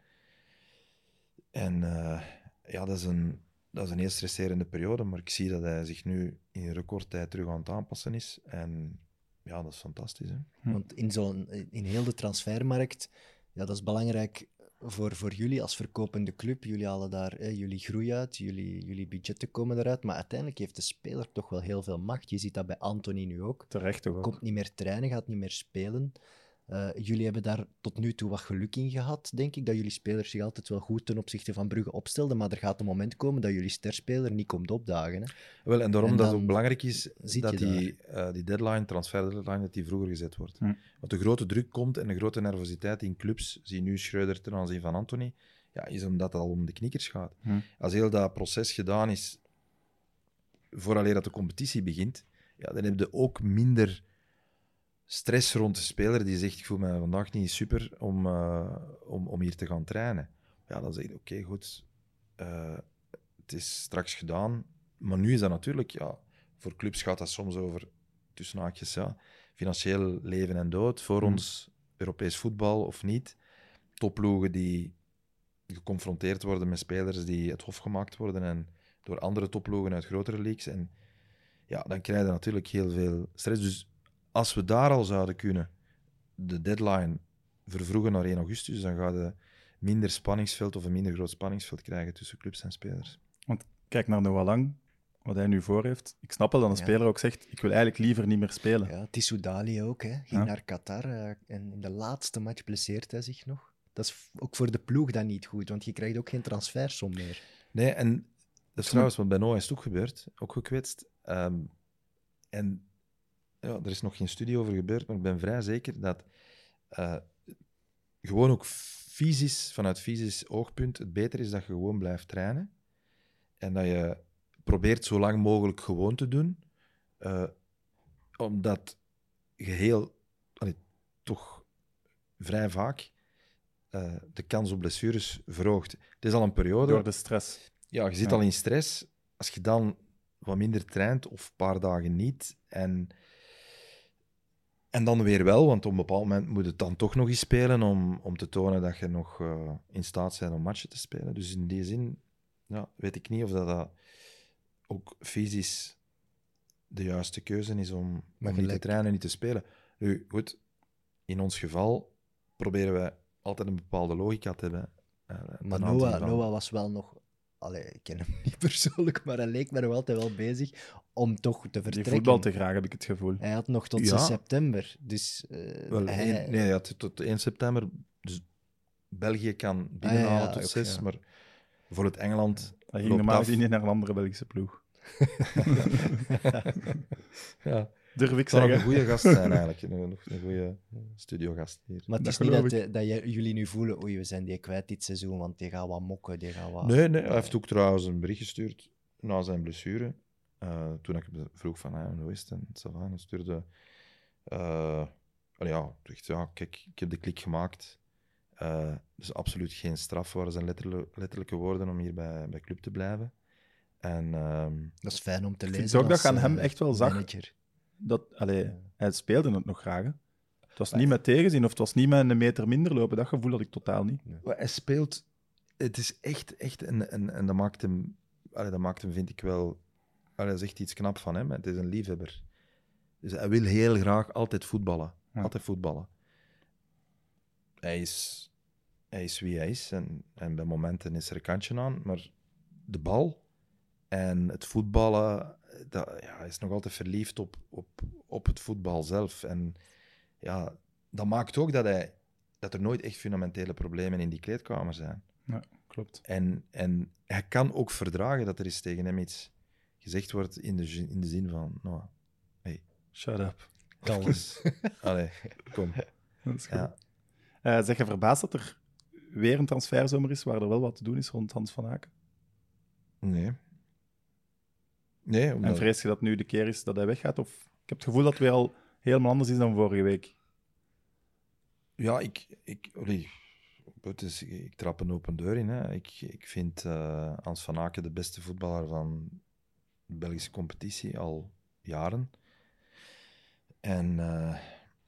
En uh, ja, dat is, een, dat is een heel stresserende periode, maar ik zie dat hij zich nu in recordtijd terug aan het aanpassen is. En ja, dat is fantastisch. Hè? Hm. Want in, zo'n, in heel de transfermarkt, ja, dat is belangrijk voor, voor jullie als verkopende club. Jullie halen daar hè, jullie groei uit, jullie, jullie budgetten komen eruit. Maar uiteindelijk heeft de speler toch wel heel veel macht. Je ziet dat bij Anthony nu ook. Terecht toch ook. Komt niet meer trainen, gaat niet meer spelen. Uh, jullie hebben daar tot nu toe wat geluk in gehad, denk ik, dat jullie spelers zich altijd wel goed ten opzichte van Brugge opstelden, maar er gaat een moment komen dat jullie sterspeler niet komt opdagen. Hè? Wel, en daarom En dat het dan ook belangrijk is zit dat je die, uh, die deadline, transfer deadline, dat die vroeger gezet wordt. Hm. Want de grote druk komt en de grote nervositeit in clubs, zie nu Schreuder ten aanzien van Anthony, ja, is omdat het al om de knikkers gaat. Hm. Als heel dat proces gedaan is, vooraleer dat de competitie begint, ja, dan heb je ook minder stress rond de speler die zegt, ik voel me vandaag niet super om, uh, om, om hier te gaan trainen. Ja, dan zeg je, oké, okay, goed, uh, het is straks gedaan. Maar nu is dat natuurlijk, ja, voor clubs gaat dat soms over, tussen haakjes, ja, financieel leven en dood. Voor mm. ons Europees voetbal of niet. Topploegen die geconfronteerd worden met spelers die het hof gemaakt worden en door andere topploegen uit grotere leagues. En ja, dan krijg je natuurlijk heel veel stress. Dus als we daar al zouden kunnen de deadline vervroegen naar één augustus, dan ga je minder spanningsveld of een minder groot spanningsveld krijgen tussen clubs en spelers. Kijk naar Noah Lang, wat hij nu voor heeft. Ik snap wel dat een Ja. speler ook zegt, ik wil eigenlijk liever niet meer spelen. Ja, Tissou Dali ook, hè. Ging Ja. naar Qatar eh, en in de laatste match blesseert hij zich nog. Dat is f- ook voor de ploeg dan niet goed, want je krijgt ook geen transfersom meer. Nee, en dat is trouwens wat bij Noah is het ook gebeurd, ook gekwetst. Ehm, en ja, er is nog geen studie over gebeurd, maar ik ben vrij zeker dat eh, gewoon ook fysisch, vanuit fysisch oogpunt, het beter is dat je gewoon blijft trainen. En dat je probeert zo lang mogelijk gewoon te doen. eh, omdat je heel, allee, toch vrij vaak eh, de kans op blessures verhoogt. Het is al een periode. Door de stress. Ja, je zit Ja. al in stress. Als je dan wat minder traint of een paar dagen niet. En, en dan weer wel, want op een bepaald moment moet het dan toch nog eens spelen om, om te tonen dat je nog uh, in staat bent om matchen te spelen. Dus in die zin ja, weet ik niet of dat, dat ook fysisch de juiste keuze is om, om niet te trainen en niet te spelen. Nu, goed, in ons geval proberen wij altijd een bepaalde logica te hebben. Uh, maar Noah, van... Noah was wel nog... Allee, ik ken hem niet persoonlijk, maar hij leek me nog altijd wel bezig om toch te vertrekken. Die voetbal te graag, heb ik het gevoel. Hij had nog tot ja. september, dus... Uh, wel, hij... één, nee, hij had tot één september. Dus België kan binnenhalen ah, ja, tot ook, zes, ja. Maar bijvoorbeeld Engeland... Hij ging normaal gezien niet naar een andere Belgische ploeg. ja. Durf ik zou zeggen. een goede gast zijn, eigenlijk. Een, een goede studiogast hier. Maar het is dat niet dat, de, dat je, jullie nu voelen, oei, we zijn die kwijt dit seizoen, want die gaat wat mokken, die gaat wat... Nee, nee, hij heeft ook trouwens een bericht gestuurd na zijn blessure. Uh, toen ik hem vroeg van, hey, hoe is het? En Savannah stuurde... Uh, ja, dacht, ja, kijk, ik heb de klik gemaakt. Uh, dus absoluut geen straf, waren zijn letterlijk, letterlijke woorden om hier bij, bij club te blijven. En, um, dat is fijn om te lezen. Ik vind ook dat je aan hem echt wel zag... Manager. Dat, allee, ja. Hij speelde het nog graag. Hè? Het was niet met tegenzin of het was niet met een meter minder lopen. Dat gevoel had ik totaal niet. Nee. Hij speelt... Het is echt... echt en, en, en dat maakt hem... Allee, dat maakt hem, vind ik wel... Allee, dat is echt iets knap van hem. Het is een liefhebber. Dus hij wil heel graag altijd voetballen. Ja. Altijd voetballen. Hij is... Hij is wie hij is. En, en bij momenten is er een kantje aan. Maar de bal en het voetballen... Dat, ja, hij is nog altijd verliefd op, op, op het voetbal zelf. En ja, dat maakt ook dat, hij, dat er nooit echt fundamentele problemen in die kleedkamer zijn. Ja, klopt. En, en hij kan ook verdragen dat er eens tegen hem iets gezegd wordt in de, in de zin van... Nou, hey, shut up. Kalles. Allee, kom. Dat is goed. Ja. Uh, zeg je verbaasd dat er weer een transferzomer is waar er wel wat te doen is rond Hans van Aken? Nee. Nee, omdat... En vrees je dat nu de keer is dat hij weggaat? Of ik heb het gevoel dat het weer al helemaal anders is dan vorige week. Ja, ik, ik, allee, het is, ik trap een open deur in. Hè. Ik, ik vind uh, Hans van Aken de beste voetballer van de Belgische competitie al jaren. En, uh,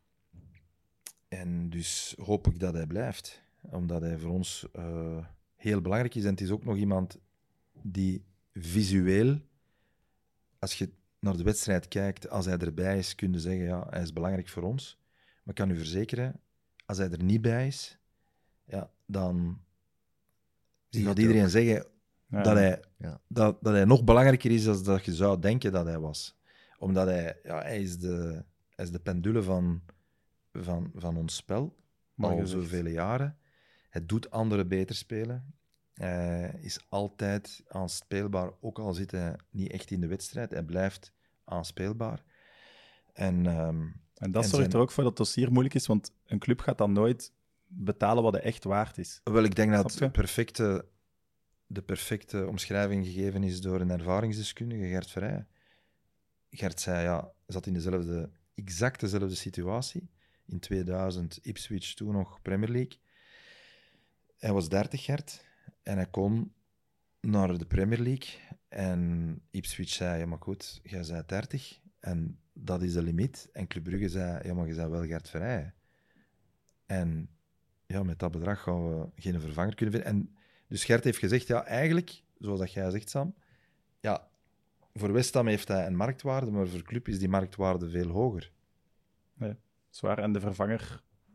en dus hoop ik dat hij blijft. Omdat hij voor ons uh, heel belangrijk is. En het is ook nog iemand die visueel... Als je naar de wedstrijd kijkt, als hij erbij is, kun je zeggen, ja, hij is belangrijk voor ons. Maar ik kan u verzekeren, als hij er niet bij is, ja, dan gaat iedereen ook zeggen ja. dat, hij, ja. dat, dat hij nog belangrijker is dan dat je zou denken dat hij was. Omdat hij, ja, hij is de, hij is de pendule van, van, van ons spel, al zoveel jaren. Hij doet anderen beter spelen. Hij uh, is altijd aanspeelbaar, ook al zit hij niet echt in de wedstrijd. Hij blijft aanspeelbaar. En, um, en dat en zorgt zijn... er ook voor dat het dossier moeilijk is, want een club gaat dan nooit betalen wat hij echt waard is. Wel, ik denk dat de perfecte, de perfecte omschrijving gegeven is door een ervaringsdeskundige, Gert Verrij. Gert zei, ja, zat in dezelfde, exact dezelfde situatie. In tweeduizend, Ipswich, toen nog Premier League. Hij was dertig, Gert. En hij kon naar de Premier League. En Ipswich zei, ja maar goed, jij bent dertig. En dat is de limiet. En Club Brugge zei, ja maar je bent wel Gert Verrij. En ja, met dat bedrag gaan we geen vervanger kunnen vinden. En dus Gert heeft gezegd, ja eigenlijk, zoals dat jij zegt Sam, ja, voor West Ham heeft hij een marktwaarde, maar voor Club is die marktwaarde veel hoger. Nee, zwaar. En de vervanger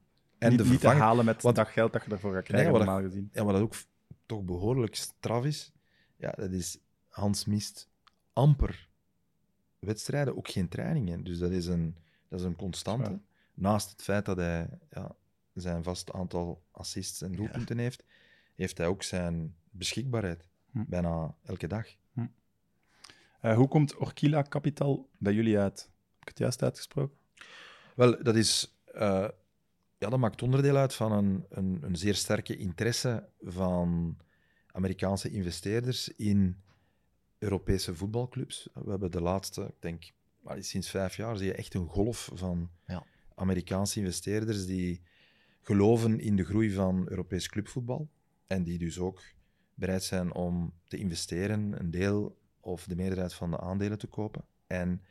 En niet, de niet te vervanger... halen met want- dat geld dat je ervoor gaat krijgen, Nee, wat normaal gezien. Ja, wat ook f- toch behoorlijk straf is, ja, dat is Hans mist amper wedstrijden, ook geen trainingen. Dus dat is een, dat is een constante. Zwaar. Naast het feit dat hij ja, zijn vast aantal assists en doelpunten heeft, heeft hij ook zijn beschikbaarheid. Hm. Bijna elke dag. Uh, hoe komt Orkila Capital bij jullie uit? Heb ik het juist uitgesproken? Wel, dat is... eh, ja, dat maakt onderdeel uit van een, een, een zeer sterke interesse van Amerikaanse investeerders in Europese voetbalclubs. We hebben de laatste, ik denk, maar sinds vijf jaar zie je echt een golf van Ja. Amerikaanse investeerders die geloven in de groei van Europees clubvoetbal en die dus ook bereid zijn om te investeren, een deel of de meerderheid van de aandelen te kopen. En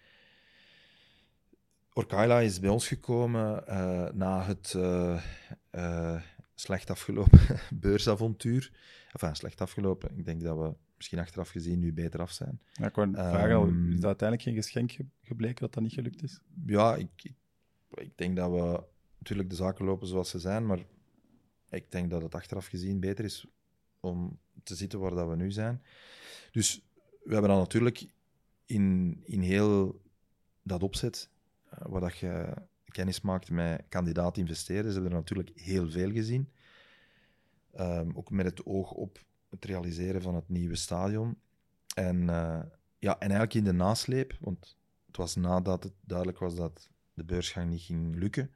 Orkila is bij ons gekomen uh, na het uh, uh, slecht afgelopen beursavontuur. Enfin, slecht afgelopen. Ik denk dat we misschien achteraf gezien nu beter af zijn. Ja, ik wou Um, vragen, al, is dat uiteindelijk geen geschenk ge- gebleken dat dat niet gelukt is? Ja, ik, ik, ik denk dat we natuurlijk de zaken lopen zoals ze zijn, maar ik denk dat het achteraf gezien beter is om te zitten waar dat we nu zijn. Dus we hebben dan natuurlijk in, in heel dat opzet, uh, waar dat je kennis maakt met kandidaat-investeerders, hebben we er natuurlijk heel veel gezien. Um, ook met het oog op het realiseren van het nieuwe stadion. En, uh, ja, en eigenlijk in de nasleep, want het was nadat het duidelijk was dat de beursgang niet ging lukken,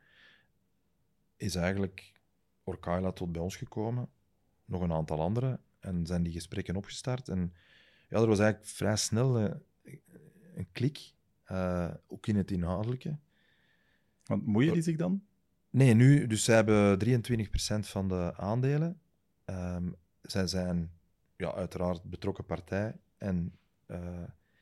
is eigenlijk Orkila tot bij ons gekomen, nog een aantal anderen, en zijn die gesprekken opgestart. En ja, er was eigenlijk vrij snel uh, een klik, uh, ook in het inhoudelijke. Want moeien die zich dan? Nee, nu, dus zij hebben drieëntwintig procent van de aandelen. Um, zij zijn ja, uiteraard betrokken partij en uh,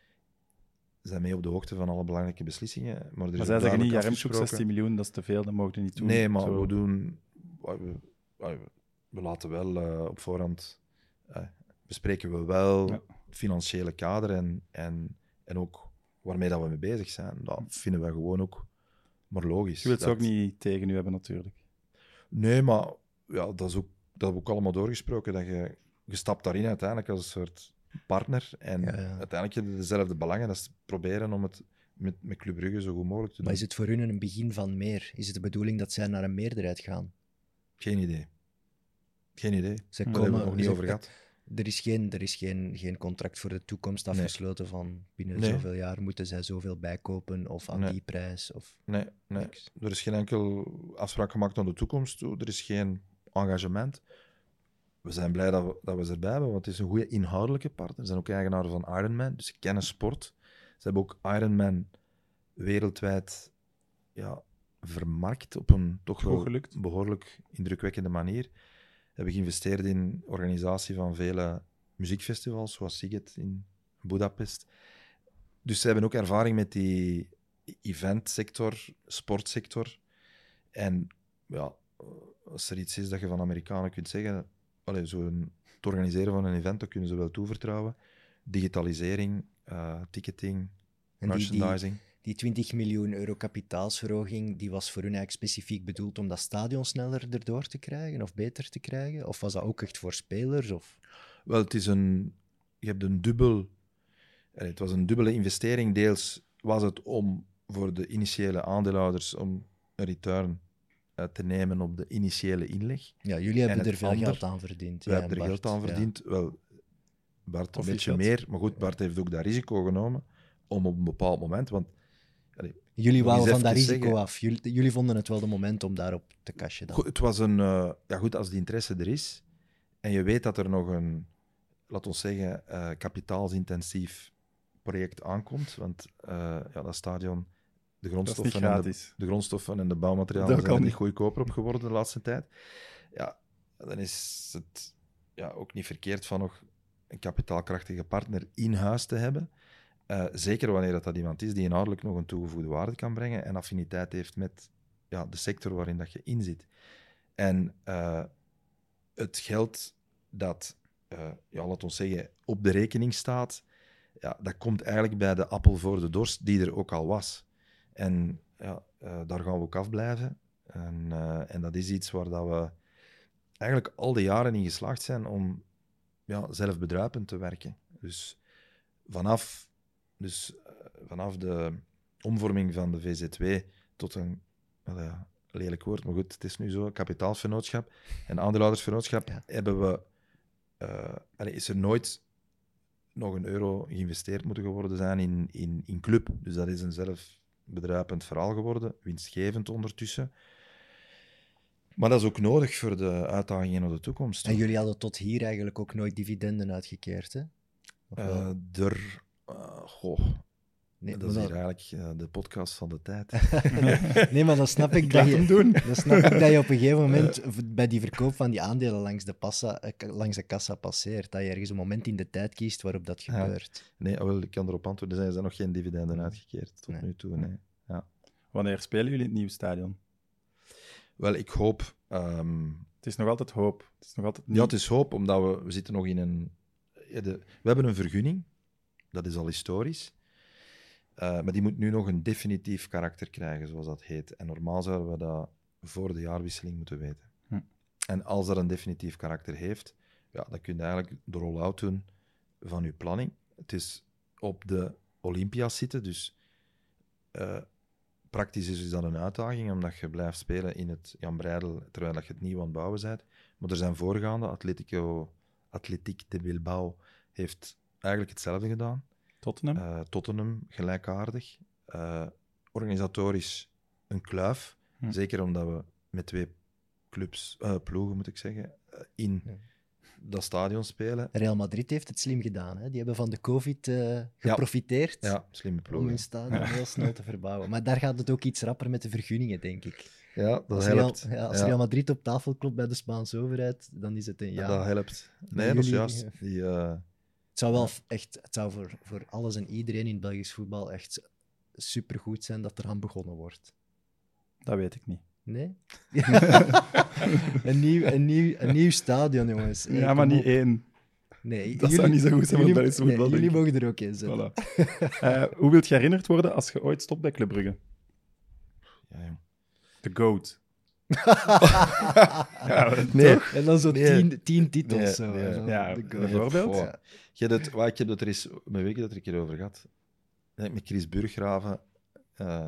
zijn mee op de hoogte van alle belangrijke beslissingen. Maar, er is maar zij zeggen niet, duidelijk ja, Remshoek afgesproken- zestien miljoen, dat is te veel, dat mogen we niet doen. Nee, maar Zo. we doen... We, we, we laten wel uh, op voorhand... Uh, bespreken we wel Ja. het financiële kader en, en, en ook waarmee dat we mee bezig zijn. Dat vinden wij gewoon ook maar logisch. Je wilt ze dat- ook niet tegen u hebben, natuurlijk. Nee, maar ja, dat, is ook, dat hebben we ook allemaal doorgesproken. Dat je, je stapt daarin uiteindelijk als een soort partner. En Ja, ja. uiteindelijk heb je dezelfde belangen. Dat is proberen om het met, met Club Brugge zo goed mogelijk te doen. Maar is het voor hun een begin van meer? Is het de bedoeling dat zij naar een meerderheid gaan? Geen idee. Geen idee. Ze Daar komen, hebben we het nog niet ze- over gehad. Er is, geen, er is geen, geen contract voor de toekomst Nee. afgesloten van binnen Nee. zoveel jaar moeten zij zoveel bijkopen of aan Nee. die prijs. Of... Nee, nee, Niks. er is geen enkel afspraak gemaakt naar de toekomst toe. Er is geen engagement. We zijn blij dat we, dat we ze erbij hebben, want het is een goede inhoudelijke partner. Ze zijn ook eigenaar van Ironman, dus ze kennen sport. Ze hebben ook Ironman wereldwijd ja, vermarkt op een toch Goed wel gelukt. behoorlijk indrukwekkende manier. We hebben geïnvesteerd in de organisatie van vele muziekfestivals, zoals Siget in Budapest. Dus ze hebben ook ervaring met die eventsector, sportsector. En ja, als er iets is dat je van Amerikanen kunt zeggen, allee, zo een, het organiseren van een event, dat kunnen ze wel toevertrouwen. Digitalisering, uh, ticketing, En die, die, merchandising. die twintig miljoen euro kapitaalsverhoging, die was voor hun eigenlijk specifiek bedoeld om dat stadion sneller erdoor te krijgen of beter te krijgen? Of was dat ook echt voor spelers? Of... Wel, het is een... Je hebt een dubbel... allee, Het was een dubbele investering. Deels was het om voor de initiële aandeelhouders om een return uh, te nemen op de initiële inleg. Ja, jullie hebben het er veel ander- geld aan verdiend. We ja, hebben er Bart, geld aan ja. verdiend. Wel, Bart een Of beetje geld. meer. Maar goed, Bart heeft ook dat risico genomen om op een bepaald moment... Want allee, Jullie Nog wouden eens van dat even risico zeggen- af. Jullie, jullie vonden het wel de moment om daarop te cashen dan. goed, het was een... uh, ja goed, als die interesse er is en je weet dat er nog een, laat ons zeggen, uh, kapitaalsintensief project aankomt, want uh, ja, dat stadion, de Dat is niet grondstoffen, en de, gratis. de grondstoffen en de Dat bouwmaterialen kan zijn er niet niet. goedkoper op geworden de laatste tijd. Ja, dan is het ja, ook niet verkeerd van nog een kapitaalkrachtige partner in huis te hebben. Uh, zeker wanneer dat, dat iemand is die inhoudelijk nog een toegevoegde waarde kan brengen en affiniteit heeft met ja, de sector waarin dat je in zit. En uh, het geld dat, uh, ja, laat ons zeggen, op de rekening staat, ja, dat komt eigenlijk bij de appel voor de dorst die er ook al was. En ja, uh, daar gaan we ook afblijven. En, uh, en dat is iets waar dat we eigenlijk al die jaren in geslaagd zijn om ja, zelfbedruipend te werken. Dus vanaf, dus, uh, vanaf de omvorming van de V Z W tot een, well, ja, lelijk woord, maar goed, het is nu zo, kapitaalsvernootschap en aandeelhoudersvernootschap, ja. hebben we, uh, allee, is er nooit nog een euro geïnvesteerd moeten geworden zijn in, in, in club. Dus dat is een zelfbedruipend verhaal geworden, winstgevend ondertussen. Maar dat is ook nodig voor de uitdagingen naar de toekomst. En jullie hadden tot hier eigenlijk ook nooit dividenden uitgekeerd, hè? Uh, er... Uh, goh... Nee, dat is hier dat... eigenlijk uh, de podcast van de tijd. Nee, maar dan snap ik, dat je, doen. Dan snap ik dat je op een gegeven moment bij die verkoop van die aandelen langs de, passa, langs de kassa passeert. Dat je ergens een moment in de tijd kiest waarop dat gebeurt. Ja. Nee, wel, ik kan erop antwoorden. Er zijn nog geen dividenden uitgekeerd tot nee. nu toe. Nee. Ja. Wanneer spelen jullie in het nieuwe stadion? Wel, ik hoop... Um... Het is nog altijd hoop. Het is nog altijd niet... Ja, het is hoop, omdat we, we zitten nog in een... De, we hebben een vergunning. Dat is al historisch. Uh, maar die moet nu nog een definitief karakter krijgen, zoals dat heet. En normaal zouden we dat voor de jaarwisseling moeten weten. Hm. En als dat een definitief karakter heeft, ja, dan kun je eigenlijk de roll-out doen van je planning. Het is op de Olympia's zitten, dus uh, praktisch is dat een uitdaging, omdat je blijft spelen in het Jan Breidel, terwijl je het nieuw aan het bouwen bent. Maar er zijn voorgaande, Atletico, Athletic de Bilbao heeft eigenlijk hetzelfde gedaan. Tottenham? Uh, Tottenham, gelijkaardig. Uh, organisatorisch een kluif. Hm. Zeker omdat we met twee clubs, uh, ploegen, moet ik zeggen, uh, in ja. dat stadion spelen. Real Madrid heeft het slim gedaan. Hè? Die hebben van de COVID uh, geprofiteerd ja. Ja, slimme ploeg, om hun stadion ja. heel snel te verbouwen. Maar daar gaat het ook iets rapper met de vergunningen, denk ik. Ja, dat als helpt. Real, ja, als ja. Real Madrid op tafel klopt bij de Spaanse overheid, dan is het een ja. Dat helpt. Nee, jullie, dat is juist. Die... Uh... Het zou wel echt, het zou voor, voor alles en iedereen in het Belgisch voetbal echt supergoed zijn dat er aan begonnen wordt. Dat weet ik niet. Nee? een, nieuw, een, nieuw, een nieuw stadion, jongens. Hey, ja, maar niet op. één. Nee, dat jullie, zou niet zo goed zijn voor jullie, Belgisch voetbal. Nee, jullie mogen er ook in zijn. Voilà. uh, hoe wilt je herinnerd worden als je ooit stopt bij Club Brugge? Ja, jong. The GOAT. ja, nee. En dan zo nee. tien, tien titels. Nee, zo, nee. zo. Ja, bijvoorbeeld. Ja. Je het, well, ik heb het er eens mijn weken dat er een keer over gehad. Met Chris Burggraven, uh,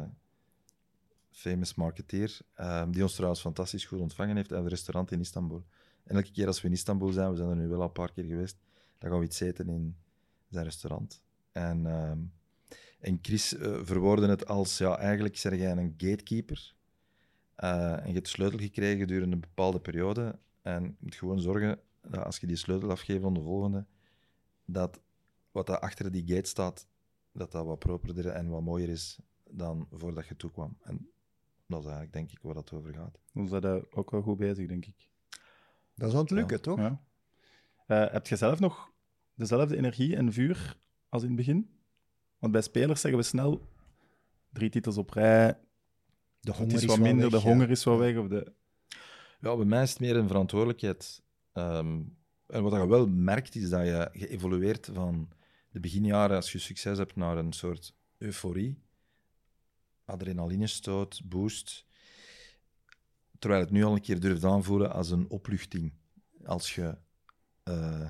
famous marketeer, uh, die ons trouwens fantastisch goed ontvangen heeft uit een restaurant in Istanbul. En elke keer als we in Istanbul zijn, we zijn er nu wel al een paar keer geweest, dan gaan we iets eten in zijn restaurant. En, uh, en Chris uh, verwoordde het als, ja, eigenlijk zeg jij een gatekeeper. Uh, en je hebt de sleutel gekregen gedurende een bepaalde periode. En je moet gewoon zorgen dat als je die sleutel afgeeft aan de volgende, dat wat daar achter die gate staat, dat dat wat properder en wat mooier is dan voordat je toekwam. En dat is eigenlijk, denk ik, waar dat over gaat. Dan zijn we ook wel goed bezig, denk ik. Dat is aan het lukken, ja. toch? Ja. Uh, heb je zelf nog dezelfde energie en vuur als in het begin? Want bij spelers zeggen we snel drie titels op rij. De honger het is is wat minder, weg, de honger ja. is wel weg. Of de... Ja, bij mij is het meer een verantwoordelijkheid. Um, en wat je wel merkt, is dat je geëvolueerd van de beginjaren, als je succes hebt, naar een soort euforie. Adrenalinestoot, boost. Terwijl het nu al een keer durft aanvoelen als een opluchting. Als je uh,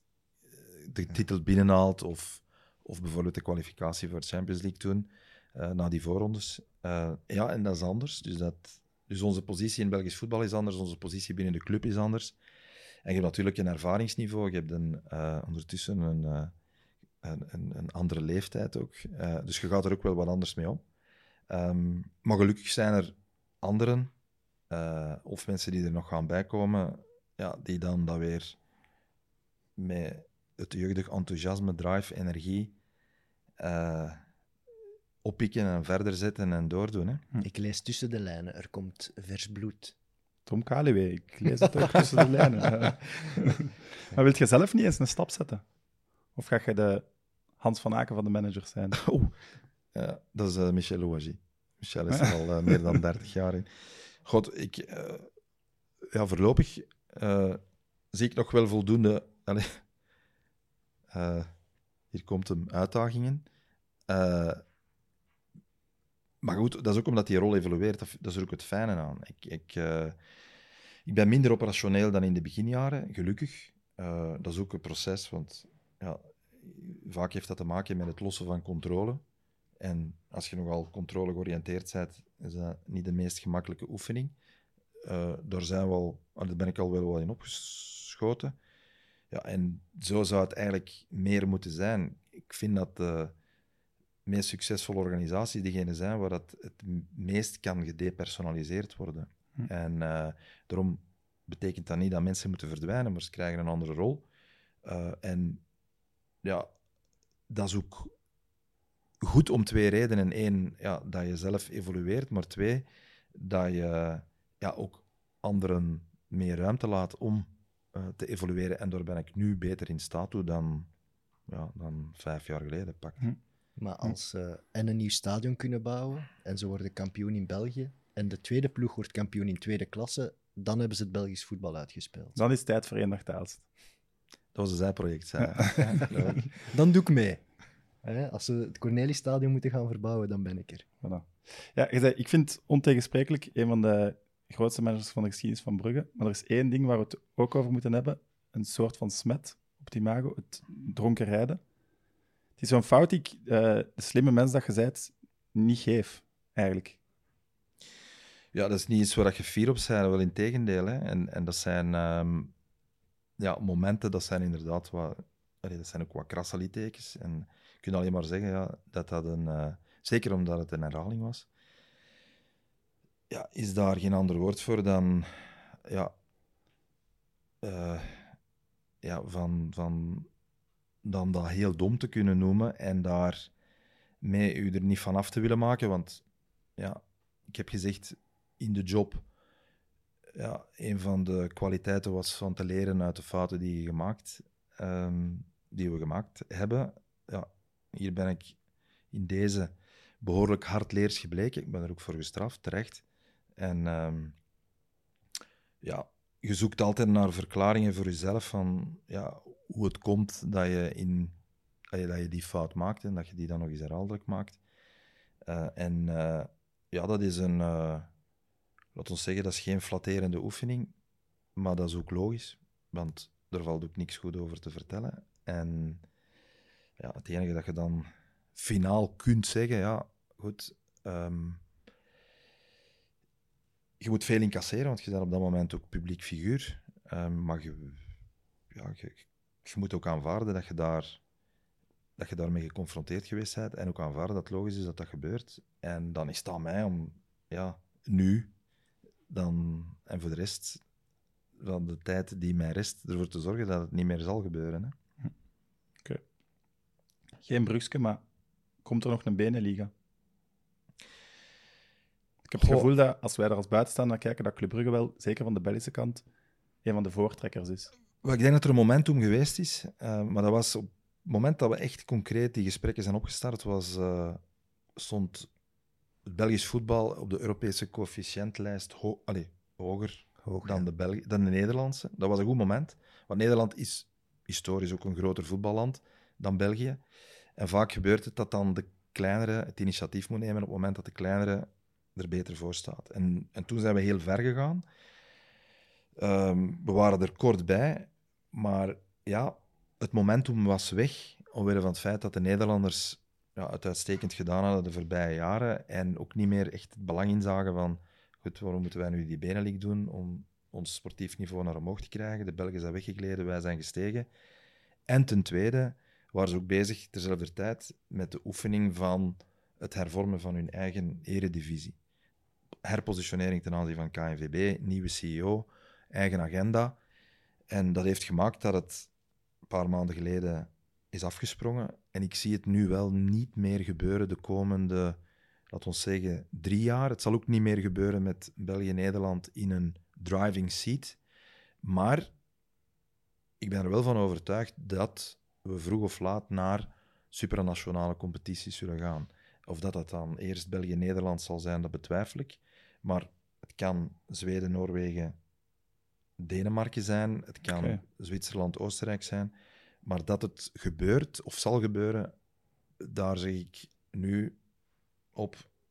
de titel binnenhaalt of, of bijvoorbeeld de kwalificatie voor de Champions League toen, uh, na die voorrondes. Uh, ja, en dat is anders. Dus, dat, dus onze positie in Belgisch voetbal is anders, onze positie binnen de club is anders. En je hebt natuurlijk een ervaringsniveau, je hebt een, uh, ondertussen een, uh, een, een, een andere leeftijd ook. Uh, dus je gaat er ook wel wat anders mee om. Um, maar gelukkig zijn er anderen, uh, of mensen die er nog gaan bijkomen, ja, die dan dat weer met het jeugdig enthousiasme, drive, energie uh, oppikken en verder zetten en doordoen. Hè. Hm. Ik lees tussen de lijnen, er komt vers bloed. Tom Kaliwe, ik lees het ook tussen de lijnen. Maar wilt je zelf niet eens een stap zetten? Of ga je de Hans van Aken van de managers zijn? Oh, ja, dat is uh, Michel Louagie. Michel is er al uh, meer dan dertig jaar in. God, ik... Uh, ja, voorlopig uh, zie ik nog wel voldoende... Allez, uh, hier komt hem, uitdagingen. Uh, maar goed, dat is ook omdat die rol evolueert. Dat, dat is er ook het fijne aan. Ik, ik, uh, ik ben minder operationeel dan in de beginjaren, gelukkig. Uh, dat is ook een proces, want ja, vaak heeft dat te maken met het lossen van controle. En als je nogal controle georiënteerd bent, is dat niet de meest gemakkelijke oefening. Uh, daar, zijn we al, daar ben ik al wel, wel in opgeschoten. Ja, en zo zou het eigenlijk meer moeten zijn. Ik vind dat de meest succesvolle organisaties diegene zijn waar dat het meest kan gedepersonaliseerd worden. Hm. En uh, daarom betekent dat niet dat mensen moeten verdwijnen, maar ze krijgen een andere rol. Uh, en ja, dat is ook goed om twee redenen. Eén, ja, dat je zelf evolueert, maar twee, dat je ja, ook anderen meer ruimte laat om uh, te evolueren. En daar ben ik nu beter in staat toe dan, ja, dan vijf jaar geleden pak. Hm. Maar als ze uh, en een nieuw stadion kunnen bouwen en ze worden kampioen in België en de tweede ploeg wordt kampioen in tweede klasse, dan hebben ze het Belgisch voetbal uitgespeeld. Dan is het tijd voor Eendracht Aalst. Dat was een zijproject. Ja. Ja. Dan doe ik mee. Als ze het Cornelis-stadion moeten gaan verbouwen, dan ben ik er. Voilà. Ja, je zei, ik vind ontegensprekelijk een van de grootste managers van de geschiedenis van Brugge. Maar er is één ding waar we het ook over moeten hebben. Een soort van smet op het imago, het dronken rijden. Het is zo'n fout die ik, uh, de slimme mens dat je bent, niet geef, eigenlijk. Ja, dat is niet iets waar je fier op bent, wel in tegendeel. Hè. En, en dat zijn um, ja, momenten, dat zijn inderdaad wat... Allee, dat zijn ook wat krasse littekens. En je kunt alleen maar zeggen ja, dat dat een... Uh, zeker omdat het een herhaling was. Ja, is daar geen ander woord voor dan... Ja... Uh, ja, van... van dan dat heel dom te kunnen noemen en daar mee u er niet van af te willen maken. Want ja, ik heb gezegd in de job, ja, een van de kwaliteiten was van te leren uit de fouten die, je gemaakt, um, die we gemaakt hebben. Ja, hier ben ik in deze behoorlijk hardleers gebleken. Ik ben er ook voor gestraft, terecht. En um, ja, je zoekt altijd naar verklaringen voor jezelf van ja, hoe het komt dat je, in, dat je die fout maakt en dat je die dan nog eens herhaaldelijk maakt. Uh, en uh, ja, dat is een... Uh, laat ons zeggen, dat is geen flatterende oefening, maar dat is ook logisch, want er valt ook niks goed over te vertellen. En ja, het enige dat je dan finaal kunt zeggen, ja, goed... Um, je moet veel incasseren, want je bent op dat moment ook publiek figuur. Um, maar je, ja, je, je moet ook aanvaarden dat je, daar, dat je daarmee geconfronteerd geweest bent. En ook aanvaarden dat het logisch is dat dat gebeurt. En dan is het aan mij om ja, nu dan, en voor de rest van de tijd die mij rest, ervoor te zorgen dat het niet meer zal gebeuren. Hè. Oké. Okay. Geen Brugske, maar komt er nog een Beneliga? Ik heb het gevoel dat, als wij er als buitenstaander naar kijken, dat Club Brugge wel, zeker van de Belgische kant, een van de voortrekkers is. Well, ik denk dat er een momentum geweest is, uh, maar dat was op het moment dat we echt concreet die gesprekken zijn opgestart, was, uh, stond het Belgisch voetbal op de Europese coëfficiëntlijst ho- allez, hoger, hoger dan, ja. de Belgi- dan de Nederlandse. Dat was een goed moment, want Nederland is historisch ook een groter voetballand dan België. En vaak gebeurt het dat dan de kleinere het initiatief moet nemen op het moment dat de kleinere er beter voor staat. En, en toen zijn we heel ver gegaan. Um, we waren er kort bij, maar ja, het momentum was weg, omwille van het feit dat de Nederlanders ja, het uitstekend gedaan hadden de voorbije jaren en ook niet meer echt het belang inzagen van goed, waarom moeten wij nu die Benelux doen om ons sportief niveau naar omhoog te krijgen. De Belgen zijn weggegleden, wij zijn gestegen. En ten tweede waren ze ook bezig terzelfde tijd met de oefening van het hervormen van hun eigen eredivisie. Herpositionering ten aanzien van K N V B, nieuwe C E O, eigen agenda. En dat heeft gemaakt dat het een paar maanden geleden is afgesprongen. En ik zie het nu wel niet meer gebeuren de komende, laten we zeggen, drie jaar. Het zal ook niet meer gebeuren met België-Nederland in een driving seat. Maar ik ben er wel van overtuigd dat we vroeg of laat naar supranationale competities zullen gaan. Of dat dat dan eerst België-Nederland zal zijn, dat betwijfel ik. Maar het kan Zweden, Noorwegen, Denemarken zijn. Het kan okay. Zwitserland, Oostenrijk zijn. Maar dat het gebeurt of zal gebeuren, daar zeg ik nu op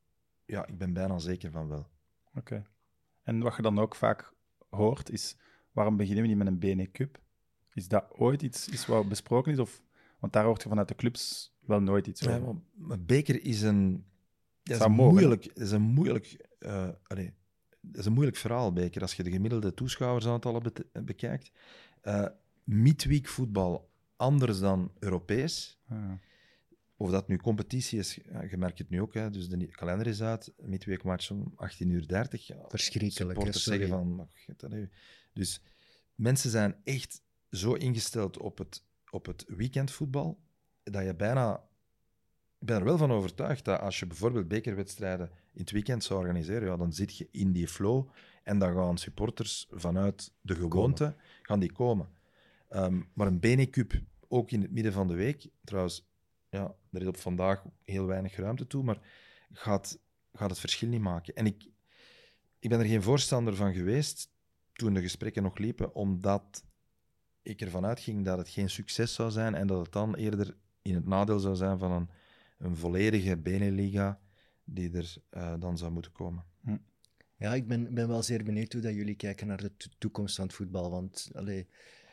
ja, ik ben bijna zeker van wel. Oké. Okay. En wat je dan ook vaak hoort, is waarom beginnen we niet met een B N E Cup? Is dat ooit iets, iets wat besproken is? Of, want daar hoort je vanuit de clubs wel nooit iets over. Ja, maar, maar beker is een... Dat is een, mogen, moeilijk, dat is een moeilijk... Uh, allee, dat is een moeilijk verhaal, beker. Als je de gemiddelde toeschouwersaantallen be- bekijkt. Uh, midweek voetbal anders dan Europees. Ah. Of dat nu competitie is, ja, je merkt het nu ook. Hè, dus de kalender is uit, midweek match om achttien uur dertig. Ja, verschrikkelijk. Supporters zeggen van... Mag dat nu? Dus mensen zijn echt zo ingesteld op het, op het weekendvoetbal, dat je bijna... Ik ben er wel van overtuigd dat als je bijvoorbeeld bekerwedstrijden in het weekend zou organiseren, ja, dan zit je in die flow en dan gaan supporters vanuit de gewoonte komen. gaan die komen. Um, maar een B N E Cup, ook in het midden van de week, trouwens, ja, er is op vandaag heel weinig ruimte toe, maar gaat, gaat het verschil niet maken. En ik, ik ben er geen voorstander van geweest toen de gesprekken nog liepen, omdat ik ervan uitging dat het geen succes zou zijn en dat het dan eerder in het nadeel zou zijn van een een volledige Beneliga die er uh, dan zou moeten komen. Hm. Ja, ik ben, ben wel zeer benieuwd hoe dat jullie kijken naar de to- toekomst van het voetbal. Want allee,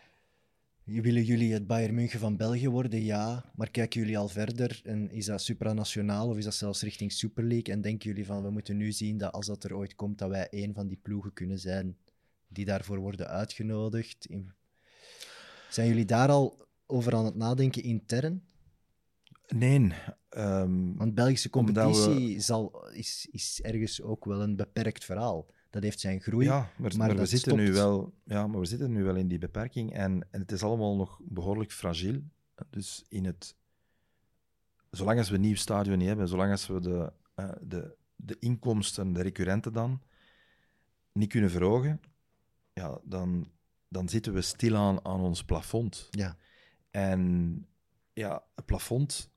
willen jullie het Bayern München van België worden? Ja. Maar kijken jullie al verder? En is dat supranationaal of is dat zelfs richting Super League? En denken jullie van, we moeten nu zien dat als dat er ooit komt, dat wij één van die ploegen kunnen zijn die daarvoor worden uitgenodigd? In... Zijn jullie daar al over aan het nadenken intern? Nee. Um, Want Belgische competitie we... zal, is, is ergens ook wel een beperkt verhaal. Dat heeft zijn groei. Ja, maar, maar, maar, we, zitten stopt... nu wel, ja, maar we zitten nu wel in die beperking en, en het is allemaal nog behoorlijk fragiel. Dus in het... Zolang als we een nieuw stadion niet hebben, zolang als we de, uh, de, de inkomsten, de recurrenten dan, niet kunnen verhogen, ja, dan, dan zitten we stilaan aan ons plafond. Ja. En ja, het plafond...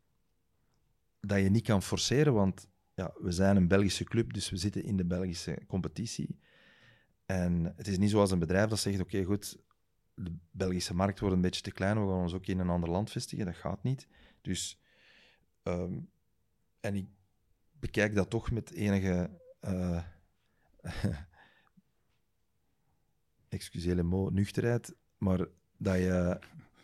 dat je niet kan forceren, want ja, we zijn een Belgische club, dus we zitten in de Belgische competitie. En het is niet zoals een bedrijf dat zegt, oké, okay, goed, de Belgische markt wordt een beetje te klein, we gaan ons ook in een ander land vestigen. Dat gaat niet. Dus, um, en ik bekijk dat toch met enige... Uh, excuseer le mot, nuchterheid, maar dat je...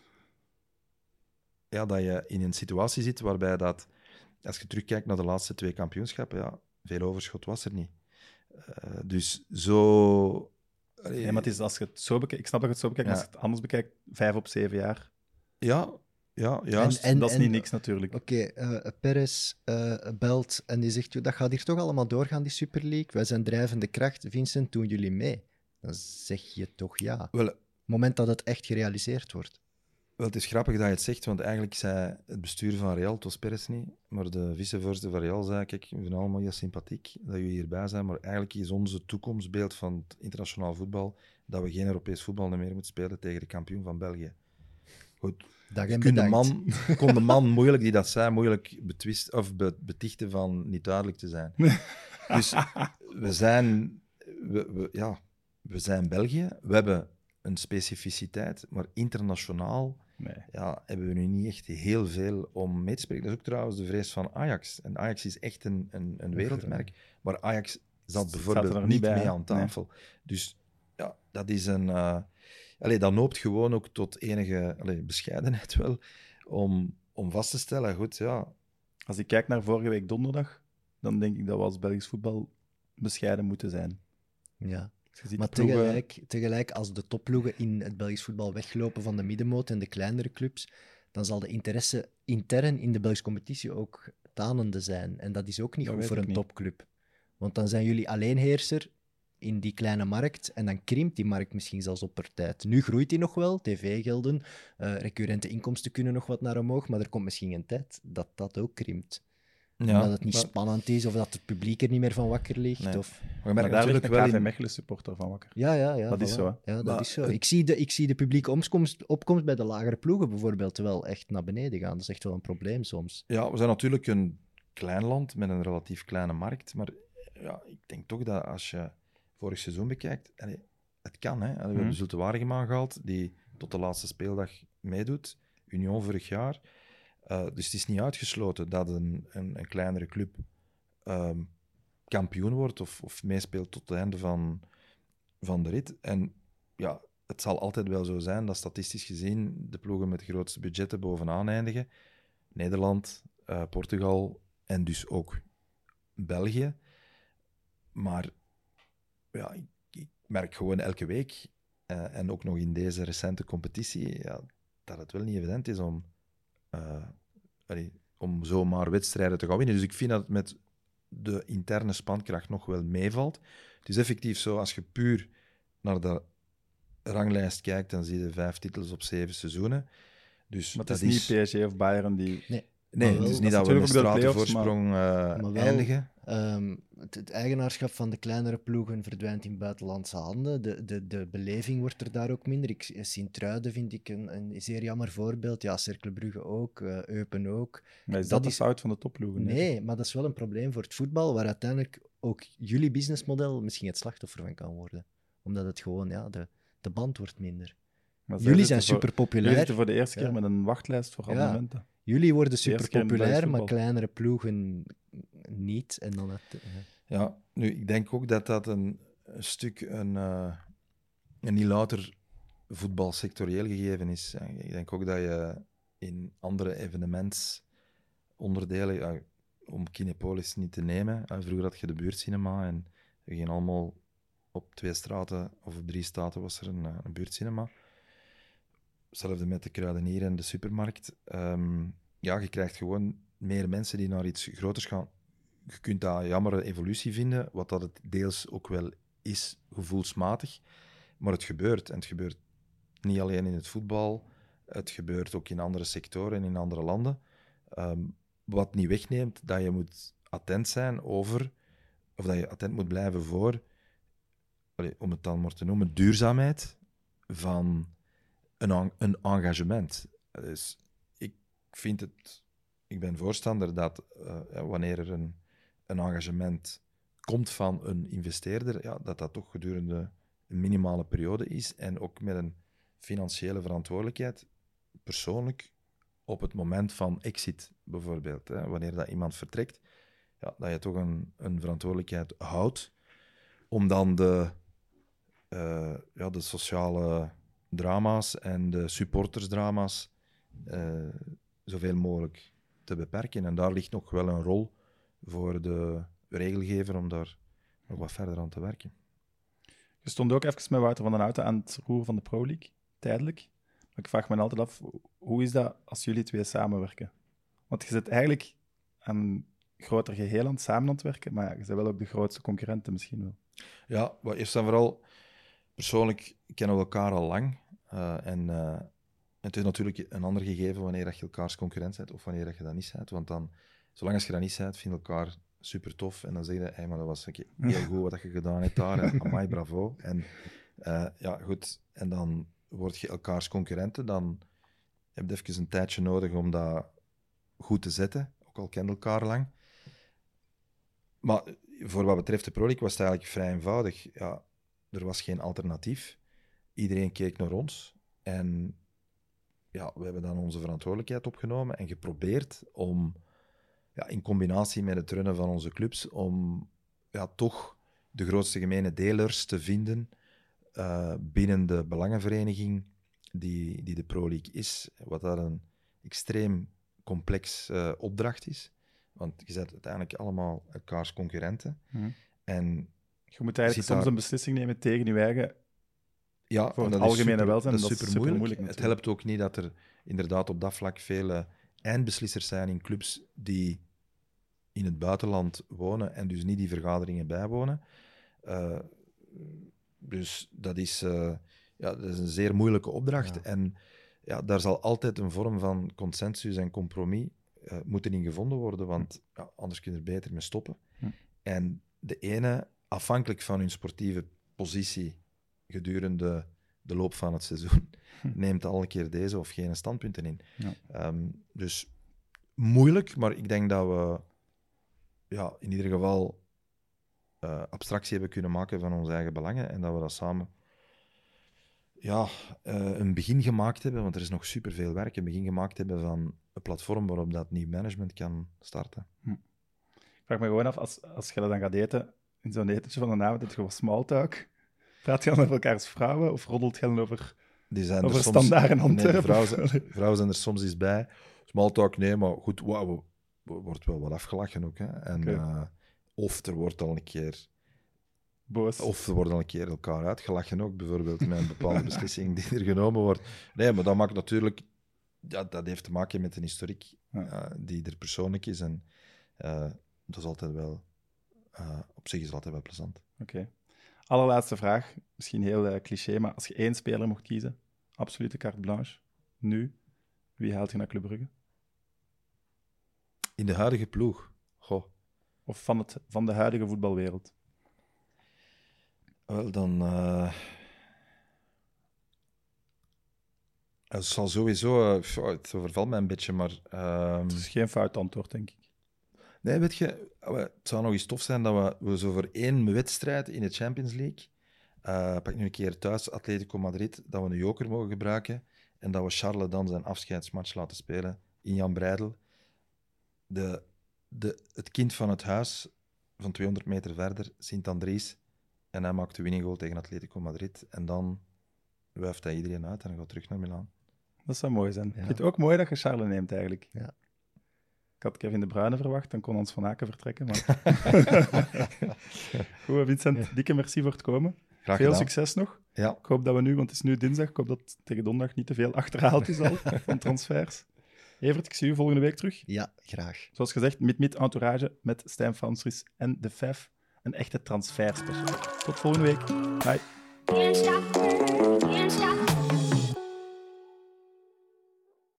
Ja, dat je in een situatie zit waarbij dat... Als je terugkijkt naar de laatste twee kampioenschappen, ja, veel overschot was er niet. Uh, dus zo... Nee, maar het is, als je het zo bekijkt, ik snap dat je het zo bekijkt, ja. Maar als je het anders bekijkt, vijf op zeven jaar. Ja, ja, juist. En, en, dat is en, niet niks natuurlijk. Oké, okay, uh, Perez uh, belt en die zegt, dat gaat hier toch allemaal doorgaan, die Super League. Wij zijn drijvende kracht. Vincent, doen jullie mee? Dan zeg je toch ja. Wel, Op het moment dat het echt gerealiseerd wordt. Wel, het is grappig dat je het zegt, want eigenlijk zei het bestuur van Real, het was Perez niet, maar de vicevoorzitter van Real zei, kijk, we vinden allemaal heel sympathiek dat jullie hierbij zijn, maar eigenlijk is onze toekomstbeeld van het internationaal voetbal dat we geen Europees voetbal meer moeten spelen tegen de kampioen van België. Goed, ik kon de man, kon de man moeilijk die dat zei, moeilijk betwist, of betichten van niet duidelijk te zijn. Dus we zijn, we, we, ja, we zijn België, we hebben een specificiteit, maar internationaal nee. ja, hebben we nu niet echt heel veel om mee te spreken. Dat is ook trouwens de vrees van Ajax. En Ajax is echt een, een, een wereldmerk, maar Ajax zat bijvoorbeeld er niet, niet bij, mee aan tafel. Nee. Dus ja, dat is een... Uh, allee, dat noopt gewoon ook tot enige allee, bescheidenheid wel, om, om vast te stellen, goed, ja... Als ik kijk naar vorige week donderdag, dan denk ik dat we als Belgisch voetbal bescheiden moeten zijn. Ja. Maar ploegen... tegelijk, tegelijk, als de topploegen in het Belgisch voetbal weglopen van de middenmoot en de kleinere clubs, dan zal de interesse intern in de Belgische competitie ook tanende zijn. En dat is ook niet dat goed voor een niet. topclub. Want dan zijn jullie alleenheerser in die kleine markt en dan krimpt die markt misschien zelfs op per tijd. Nu groeit die nog wel, tv-gelden, uh, recurrente inkomsten kunnen nog wat naar omhoog, maar er komt misschien een tijd dat dat ook krimpt. Ja, omdat het niet maar... spannend is, of dat het publiek er niet meer van wakker ligt. Nee. Of... Maar, maar daar ligt een K V Mechelen supporter van wakker. Ja, ja, ja. Dat voilà. is zo. Ja, dat maar, is zo. Ik zie de, ik zie de publieke opkomst, opkomst bij de lagere ploegen bijvoorbeeld wel echt naar beneden gaan. Dat is echt wel een probleem soms. Ja, we zijn natuurlijk een klein land met een relatief kleine markt, maar ja, ik denk toch dat als je vorig seizoen bekijkt, allee, het kan. Hè? Allee, we mm-hmm. hebben Zulte Waregem aangehaald, die tot de laatste speeldag meedoet. Union vorig jaar. Uh, dus het is niet uitgesloten dat een, een, een kleinere club um, kampioen wordt of, of meespeelt tot het einde van, van de rit. En ja, het zal altijd wel zo zijn dat statistisch gezien de ploegen met de grootste budgetten bovenaan eindigen. Nederland, uh, Portugal en dus ook België. Maar ja, ik, ik merk gewoon elke week, uh, en ook nog in deze recente competitie, ja, dat het wel niet evident is om, uh, allee, om zomaar wedstrijden te gaan winnen. Dus ik vind dat het met de interne spankracht nog wel meevalt. Het is effectief zo, als je puur naar de ranglijst kijkt, dan zie je vijf titels op zeven seizoenen. Dus maar het dat is niet P S G of Bayern die... Nee. Nee, wel, het is dat niet is dat we een natuurlijk ook de play-offs, stratenvoorsprong uh, Maar wel, eindigen. Um, het, het eigenaarschap van de kleinere ploegen verdwijnt in buitenlandse handen. De, de, de beleving wordt er daar ook minder. Ik, Sint-Truiden vind ik een, een zeer jammer voorbeeld. Ja, Cercle Brugge ook, uh, Eupen ook. Maar is dat, Dat de is- fout van de topploegen? hè? Nee, maar dat is wel een probleem voor het voetbal, waar uiteindelijk ook jullie businessmodel misschien het slachtoffer van kan worden. Omdat het gewoon, ja, de, de band wordt minder. Maar zij Jullie zijn zitten voor- super Jullie populair. zitten voor de eerste keer Ja. met een wachtlijst voor Ja. abonnementen. Jullie worden eerste super keer in Belgisch populair, maar voetbal. kleinere ploegen niet. En dan het, ja. Ja, nu, ik denk ook dat dat een, een stuk een, uh, een niet louter voetbalsectorieel gegeven is. Ik denk ook dat je in andere evenementsonderdelen, ja, om Kinepolis niet te nemen, uh, vroeger had je de buurtcinema en we gingen allemaal op twee straten of op drie straten was er een, uh, een buurtcinema. Hetzelfde met de kruidenier en de supermarkt. Um, ja, je krijgt gewoon meer mensen die naar iets groters gaan. Je kunt dat een jammere evolutie vinden, wat dat het deels ook wel is, gevoelsmatig. Maar het gebeurt. En het gebeurt niet alleen in het voetbal. Het gebeurt ook in andere sectoren en in andere landen. Um, wat niet wegneemt dat je moet attent zijn over, of dat je attent moet blijven voor, allez, om het dan maar te noemen, duurzaamheid van een, een engagement. Dus ik vind het... Ik ben voorstander dat uh, ja, wanneer er een, een engagement komt van een investeerder, ja, dat dat toch gedurende een minimale periode is en ook met een financiële verantwoordelijkheid, persoonlijk, op het moment van exit bijvoorbeeld. Hè, wanneer dat iemand vertrekt, ja, dat je toch een, een verantwoordelijkheid houdt om dan de, uh, ja, de sociale drama's en de supportersdrama's uh, zoveel mogelijk te beperken. En daar ligt nog wel een rol voor de regelgever om daar nog wat verder aan te werken. Je stond ook even met Wouter van den Houten aan het roer van de Pro League, tijdelijk. Maar ik vraag me altijd af, hoe is dat als jullie twee samenwerken? Want je zit eigenlijk aan een groter geheel aan het samen aan het werken, maar ja, je bent wel ook de grootste concurrenten misschien wel. Ja, maar eerst en vooral, persoonlijk kennen we elkaar al lang. Uh, en uh, het is natuurlijk een ander gegeven wanneer je elkaars concurrent bent of wanneer je dat niet bent. Want dan, zolang als je dat niet bent, vind je elkaar super tof. En dan zeg je, hey, maar dat was een keer heel goed wat je gedaan hebt daar. En amai, bravo. En uh, ja, goed. En dan word je elkaars concurrenten. Dan heb je even een tijdje nodig om dat goed te zetten. Ook al ken je elkaar lang. Maar voor wat betreft de Pro League was het eigenlijk vrij eenvoudig. Ja, er was geen alternatief. Iedereen keek naar ons. En ja, we hebben dan onze verantwoordelijkheid opgenomen en geprobeerd om, ja, in combinatie met het runnen van onze clubs, om ja, toch de grootste gemene delers te vinden uh, binnen de belangenvereniging die, die de Pro League is. Wat dat een extreem complex uh, opdracht is. Want je bent uiteindelijk allemaal elkaars concurrenten. Mm. En je moet eigenlijk soms daar... een beslissing nemen tegen je eigen... Ja, voor het dat algemene super, welzijn. Dat is dat super, is super moeilijk. moeilijk. Het helpt ook niet dat er inderdaad op dat vlak vele eindbeslissers zijn in clubs die in het buitenland wonen en dus niet die vergaderingen bijwonen. Uh, dus dat is, uh, ja, dat is een zeer moeilijke opdracht. Ja. En ja, daar zal altijd een vorm van consensus en compromis uh, moeten in gevonden worden, want ja, anders kun je er beter mee stoppen. Hm. En de ene, afhankelijk van hun sportieve positie gedurende de loop van het seizoen, hm. neemt al een keer deze of geen standpunten in. Ja. Um, dus moeilijk, maar ik denk dat we ja, in ieder geval uh, abstractie hebben kunnen maken van onze eigen belangen en dat we dat samen ja, uh, een begin gemaakt hebben, want er is nog superveel werk, een begin gemaakt hebben van een platform waarop dat nieuw management kan starten. Hm. vraag me gewoon af, als, als je dat dan gaat eten, in zo'n etentje van een avond, dat je gewoon small talk. Praat je dan over elkaars vrouwen of roddelt je dan over, Die zijn over er soms, Standaard en nee, de Antwerpen? vrouwen, zijn- vrouwen zijn er soms eens bij. Smalltalk, nee, maar goed, wow, er wordt wel wat afgelachen ook. Hè. En, Oké. uh, of er wordt al een keer... Boos. Of er wordt al een keer elkaar uitgelachen ook, bijvoorbeeld, met een bepaalde beslissing die er genomen wordt. Nee, maar dat maakt natuurlijk... Ja, dat heeft te maken met een historiek Ja. uh, die er persoonlijk is. En uh, dat is altijd wel... Uh, op zich is het altijd wel plezant. Oké. Okay. Allerlaatste vraag. Misschien heel uh, cliché, maar als je één speler mocht kiezen, absolute carte blanche, nu, wie haalt je naar Club Brugge? In de huidige ploeg? Goh. Of van, het, van de huidige voetbalwereld? Wel, dan... Uh... Het zal sowieso... Uh, het overvalt mij een beetje, maar... Uh... Het is geen fout antwoord, denk ik. Nee, weet je, het zou nog eens tof zijn dat we, we zo voor één wedstrijd in de Champions League, uh, pak nu een keer thuis Atletico Madrid, dat we een joker mogen gebruiken en dat we Charles dan zijn afscheidsmatch laten spelen in Jan Breidel. De, de, het kind van het huis, van tweehonderd meter verder, Sint-Andries, en hij maakt de winning goal tegen Atletico Madrid en dan wuift hij iedereen uit en gaat terug naar Milaan. Dat zou mooi zijn. Ja. Ik vind het ook mooi dat je Charles neemt, eigenlijk. Ja. Ik had Kevin De Bruyne verwacht, dan kon Hans van Aken vertrekken. Maar... Goed, Vincent, dikke merci voor het komen. Graag Veel gedaan. succes nog. Ja. Ik hoop dat we nu, want het is nu dinsdag, ik hoop dat het tegen donderdag niet te veel achterhaald is al van transfers. Evert, ik zie u volgende week terug. Ja, graag. Zoals gezegd, Mid-Mid Entourage met Stijn Fansris en De Vijf. Een echte transferspecial. Tot volgende week. Bye. Can't stop, can't stop.